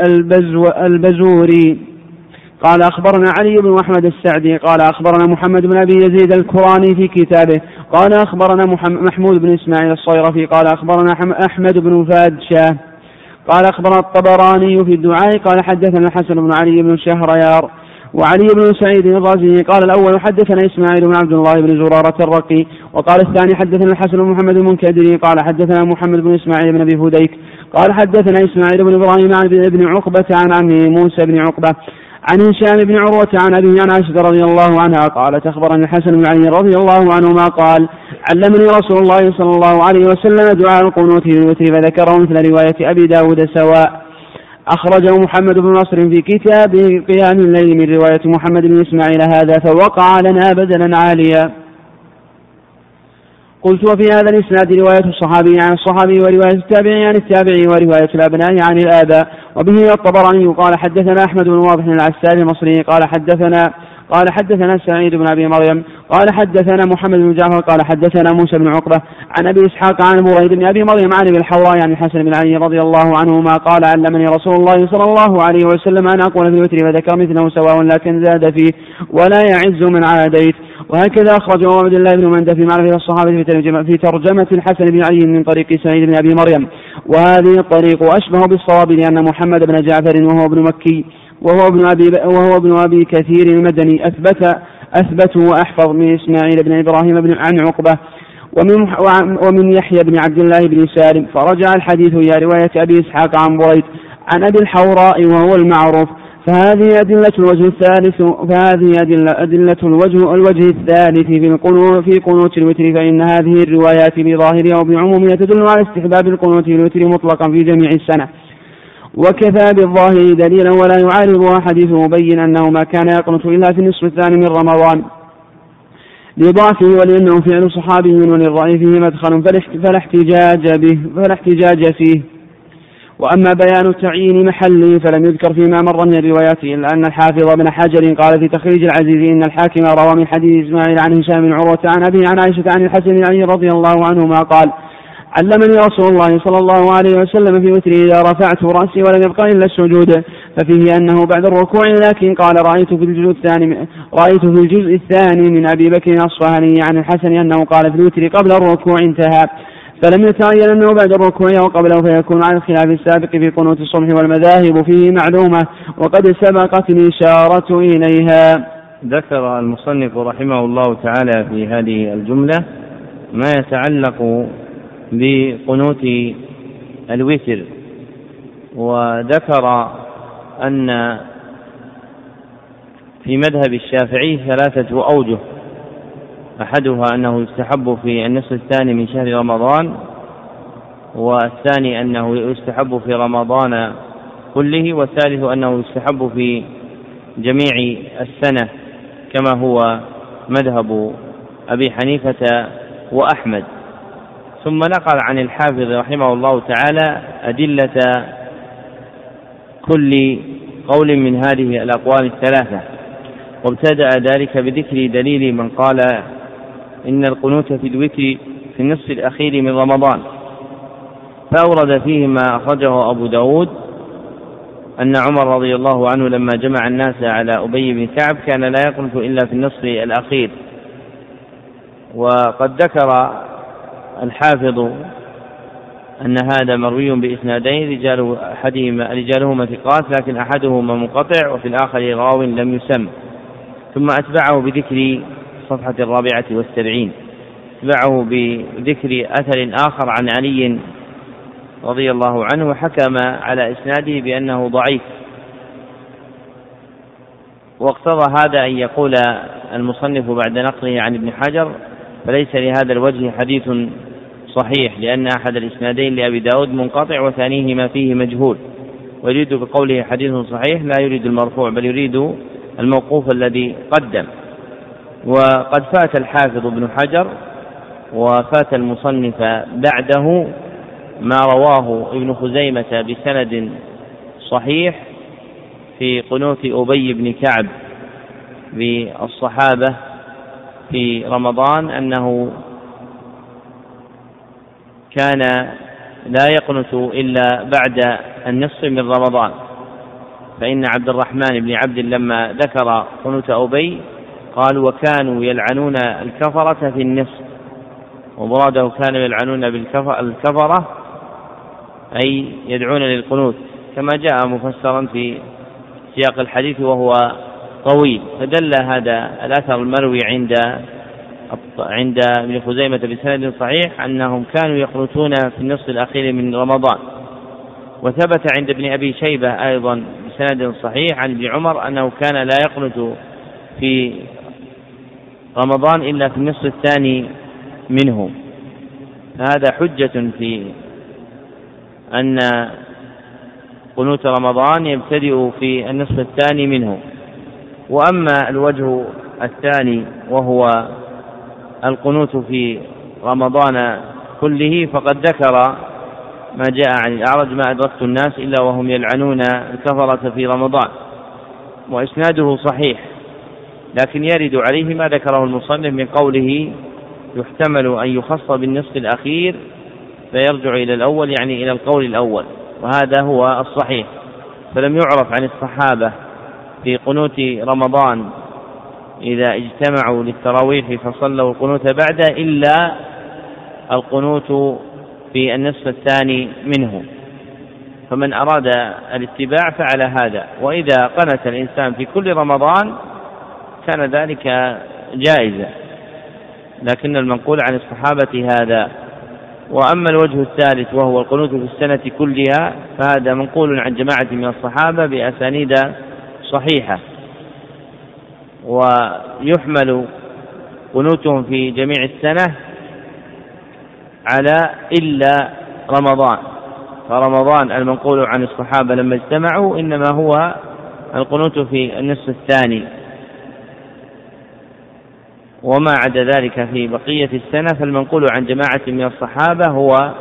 [SPEAKER 2] البزوري قال أخبرنا علي بن أحمد السعدي قال أخبرنا محمد بن أبي يزيد الكراني في كتابه قال أخبرنا محمود بن إسماعيل الصيرفي قال أخبرنا أحمد بن فادشاه قال أخبرنا الطبراني في الدعاء قال حدثنا الحسن بن علي بن شهريار وعلي بن سعيد الرازي قال الأول حدثنا إسماعيل بن عبد الله بن زرارة الرقي وقال الثاني حدثنا الحسن بن محمد المنكدري قال حدثنا محمد بن إسماعيل بن أبي فديك قال حدثنا إسماعيل بن إبراهيم عن ابن عقبة عن عمه موسى بن عقبة عن هشام بن عروة عن أبيه عن عائشة رضي الله عنها قالت أخبرني الحسن بن علي رضي الله عنهما قال علمني رسول الله صلى الله عليه وسلم دعاء القنوت بالوتر فذكره مثل رواية أبي داود سواء. أخرجه محمد بن نصر في كتابه قيام الليل من رواية محمد بن إسماعيل هذا فوقع لنا بدلا عاليا. قلت وفي هذا الإسناد رواية الصحابي عن الصحابي ورواية التابعي عن التابعي ورواية الأبناء عن الآباء. وبه الطبراني قال حدثنا أحمد بن واضح العسال المصري قال حدثنا سعيد بن أبي مريم قال حدثنا محمد بن جعفر قال حدثنا موسى بن عقبة عن أبي إسحاق عن بريد بن أبي مريم عن أبي الحوراء عن الحسن بن علي رضي الله عنهما قال علمني رسول الله صلى الله عليه وسلم أن أقول في الوتر فذكر مثله سواء لكن زاد فيه ولا يعز من عاديت. وهكذا أخرجه عبد الله بن مندى في معرفة الصحابة في ترجمة الحسن بن علي من طريق سعيد بن أبي مريم، وهذه الطريق أشبه بالصواب لأن محمد بن جعفر وهو ابن مكي وهو ابن أبي كثير المدني أثبت وأحفظ من إسماعيل بن إبراهيم عن عقبة ومن يحيى بن عبد الله بن سالم، فرجع الحديث إلى رواية أبي إسحاق عن بريد عن أبي الحوراء وهو المعروف. فهذه أدلة الوجه الثالث في قنوت الوتر، فإن هذه الروايات بظاهرها وبعمومها تدل على استحباب القنوت في الوتر مطلقا في جميع السنة، وكفى بالظاهر دليلا ولا يعارضها حديث مبين أنه ما كان يقنط إلا في النصف الثاني من رمضان لضعفه ولأنه فعل صحابي وللرأي فيه مدخل فلا احتجاج فيه. وأما بيان تعيين محله فلم يذكر فيما مر من الروايات إلا أن الحافظ بن حجر قال في تخريج العزيز إن الحاكم روى من حديث إسماعيل عن هشام بن عروة عن أبي عن عائشة عن الحسن بن علي رضي الله عنهما قال علمني رسول الله صلى الله عليه وسلم في وتري إذا رفعت رأسي ولم يبقى إلا السجود، ففيه أنه بعد الركوع، لكن قال رأيت في الجزء الثاني من أبي بكر الأصفهاني عن الحسن أنه قال في الوتر قبل الركوع انتهى. فلم يتعين أنه بعد الركوع أو قبله فيكون عن الخلاف السابق في قنوت الصبح، والمذاهب فيه معلومة وقد سبقت الإشارة إليها.
[SPEAKER 1] ذكر المصنف رحمه الله تعالى في هذه الجملة ما يتعلق بقنوت الوتر، وذكر أن في مذهب الشافعي 3 أوجه، أحدها أنه يستحب في النصف الثاني من شهر رمضان، والثاني أنه يستحب في رمضان كله، والثالث أنه يستحب في جميع السنة كما هو مذهب أبي حنيفة وأحمد. ثم نقل عن الحافظ رحمه الله تعالى أدلة كل قول من هذه الأقوال 3، وابتدأ ذلك بذكر دليل من قال إن القنوت في الوتر في النصف الأخير من رمضان، فأورد فيه ما أخرجه أبو داود أن عمر رضي الله عنه لما جمع الناس على أبي بن كعب كان لا يقنت إلا في النصف الأخير. وقد ذكر الحافظ أن هذا مروي بإسنادين رجالهما ثقات، لكن أحدهما منقطع وفي الآخر راو لم يسم. ثم أتبعه بذكر صفحة 74، أتبعه بذكر أثر آخر عن علي رضي الله عنه، وحكم على إسناده بأنه ضعيف. واقتضى هذا أن يقول المصنف بعد نقله عن ابن حجر فليس لهذا الوجه حديث صحيح، لأن أحد الإسنادين لأبي داود منقطع وثانيهما فيه مجهول، ويريد بقوله حديث صحيح لا يريد المرفوع بل يريد الموقوف الذي قدم. وقد فات الحافظ ابن حجر وفات المصنف بعده ما رواه ابن خزيمة بسند صحيح في قنوت أبي بن كعب بالصحابة في رمضان أنه كان لا يقنت إلا بعد النصف من رمضان، فإن عبد الرحمن بن عبد لما ذكر قنوت أبي قال وكانوا يلعنون الكفرة في النصف، ومراده كانوا يلعنون بالكفرة أي يدعون للقنوت كما جاء مفسرا في سياق الحديث وهو طويل. فدل هذا الأثر المروي عند ابن خزيمة بسند صحيح أنهم كانوا يقنتون في النصف الأخير من رمضان. وثبت عند ابن أبي شيبة أيضا بسند صحيح عن ابن عمر أنه كان لا يقنت في رمضان إلا في النصف الثاني منه. هذا حجة في أن قنوت رمضان يبتدئ في النصف الثاني منه. وأما الوجه الثاني وهو القنوت في رمضان كله فقد ذكر ما جاء عن الأعرج ما أدركت الناس إلا وهم يلعنون الكفرة في رمضان، وإسناده صحيح، لكن يرد عليه ما ذكره المصنف من قوله يحتمل أن يخص بالنصف الأخير فيرجع إلى الأول، يعني إلى القول الأول، وهذا هو الصحيح. فلم يعرف عن الصحابة في قنوت رمضان إذا اجتمعوا للتراويح فصلوا القنوت بعد إلا القنوت في النصف الثاني منه، فمن أراد الاتباع فعل هذا. وإذا قنت الإنسان في كل رمضان كان ذلك جائزا، لكن المنقول عن الصحابة هذا. وأما الوجه الثالث وهو القنوت في السنة كلها فهذا منقول عن جماعة من الصحابة بأسانيد صحيحة، ويحمل قنوتهم في جميع السنة على إلا رمضان، فرمضان المنقول عن الصحابة لما اجتمعوا إنما هو القنوت في النصف الثاني، وما عدا ذلك في بقية السنة فالمنقول عن جماعة من الصحابة هو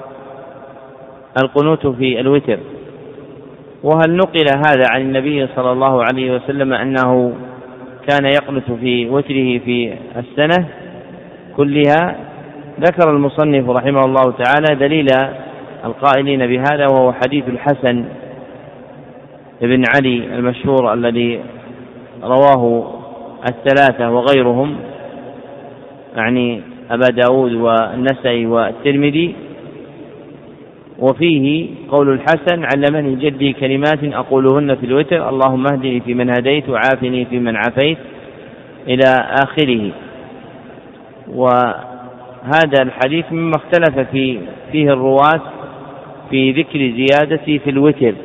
[SPEAKER 1] القنوت في الوتر. وهل نقل هذا عن النبي صلى الله عليه وسلم أنه كان يقنت في وتره في السنة كلها؟ ذكر المصنف رحمه الله تعالى دليل القائلين بهذا، وهو حديث الحسن بن علي المشهور الذي رواه الثلاثة وغيرهم، يعني أبا داود والنسائي والترمذي. وفيه قول الحسن: علمني جدي كلمات أقولهن في الوتر: اللهم اهدني فيمن هديت وعافني فيمن عافيت، إلى آخره. وهذا الحديث مما اختلف فيه الرواة في ذكر زيادة في الوتر،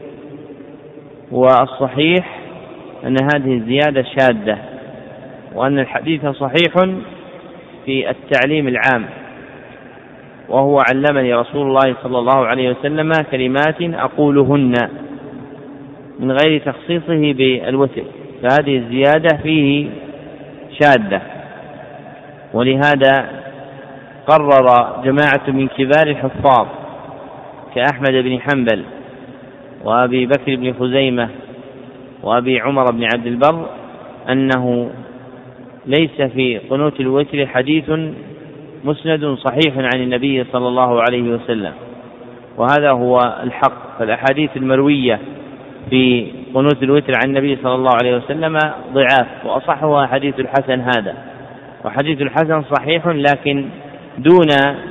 [SPEAKER 1] والصحيح أن هذه الزيادة شاذة، وأن الحديث صحيح في التعليم العام، وهو: علمني رسول الله صلى الله عليه وسلم كلمات أقولهن، من غير تخصيصه بالوتر، فهذه الزيادة فيه شاذة. ولهذا قرر جماعة من كبار الحفاظ كأحمد بن حنبل وأبي بكر بن خزيمة وأبي عمر بن عبد البر أنه ليس في قنوت الوتر حديث مسند صحيح عن النبي صلى الله عليه وسلم، وهذا هو الحق. فالأحاديث المروية في قنوت الوتر عن النبي صلى الله عليه وسلم ضعاف، وأصحها حديث الحسن هذا. وحديث الحسن صحيح لكن دون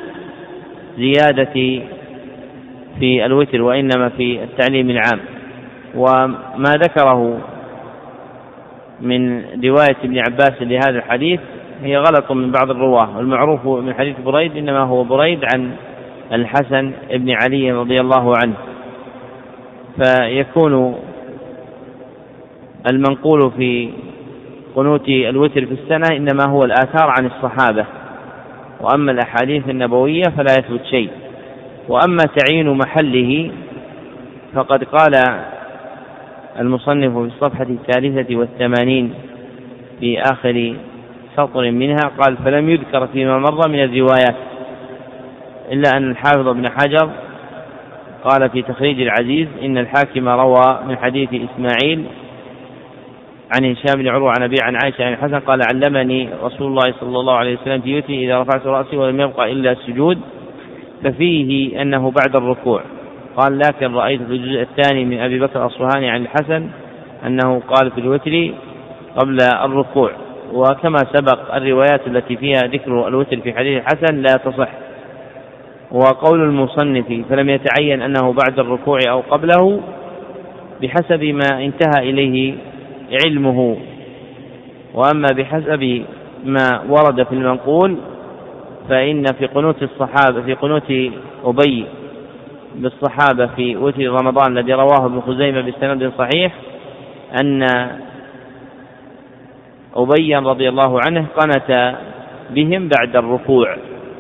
[SPEAKER 1] زيادة في الوتر، وإنما في التعليم العام. وما ذكره من رواية ابن عباس لهذا الحديث هي غلط من بعض الرواه، والمعروف من حديث بريد إنما هو بريد عن الحسن ابن علي رضي الله عنه، فيكون المنقول في قنوت الوتر في السنة إنما هو الآثار عن الصحابة، وأما الأحاديث النبوية فلا يثبت شيء. وأما تعيين محله فقد قال المصنف في الصفحة 83 في آخر سطر منها، قال: فلم يذكر فيما مر من الروايات، إلا أن الحافظ ابن حجر قال في تخريج العزيز: إن الحاكم روى من حديث إسماعيل عن هشام بن عروة عن أبي عن عائشة عن الحسن قال: علمني رسول الله صلى الله عليه وسلم في يوتي إذا رفعت رأسي ولم يبقى إلا السجود، ففيه أنه بعد الركوع. قال: لكن رأيت في الجزء الثاني من أبي بكر الأصفهاني عن الحسن أنه قال في الوتر قبل الركوع. وكما سبق الروايات التي فيها ذكر الوتر في حديث الحسن لا تصح. وقول المصنف فلم يتعين أنه بعد الركوع أو قبله بحسب ما انتهى إليه علمه، وأما بحسب ما ورد في المنقول فإن في قنوت الصحابة في قنوت أبي بالصحابة في وتر رمضان الذي رواه ابن خزيمة بسند صحيح أن أبي رضي الله عنه قنت بهم بعد الركوع،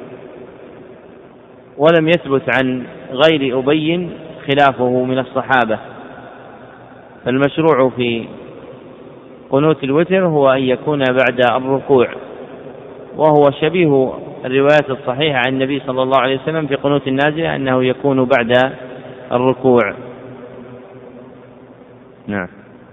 [SPEAKER 1] ولم يثبت عن غير أبي خلافه من الصحابة. فالمشروع في قنوت الوتر هو أن يكون بعد الركوع، وهو شبيه الروايات الصحيحة عن النبي صلى الله عليه وسلم في قنوت النازلة أنه يكون بعد الركوع. نعم.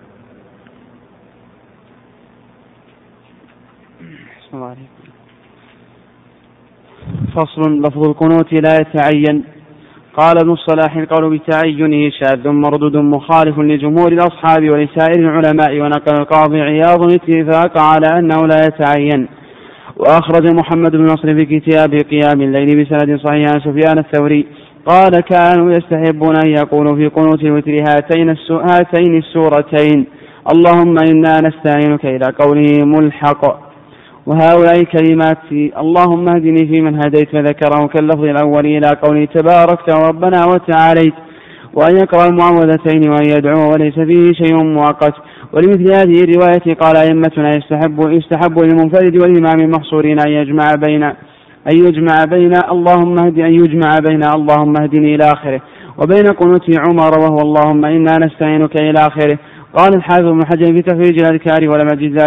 [SPEAKER 2] فصل: لفظ القنوت لا يتعين. قال ابن الصلاح: القول بتعينه شاذ مردود مخالف لجمهور الأصحاب ولسائر العلماء، ونقل القاضي عياض الاتفاق على أنه لا يتعين. وأخرج محمد بن نصر في كتاب قيام الليل بسند صحيح عن سفيان الثوري قال: كانوا يستحبون أن يقولوا في قنوت الوتر هاتين السورتين: اللهم إنا نستعينك إلى قوله ملحق، وهؤلاء كلمات اللهم اهدني فيمن هديت، فذكره كاللفظ الأول إلى قوله تباركت ربنا وتعاليت. وأن يقرأ المعوذتين وأن يدعو وليس فيه شيء مؤقت. ولمثل هذه الرواية قال أئمتنا: يستحب للمنفرد والإمام المحصورين أن يجمع بين اللهم اهدني إلى آخره وبين قنوت عمر وهو اللهم إنا نستعينك إلى آخره. قال الحافظ بن حجر في تخريج الأذكار: ولم أجد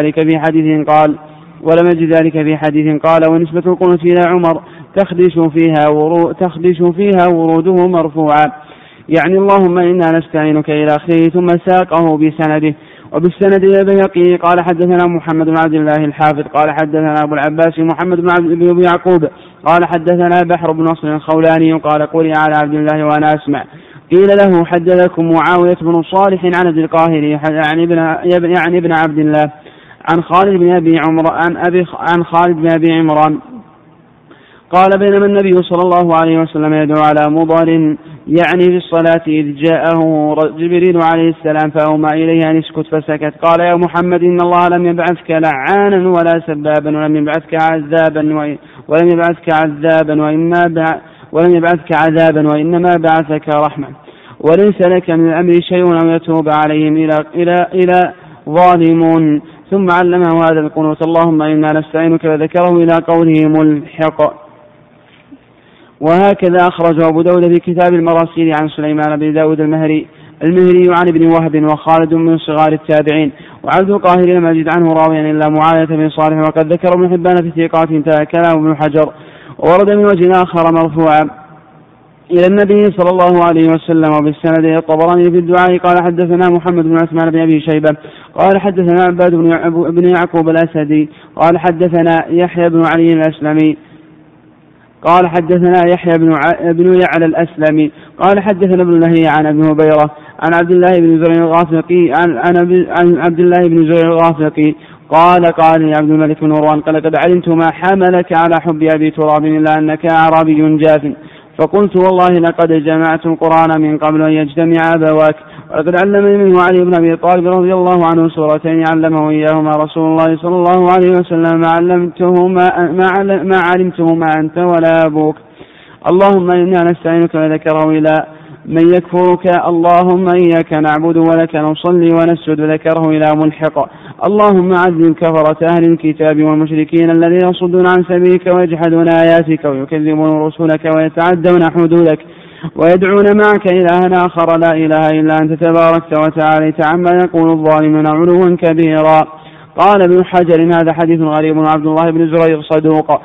[SPEAKER 2] ذلك في حديث قال. ونسبة القنوت إلى عمر تخدش فيها وروده مرفوعا، يعني اللهم إنا نستعينك إلى آخره، ثم ساقه بسنده. وبالسند إلى البيهقي قال: حدثنا محمد بن عبد الله الحافظ قال: حدثنا أبو العباس محمد بن يعقوب قال: حدثنا بحر بن نصر الخولاني قال: قرئ على عبد الله وأنا أسمع. قيل له: حدثكم معاوية بن صالح عن عبد القاهر يعني ابن عبد الله عن خالد بن أبي عمران قال بينما النبي صلى الله عليه وسلم يدعو على مضر يعني في الصلاة إذ جاءه جبريل عليه السلام فأومى إليه أن اسكت فسكت. قال يا محمد إن الله لم يبعثك لعانا ولا سبابا ولم يبعثك عذابا وإنما بعثك رحمة وليس لك من الأمر شيء أو يتوب عليهم إلى ظالمون. ثم علمه هذا القنوت اللهم إنا نستعينك وذكره إلى قوله ملحق. وهكذا أخرج أبو داود في كتاب المراسيل عن سليمان بن داود المهري عن ابن وهب وخالد من صغار التابعين وعبد القاهر لم يجد عنه راويا إلا معاوية بن صالح وقد ذكر ابن حبان في ثقات انتهى كلام ابن حجر. وورد من وجه آخر مرفوعا إلى النبي صلى الله عليه وسلم وبالسند الطبراني في الدعاء قال حدثنا محمد بن عثمان بن أبي شيبة قال حدثنا عباد بن يعقوب الأسدي قال حدثنا يحيى بن علي الأسلمي قال حدثنا يحيى بن يعلى الأسلمي قال حدثنا ابن لهي عن أبي هبيرة عن عبد الله بن زريع الغافقي عن عبد الله بن زريع الغافقي قال لي عبد الملك بن مروان قال قد علمت ما حملك على حب أبي تراب إلا أنك أعرابي جاف فقلت والله لقد جمعت القرآن من قبل أن يجتمع أبواك ولقد علمني منه علي بن أبي طالب رضي الله عنه سورتين علمه إياهما رسول الله صلى الله عليه وسلم ما علمتهما أنت ولا أبوك. اللهم إنا نستعينك وذكره إلى من يكفرك اللهم إياك نعبد ولك نصلي ونسجد ذكره إلى ملحق. اللهم عذب كفرة أهل الكتاب والمشركين الذين يصدون عن سبيلك ويجحدون آياتك ويكذبون رسلك ويتعدون حدودك ويدعون معك إلها آخر لا إله إلا أنت تباركت وتعاليت عما يقول الظالمون علوا كبيرا. قال ابن حجر هذا حديث غريب وعبد الله بن زريع صدوق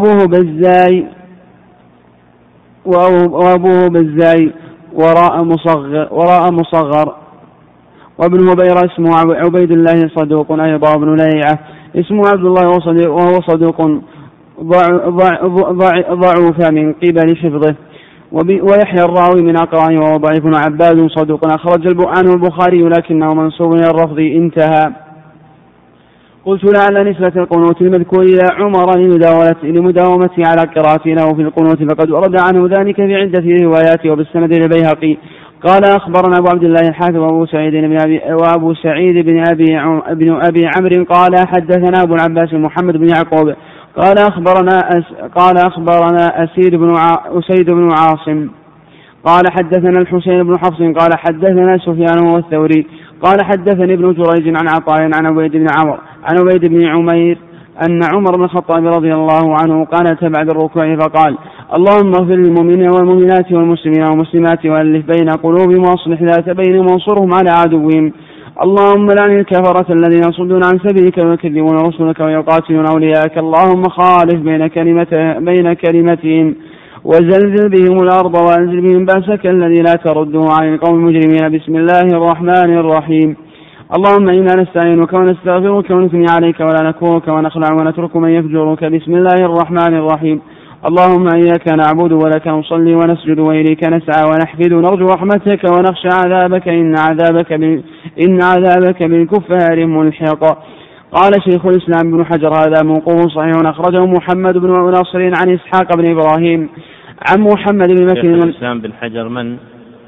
[SPEAKER 2] وأبوه بزاي وراء مصغر وابن هبيرة اسمه عبيد الله صدوق أيضا ابن لهيعة اسمه عبد الله وهو صدوق ضعف من قبل حفظه. ويحيى الراوي من أقرانه وهو ضعيف عباد صدوق أخرج عنه البخاري لكنه منسوب إلى الرفض انتهى. قلت لعل نسبة القنوت المذكور إلى عمر لمداومته على قراءته له في القنوت فقد ورد عنه ذلك في عدة روايات وبالسند البيهقي. قال أخبرنا أبو عبد الله الحافظ وأبو سعيد بن أبي عمرو قال حدثنا أبو العباس محمد بن يعقوب قال أخبرنا أسيد بن عاصم قال حدثنا الحسين بن حفص قال حدثنا سفيان والثوري قال حدثني ابن جريج عن عطاء عن عبيد بن عمير أن عمر بن الخطاب رضي الله عنه قال بعد الركوع فقال اللهم اغفر للمؤمنين والمؤمنات والمسلمين والمسلمات وألف بين قلوبهم واصلح ذات بينهم وانصرهم على عدوهم. اللهم لعن الكفرة الذين يصدون عن سبيلك ويكذبون رسلك ويقاتلون أولياءك. اللهم خالف بين كلمتهم وزلزل بهم الأرض وأنزل بهم بأسك الذي لا ترده عن القوم المجرمين. بسم الله الرحمن الرحيم. اللهم إنا نستعينك ونستغفرك ونثني عليك ولا نكفرك ونخلع ونترك من يفجرك. بسم الله الرحمن الرحيم. اللهم إياك نعبد ولك نصلي ونسجد وإليك نسعى ونحفد ونرجو رحمتك ونخشى عذابك إن عذابك بالكفار ملحق. قال شيخ الإسلام ابن حجر هذا موقوف صحيح أخرجه محمد بن ناصر عن إسحاق بن إبراهيم عن محمد بن مكي.
[SPEAKER 1] شيخ الإسلام بن حجر من؟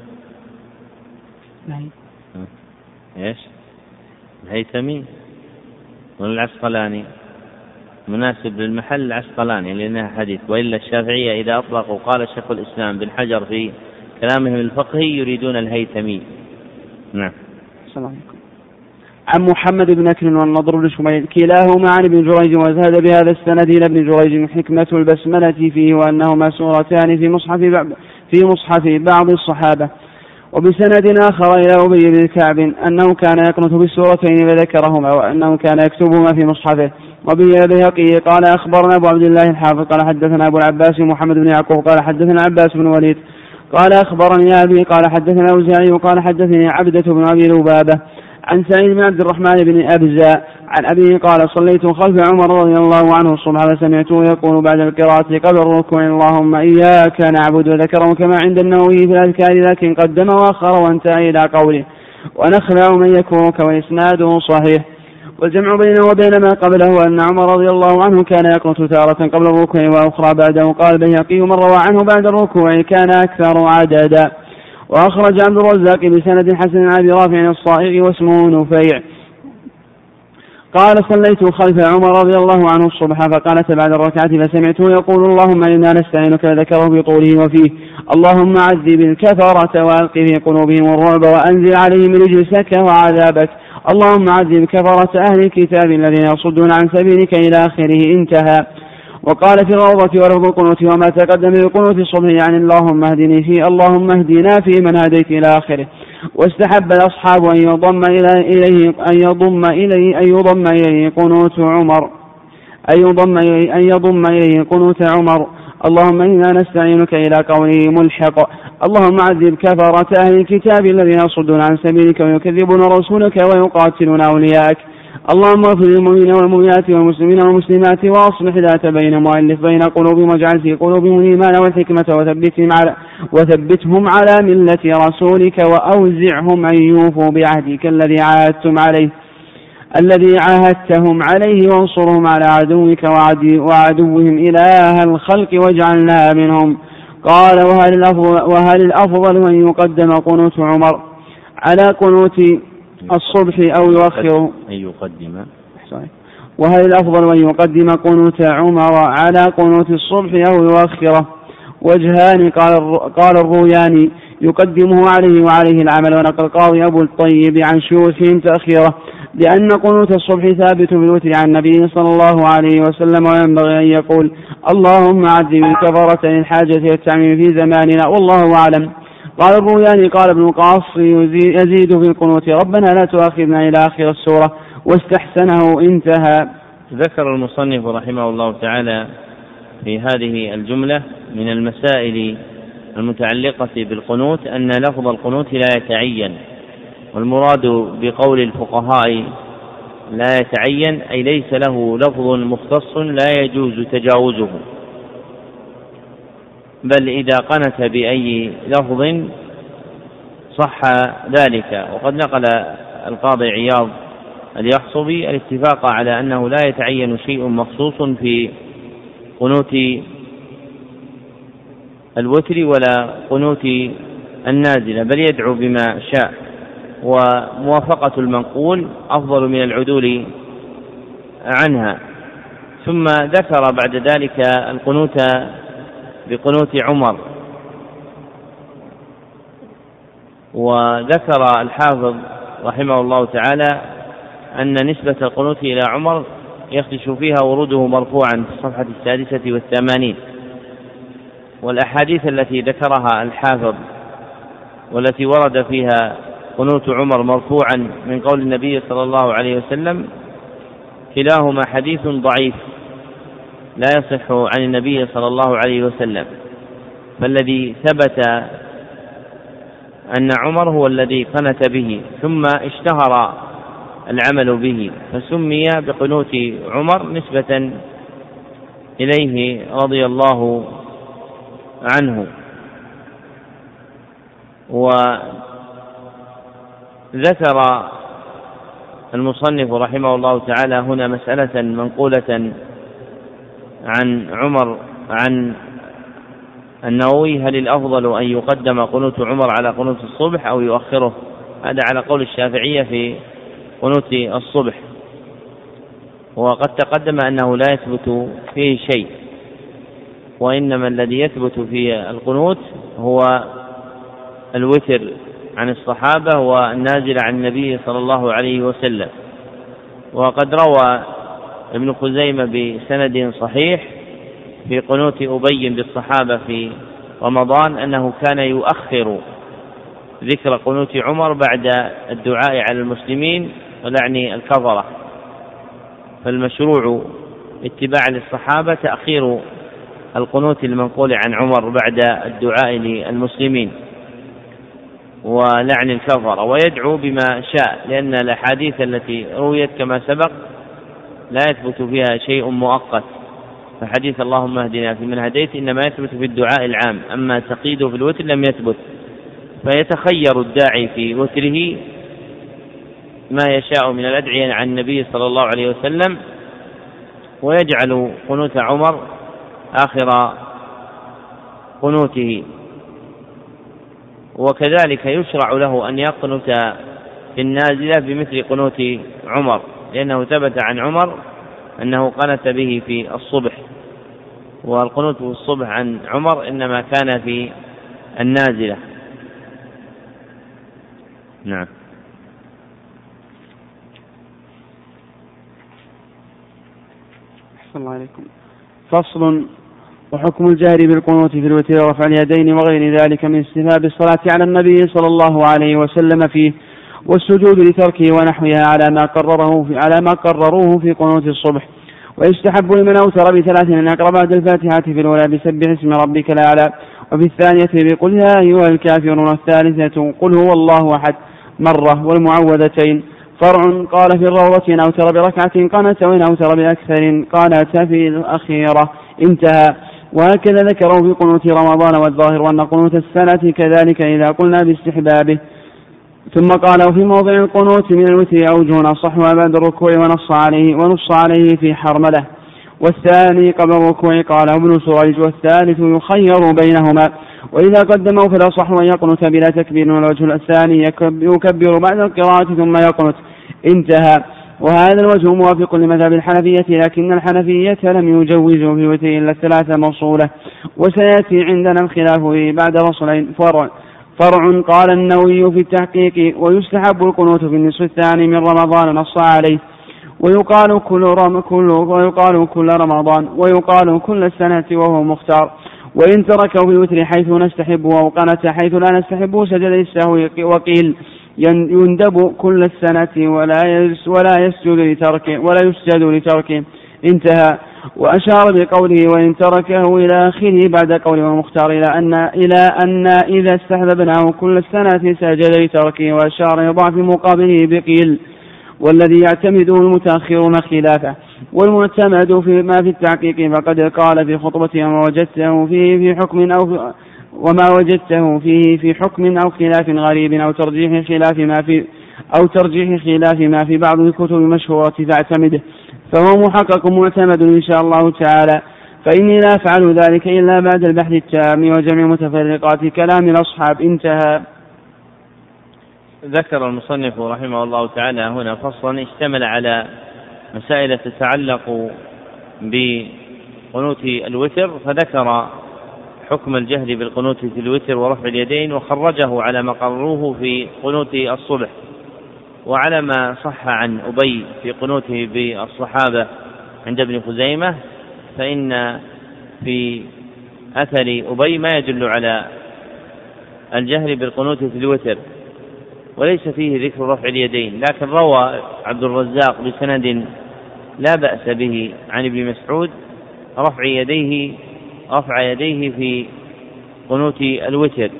[SPEAKER 1] إيش؟ الهيثمي ولا العسقلاني؟ مناسب للمحل العسقلاني لأنها حديث، وإلا الشافعية إذا أطلقوا قال شيخ الإسلام بن حجر في كلامهم الفقهي يريدون الهيثمي. نعم.
[SPEAKER 2] السلام عليكم. عن محمد بن نكر والنضر بن شميل كلاهما عن ابن جريج وزاد بهذا السند إلى ابن جريج حكمة البسملة فيه وأنهما سورتان في مصحف بعض الصحابة. وبسند آخر إلى أبي بن كعب أنه كان يقنط بالسورتين فذكرهما وأنه كان يكتبهما في مصحفه. وبه البيهقي قال أخبرنا أبو عبد الله الحافظ قال حدثنا أبو العباس محمد بن يعقوب قال حدثنا عباس بن وليد قال أخبرني أبي قال حدثنا أوزاعي قال حدثني عبدة بن أبي لبابة عن سعيد بن عبد الرحمن بن أبزة عن أبيه قال صليت خلف عمر رضي الله عنه الصبح فسمعته يقول بعد القراءة قبل الركوع اللهم إياك نعبد وذكره كما عند النووي في الأذكار لكن قدم وأخر وانتهى إلى قوله ونخلع من يكفرك وإسناده صحيح. والجمع بينه وبين ما قبله أن عمر رضي الله عنه كان يقنط تارة قبل الركوع وأخرى بعده. قال البيهقي: من روى عنه بعد الركوع كان أكثر عددا. وأخرج عبد الرزاق بسند حسن عن أبي رافع الصائغ واسمه نفيع قال: صليت خلف عمر رضي الله عنه الصبح فقالت بعد الركعة فسمعته يقول: اللهم إنا نستعينك. ذكره بطوله وفيه: اللهم عذب الكفرة وألق في قلوبهم الرعب وأنزل عليهم رجسك وعذابك. اللهم عذب كفرة أهل الكتاب الذين يصدون عن سبيلك إلى آخره. انتهى. وقال في الروضة ولفظ القنوت وما تقدم بالقنوت الصبح يعني اللهم اهدني فيه اللهم اهدنا في من هديت إلى آخره. واستحب الأصحاب أن يضم إليه قنوت عمر اللهم إنا نستعينك إلى قوله ملحق: اللهم عذب كفرة أهل الكتاب الذين يصدون عن سبيلك ويكذبون رسولك ويقاتلون أولياءك. اللهم اغفر للمؤمنين والمؤمنات والمسلمين والمسلمات وأصلح ذات بينهم وألف بين قلوبهم واجعل في قلوبهم الإيمان والحكمة وثبتهم على ملة رسولك وأوزعهم أن يوفوا بعهدك الذي عاهدتهم عليه وانصرهم على عدوك وعدوهم إله الخلق واجعلنا منهم. قال: وهل الأفضل أن يقدم قنوت عمر على قنوت الصبح أو يؤخره؟ وهل الأفضل أن يقدم قنوت عمر على قنوت الصبح أو يؤخره؟ وجهان. قال الروياني: يقدمه عليه وعليه العمل. ونقل القاضي أبو الطيب عن شيوخهم تأخيره لأن قنوت الصبح ثابت بالوتر عن النبي صلى الله عليه وسلم وينبغي أن يقول: اللهم عذب الكفرة للحاجة والتعميم في زماننا والله أعلم. قال الروياني: قال ابن القاص يزيد في القنوت: ربنا لا تؤاخذنا إلى آخر السورة واستحسنه. انتهى.
[SPEAKER 1] ذكر المصنف رحمه الله تعالى في هذه الجملة من المسائل المتعلقة بالقنوت أن لفظ القنوت لا يتعين، والمراد بقول الفقهاء لا يتعين أي ليس له لفظ مختص لا يجوز تجاوزه، بل إذا قنت بأي لفظ صح ذلك. وقد نقل القاضي عياض اليحصبي الاتفاق على أنه لا يتعين شيء مخصوص في قنوت الوتر ولا قنوت النازلة، بل يدعو بما شاء، وموافقة المنقول أفضل من العدول عنها. ثم ذكر بعد ذلك القنوت بقنوت عمر. وذكر الحافظ رحمه الله تعالى أن نسبة القنوت إلى عمر يخدش فيها وروده مرفوعا في الصفحة 86. والأحاديث التي ذكرها الحافظ والتي ورد فيها قنوت عمر مرفوعا من قول النبي صلى الله عليه وسلم كلاهما حديث ضعيف لا يصح عن النبي صلى الله عليه وسلم، فالذي ثبت أن عمر هو الذي قنت به ثم اشتهر العمل به فسمي بقنوت عمر نسبة إليه رضي الله عنه. وذكر المصنف رحمه الله تعالى هنا مسألة منقولة عن عمر عن النووي: هل الأفضل أن يقدم قنوت عمر على قنوت الصبح أو يؤخره؟ هذا على قول الشافعية في قنوت الصبح، وقد تقدم أنه لا يثبت فيه شيء، وإنما الذي يثبت في القنوت هو الوتر عن الصحابة والنازل عن النبي صلى الله عليه وسلم. وقد روى ابن خزيمة بسند صحيح في قنوت أبي بالصحابة في رمضان أنه كان يؤخر ذكر قنوت عمر بعد الدعاء على المسلمين ولعن الكفرة، فالمشروع اتباع للصحابة تأخير القنوت المنقول عن عمر بعد الدعاء للمسلمين ولعن الكفرة، ويدعو بما شاء، لأن الأحاديث التي رويت كما سبق لا يثبت فيها شيء مؤقت، فحديث اللهم اهدنا في من هديت إنما يثبت في الدعاء العام، أما تقييده في الوتر لم يثبت، فيتخير الداعي في وتره ما يشاء من الأدعية عن النبي صلى الله عليه وسلم، ويجعل قنوت عمر آخر قنوته. وكذلك يشرع له أن يقنت في النازلة بمثل قنوت عمر، لأنه ثبت عن عمر أنه قنت به في الصبح، والقنوت في الصبح عن عمر إنما كان في النازلة. نعم.
[SPEAKER 2] أحسن الله عليكم. فصل. وحكم الجهر بالقنوت في الوتر ورفع اليدين وغير ذلك من استحباب الصلاة على النبي صلى الله عليه وسلم فيه، والسجود لتركه ونحوها على ما قرروه في قنوت الصبح. ويستحب لمن أوتر بثلاث أن يقرأ بعد الفاتحة في الأولى بسبح اسم ربك الأعلى، وفي الثانية بقل يا أيها الكافرون، والثالثة قل هو الله أحد مرة، والمعوذتين. فرع. قال في الروضة إن أوتر بركعة قنت، وإن أوتر بأكثر قنت في الأخيرة. انتهى. وهكذا ذكروا في قنوت رمضان والظاهر، وأن قنوت السنة كذلك إذا قلنا باستحبابه. ثم قالوا في موضع القنوت من الوتر أوجه أصحها بعد الركوع ونص عليه في حرملة، والثاني قبل الركوع قاله ابن سريج، والثالث يخير بينهما، وإذا قدموا فالأصح أن يقنت بلا تكبير، والوجه الثاني يكبر بعد القراءة ثم يقنت. انتهى. وهذا الوجه موافق لمذهب الحنفية، لكن الحنفية لم يجوزوا في الوتر إلا الثلاثة موصولة، وسيأتي عندنا الخلاف بعد فصلين. فرع. قال النووي في التحقيق ويستحب القنوت في النصف الثاني من رمضان نص عليه، ويقال كل رمضان، ويقال كل السنة وهو مختار. وإن تركه في الوتر حيث نستحبه أو قنت حيث لا نستحبه سجد للسهو. وقيل يندب كل السنة ولا يسجد لتركه. انتهى. وأشار بقوله وإن تركه إلى آخره بعد قوله المختار إلى أن إذا استحببناه كل السنة سجد لتركه، وأشار يضع في مقابله بقيل، والذي يعتمده المتأخرون خلافه. والمعتمد في ما في التحقيق فقد قال في خطبته وما وجدته فيه في حكم أو خلاف غريب أو ترجيح خلاف ما في بعض الكتب المشهورة فاعتمده، فهو محقق معتمد إن شاء الله تعالى. فإني لا أفعل ذلك إلا بعد البحث التام وجمع متفرقات كلام الأصحاب. انتهى.
[SPEAKER 1] ذكر المصنف رحمه الله تعالى هنا فصلا اشتمل على مسائل تتعلق بقنوت الوتر، فذكر حكم الجهر بالقنوت في الوتر ورفع اليدين، وخرجه على ما قرروه في قنوت الصبح، وعلى ما صح عن أبي في قنوته بالصحابة عند ابن خزيمة، فإن في أثر أبي ما يدل على الجهر بالقنوت في الوتر، وليس فيه ذكر رفع اليدين. لكن روى عبد الرزاق بسند لا بأس به عن ابن مسعود رفع يديه في قنوت الوتر،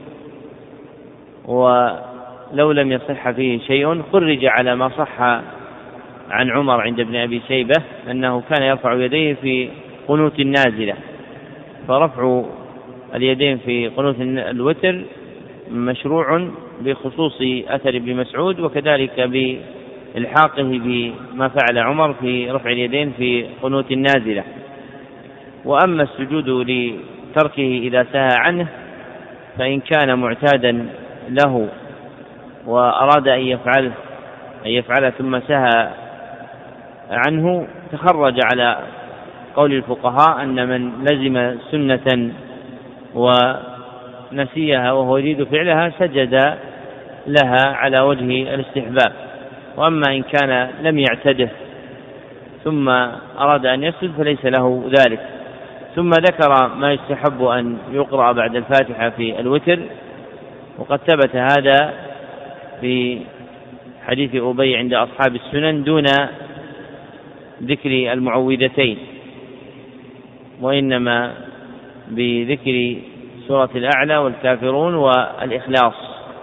[SPEAKER 1] ولو لم يصح فيه شيء خرج على ما صح عن عمر عند ابن أبي شيبة أنه كان يرفع يديه في قنوت النازلة. فرفع اليدين في قنوت الوتر مشروع بخصوص أثر ابن مسعود، وكذلك بإلحاقه بما فعل عمر في رفع اليدين في قنوت النازلة. وأما السجود لتركه إذا سهى عنه، فإن كان معتادا له وأراد أن يفعل ثم سهى عنه، تخرج على قول الفقهاء أن من لزم سنة ونسيها وهو يريد فعلها سجد لها على وجه الاستحباب. وأما إن كان لم يعتده ثم أراد أن يسجد فليس له ذلك. ثم ذكر ما يستحب أن يقرأ بعد الفاتحة في الوتر، وقد ثبت هذا في حديث أبي عند أصحاب السنن دون ذكر المعوذتين، وإنما بذكر سورة الأعلى والكافرون والإخلاص.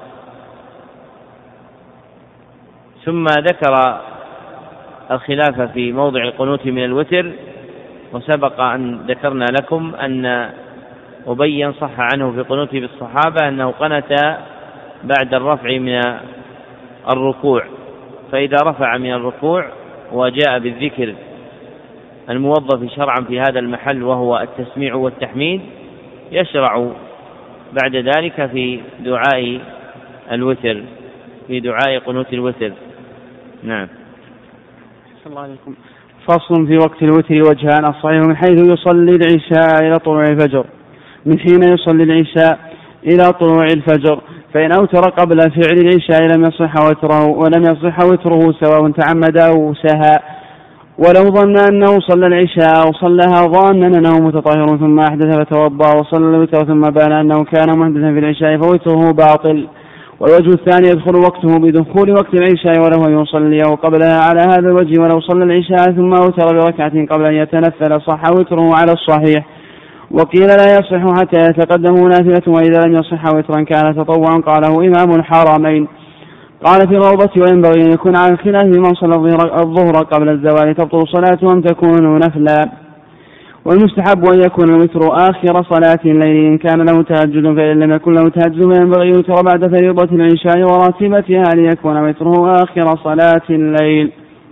[SPEAKER 1] ثم ذكر الخلاف في موضع القنوت من الوتر، وسبق أن ذكرنا لكم أن أبي صح عنه في قنوته بالصحابة أنه قنت بعد الرفع من الركوع، فإذا رفع من الركوع وجاء بالذكر الموظف شرعا في هذا المحل وهو التسميع والتحميد يشرع بعد ذلك في دعاء الوتر، في دعاء قنوت الوتر. نعم.
[SPEAKER 2] صلى الله عليكم. فصل في وقت الوتر وجهان: الصحيح من حيث يصلي العشاء إلى طلوع الفجر، من حين يصلي العشاء إلى طلوع الفجر، فإن أوتر قبل فعل العشاء لم يصح وتره، ولم يصح وتره سواء تعمد أو سهى. ولو ظن أنه صلى العشاء أو صلىها ظانا أنه متطهر ثم أحدث فتوضأ وصلى الوتر ثم بان أنه كان محدثا في العشاء فوتره باطل. والوجه الثاني يدخل وقته بدخول وقت العشاء ولو يصلي أو قبلها على هذا الوجه، ولو صلى العشاء ثم أوتر بركعة قبل أن يتنفل صح وتره على الصحيح. وقيل لا يصح حتى يتقدم نافلة، وإذا لم يصح وترا كان تطوعا، قاله إمام الحرمين. قال في الروضة: وينبغي أن يكون على الخلاف من صلى الظهر قبل الزوال تبطل صلاته أم تكون نفلا. والمستحب أن يكون الوتر آخر صلاة الليل إن كان له تهجد، فإن لم يكن له تهجد فينبغي الوتر بعد فريضة العشاء وراتبتها ليكون وتره آخر صلاة الليل.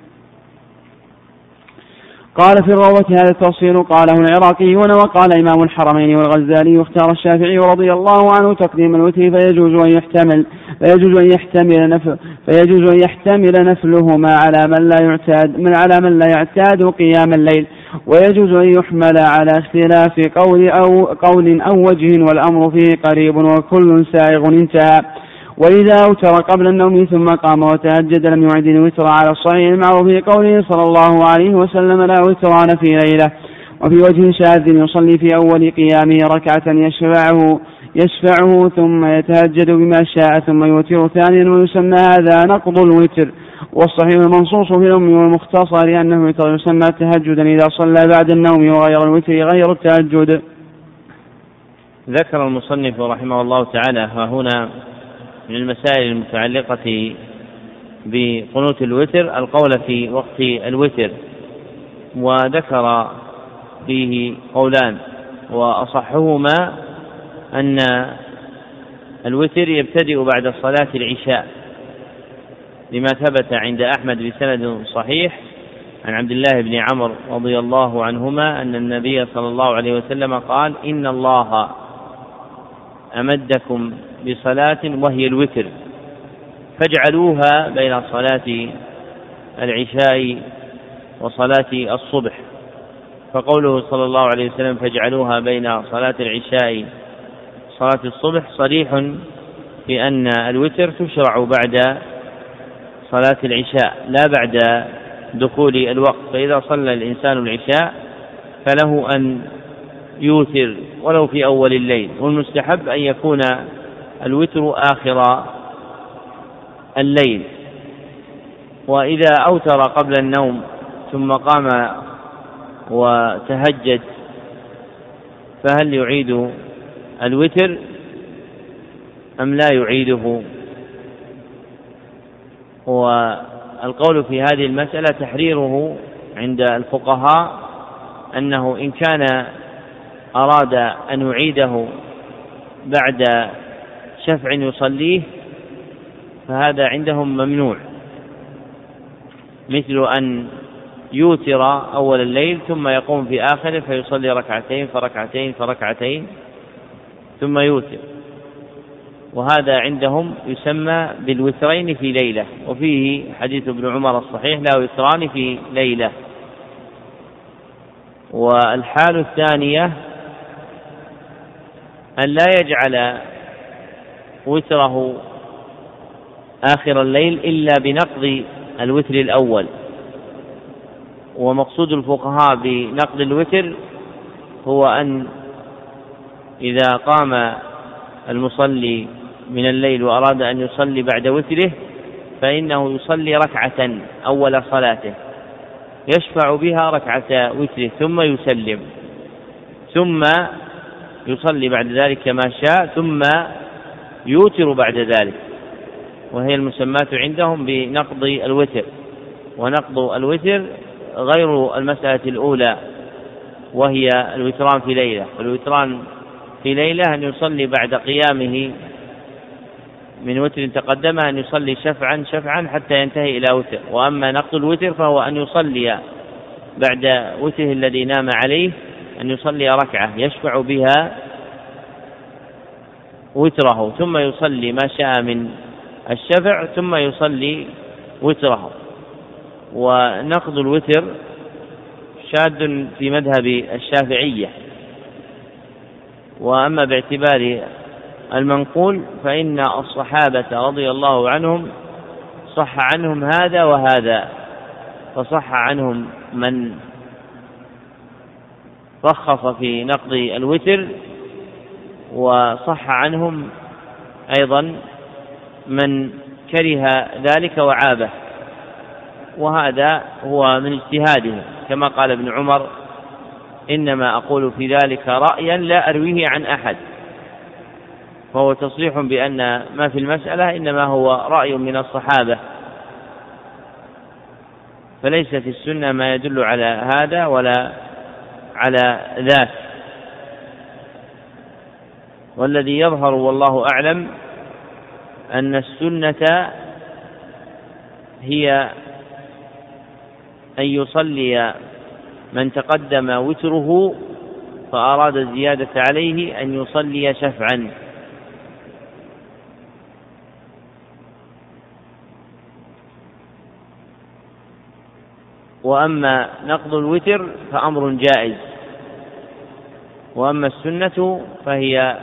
[SPEAKER 2] قال في الروضة: هذا التفصيل قاله العراقيون، وقال إمام الحرمين والغزالي واختار الشافعي رضي الله عنه تقديم الوتر، فيجوز أن يحتمل نفلهما على من لا يعتاد قيام الليل، ويجوز أن يحمل على اختلاف قول أو وجه، والأمر فيه قريب وكل سائغ انتهى. وإذا أوتر قبل النوم ثم قام وتهجد لم يعد الوتر على الصحيح المعروف في قوله صلى الله عليه وسلم: لا وتران في ليلة. وفي وجه شاذ: يصلي في أول قيامه ركعة يشفعه ثم يتهجد بما شاء ثم يوتر ثانيا، ويسمى هذا نقض الوتر. والصحيح المنصوص في الأم والمختصر أنه يسمى تهجدا إذا صلى بعد النوم، وغير الوتر غير التهجد.
[SPEAKER 1] ذكر المصنف رحمه الله تعالى ها هنا من المسائل المتعلقة بقنوت الوتر القول في وقت الوتر، وذكر فيه قولان، وأصحهما أن الوتر يبتدئ بعد صلاة العشاء، لما ثبت عند أحمد بسند صحيح عن عبد الله بن عمرو رضي الله عنهما أن النبي صلى الله عليه وسلم قال: إن الله أمدكم بصلاة وهي الوتر فاجعلوها بين صلاة العشاء وصلاة الصبح. فقوله صلى الله عليه وسلم فاجعلوها بين صلاة العشاء وصلاة الصبح صريح في أن الوتر تشرع بعد صلاة العشاء لا بعد دخول الوقت. فإذا صلى الإنسان العشاء فله أن يوتر ولو في أول الليل، والمستحب أن يكون الوتر آخر الليل. وإذا أوتر قبل النوم ثم قام وتهجد فهل يعيد الوتر أم لا يعيده؟ والقول في هذه المسألة تحريره عند الفقهاء أنه إن كان أراد أن يعيده بعد شفع يصليه فهذا عندهم ممنوع، مثل أن يوتر أول الليل ثم يقوم في آخره فيصلي ركعتين فركعتين فركعتين ثم يوتر، وهذا عندهم يسمى بالوترين في ليلة. وفيه حديث ابن عمر الصحيح: لا وتران في ليلة. والحال الثانية أن لا يجعل وتره آخر الليل إلا بنقض الوتر الأول. ومقصود الفقهاء بنقض الوتر هو أن إذا قام المصلي من الليل وأراد أن يصلي بعد وتره فإنه يصلي ركعة أول صلاته يشفع بها ركعة وتره ثم يسلم، ثم يصلي بعد ذلك ما شاء، ثم يوتر بعد ذلك، وهي المسمات عندهم بنقض الوتر. ونقض الوتر غير المسألة الأولى وهي الوتران في ليلة. والوتران في ليلة أن يصلي بعد قيامه من وتر تقدم أن يصلي شفعا حتى ينتهي إلى وتر. وأما نقض الوتر فهو أن يصلي بعد وتره الذي نام عليه أن يصلي ركعة يشفع بها وتره، ثم يصلي ما شاء من الشفع ثم يصلي وتره. ونقض الوتر شاذ في مذهب الشافعية. وأما باعتبار المنقول فإن الصحابة رضي الله عنهم صح عنهم هذا وهذا، فصح عنهم من رخص في نقض الوتر، وصح عنهم أيضا من كره ذلك وعابه، وهذا هو من اجتهاده، كما قال ابن عمر: إنما أقول في ذلك رأيا لا أرويه عن أحد. فهو تصريح بأن ما في المسألة إنما هو رأي من الصحابة، فليس في السنة ما يدل على هذا ولا على ذاك. والذي يظهر والله أعلم أن السنة هي أن يصلي من تقدم وتره فأراد الزيادة عليه أن يصلي شفعا. وأما نقض الوتر فأمر جائز. وأما السنة فهي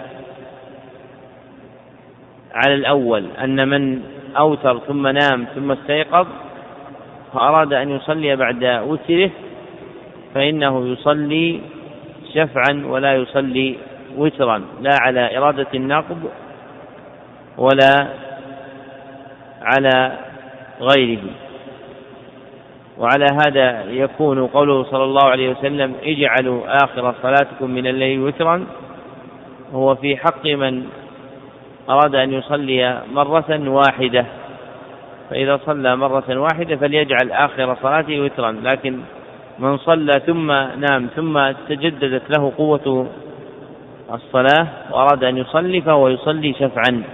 [SPEAKER 1] على الأول، أن من أوتر ثم نام ثم استيقظ فأراد أن يصلي بعد وتره فإنه يصلي شفعا ولا يصلي وترا، لا على إرادة النقض ولا على غيره. وعلى هذا يكون قوله صلى الله عليه وسلم: اجعلوا آخر صلاتكم من الليل وترا، هو في حق من أراد أن يصلي مرة واحدة، فإذا صلى مرة واحدة فليجعل آخر صلاته وترا. لكن من صلى ثم نام ثم تجددت له قوة الصلاة وأراد أن يصلي فهو يصلي شفعا.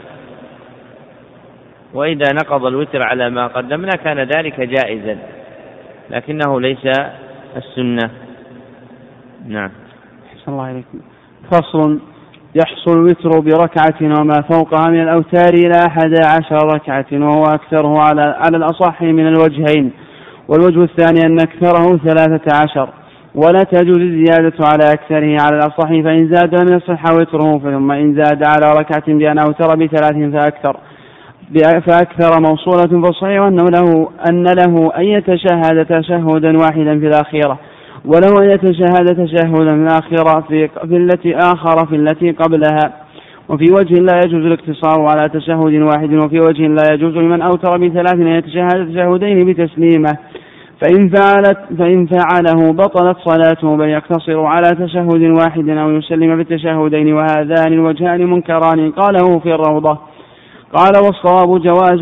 [SPEAKER 1] وإذا نقض الوتر على ما قدمنا كان ذلك جائزا، لكنه ليس السنة. نعم.
[SPEAKER 2] أحسن الله عليكم. فصل: يحصل الوتر بركعة وما فوقها من الأوتار إلى 11 ركعة، وهو أكثره على الأصح من الوجهين. والوجه الثاني أن أكثره 13، ولا تجوز الزيادة على أكثره على الأصح، فإن زاد لم يصح وتره، ثم إن زاد على ركعة بأن أوتر ب3 فأكثر موصولة، فالصحيح أن له أن يتشهد تشهدا واحدا في الأخيرة، وله أن يتشهد تشهدا في الأخيرة في التي قبلها. وفي وجه لا يجوز الاقتصار على تشهد واحد، وفي وجه لا يجوز لمن أوتر ب3 أن يتشهد تشهدين بتسليمة، فإن فعله بطلت صلاته، بل يقتصر على تشهد واحد أو يسلم بالتشهدين، وهذان الوجهان منكران. قاله في الروضة. قال: والصواب جواز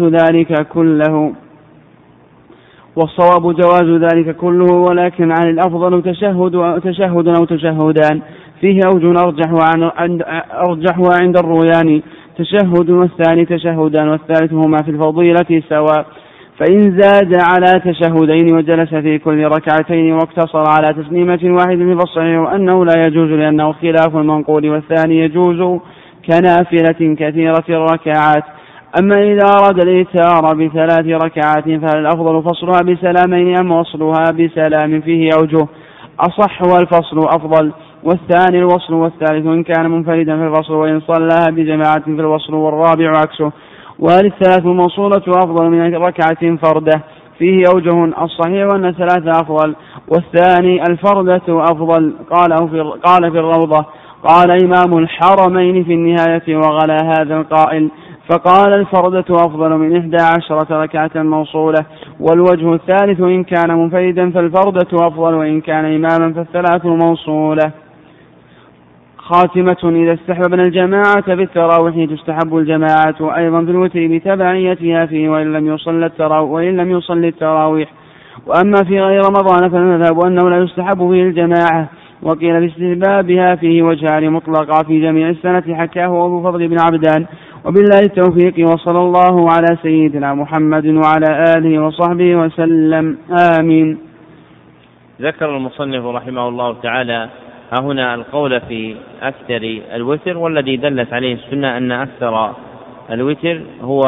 [SPEAKER 2] ذلك كله، ولكن عن الأفضل تشهد أو تشهدان، فيه أوجه أرجحها عند الرويان، تشهد والثاني تشهدان، والثالث هما في الفضيلة سواء. فإن زاد على تشهدين وجلس في كل ركعتين واقتصر على تسليمة واحدة فالصحيح أنه لا يجوز، لأنه خلاف المنقول، والثاني يجوز كنافلة كثيرة الركعات. أما إذا أراد الإيتار ب3 ركعات فالأفضل فصلها بسلامين، أما وصلها بسلام فيه أوجه: أصح والفصل أفضل، والثاني الوصل، والثالث إن كان منفردا في الفصل، وإن صلىها بجماعة في الوصل، والرابع عكسه. وهل 3 موصولة أفضل من ركعة فردة؟ فيه أوجه: الصحيح أن 3 أفضل، والثاني الفردة أفضل. قال في الروضة: قال إمام الحرمين في النهاية وغلا هذا القائل، فقال: الفردة أفضل من 11 ركعة موصولة. والوجه الثالث: إن كان منفردا فالفردة أفضل، وإن كان إماما فال3 موصولة. خاتمة: إذا استحببنا الجماعة بالتراويح تستحب الجماعة أيضا في الوتر بتبعيتها فيه، وإن لم يصل التراويح. وأما في غير رمضان فالمذهب أنه لا يستحب فيه الجماعة، وقيل باستحبابها فيه وجهان مطلقا في جميع السنة، حكاه أبو فضل بن عبدان، وبالله التوفيق، وصلى الله على سيدنا محمد وعلى آله وصحبه وسلم، آمين.
[SPEAKER 1] ذكر المصنف رحمه الله تعالى هنا القول في أكثر الوتر، والذي دلت عليه السنة أن أكثر الوتر هو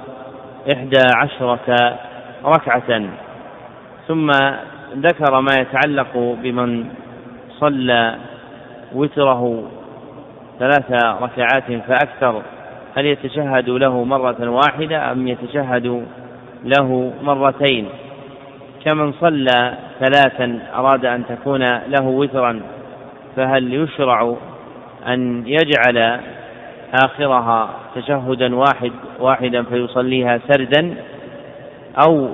[SPEAKER 1] 11 ركعة. ثم ذكر ما يتعلق بمن صلى وتره 3 ركعات فأكثر، هل يتشهد له مرة واحدة أم يتشهد له مرتين؟ كمن صلى 3 أراد أن تكون له وترا، فهل يشرع أن يجعل آخرها تشهدا واحدا فيصليها سردا، أو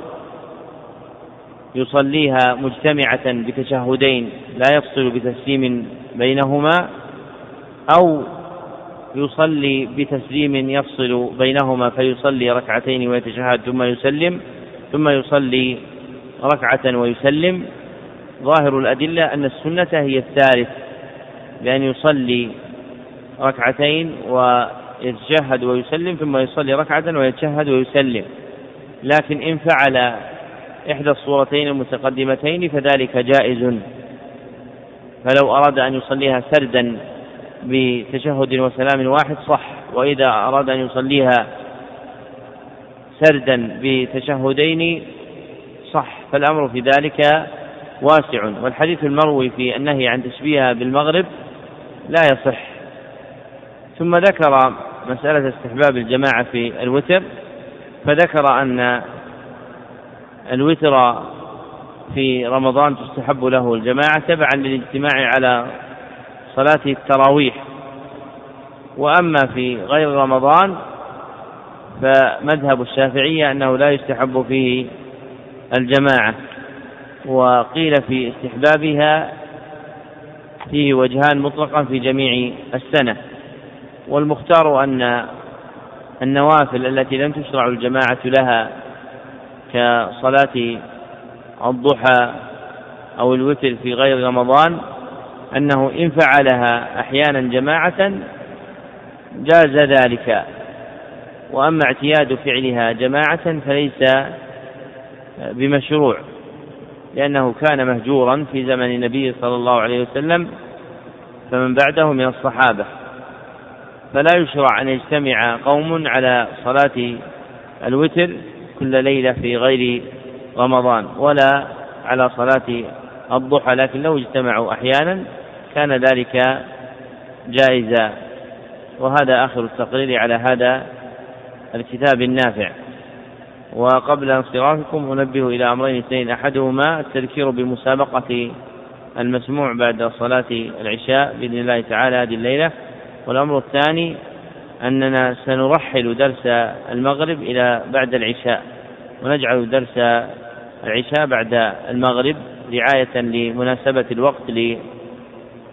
[SPEAKER 1] يصليها مجتمعة بتشهدين لا يفصل بتسليم بينهما، أو يصلي بتسليم يفصل بينهما فيصلي 2 ركعتين ويتشهد ثم يسلم، ثم يصلي 1 ركعة ويسلم؟ ظاهر الأدلة أن السنة هي الثالث، بأن يصلي 2 ركعتين ويتشهد ويسلم ثم يصلي 1 ركعة ويتشهد ويسلم. لكن إن فعل إحدى الصورتين المتقدمتين فذلك جائز، فلو أراد أن يصليها سردا بتشهد وسلام واحد صح، وإذا أراد أن يصليها سردا بتشهدين صح، فالأمر في ذلك واسع. والحديث المروي في النهي عن تشبيهها بالمغرب لا يصح. ثم ذكر مسألة استحباب الجماعة في الوتر، فذكر أن الوتر في رمضان تستحب له الجماعة تبعا للاجتماع على صلاة التراويح، وأما في غير رمضان فمذهب الشافعية أنه لا يستحب فيه الجماعة. وقيل في استحبابها فيه وجهان مطلقا في جميع السنة، والمختار أن النوافل التي لم تشرع الجماعة لها كصلاة الضحى أو الوتر في غير رمضان أنه إن فعلها أحيانا جماعة جاز ذلك، وأما اعتياد فعلها جماعة فليس بمشروع، لأنه كان مهجورا في زمن النبي صلى الله عليه وسلم فمن بعده من الصحابة، فلا يشرع أن يجتمع قوم على صلاة الوتر كل ليلة في غير رمضان ولا على صلاة الضحى، لكن لو اجتمعوا أحيانا كان ذلك جائزا. وهذا آخر التقرير على هذا الكتاب النافع. وقبل انصرافكم أنبه إلى أمرين اثنين، أحدهما التذكير بمسابقة المسموع بعد صلاة العشاء بإذن الله تعالى هذه الليلة، والأمر الثاني أننا سنرحل درس المغرب إلى بعد العشاء، ونجعل درس العشاء بعد المغرب رعاية لمناسبة الوقت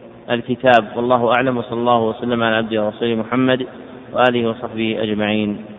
[SPEAKER 1] للكتاب. والله أعلم، وصلى الله وسلم على عبده ورسوله محمد وآله وصحبه أجمعين.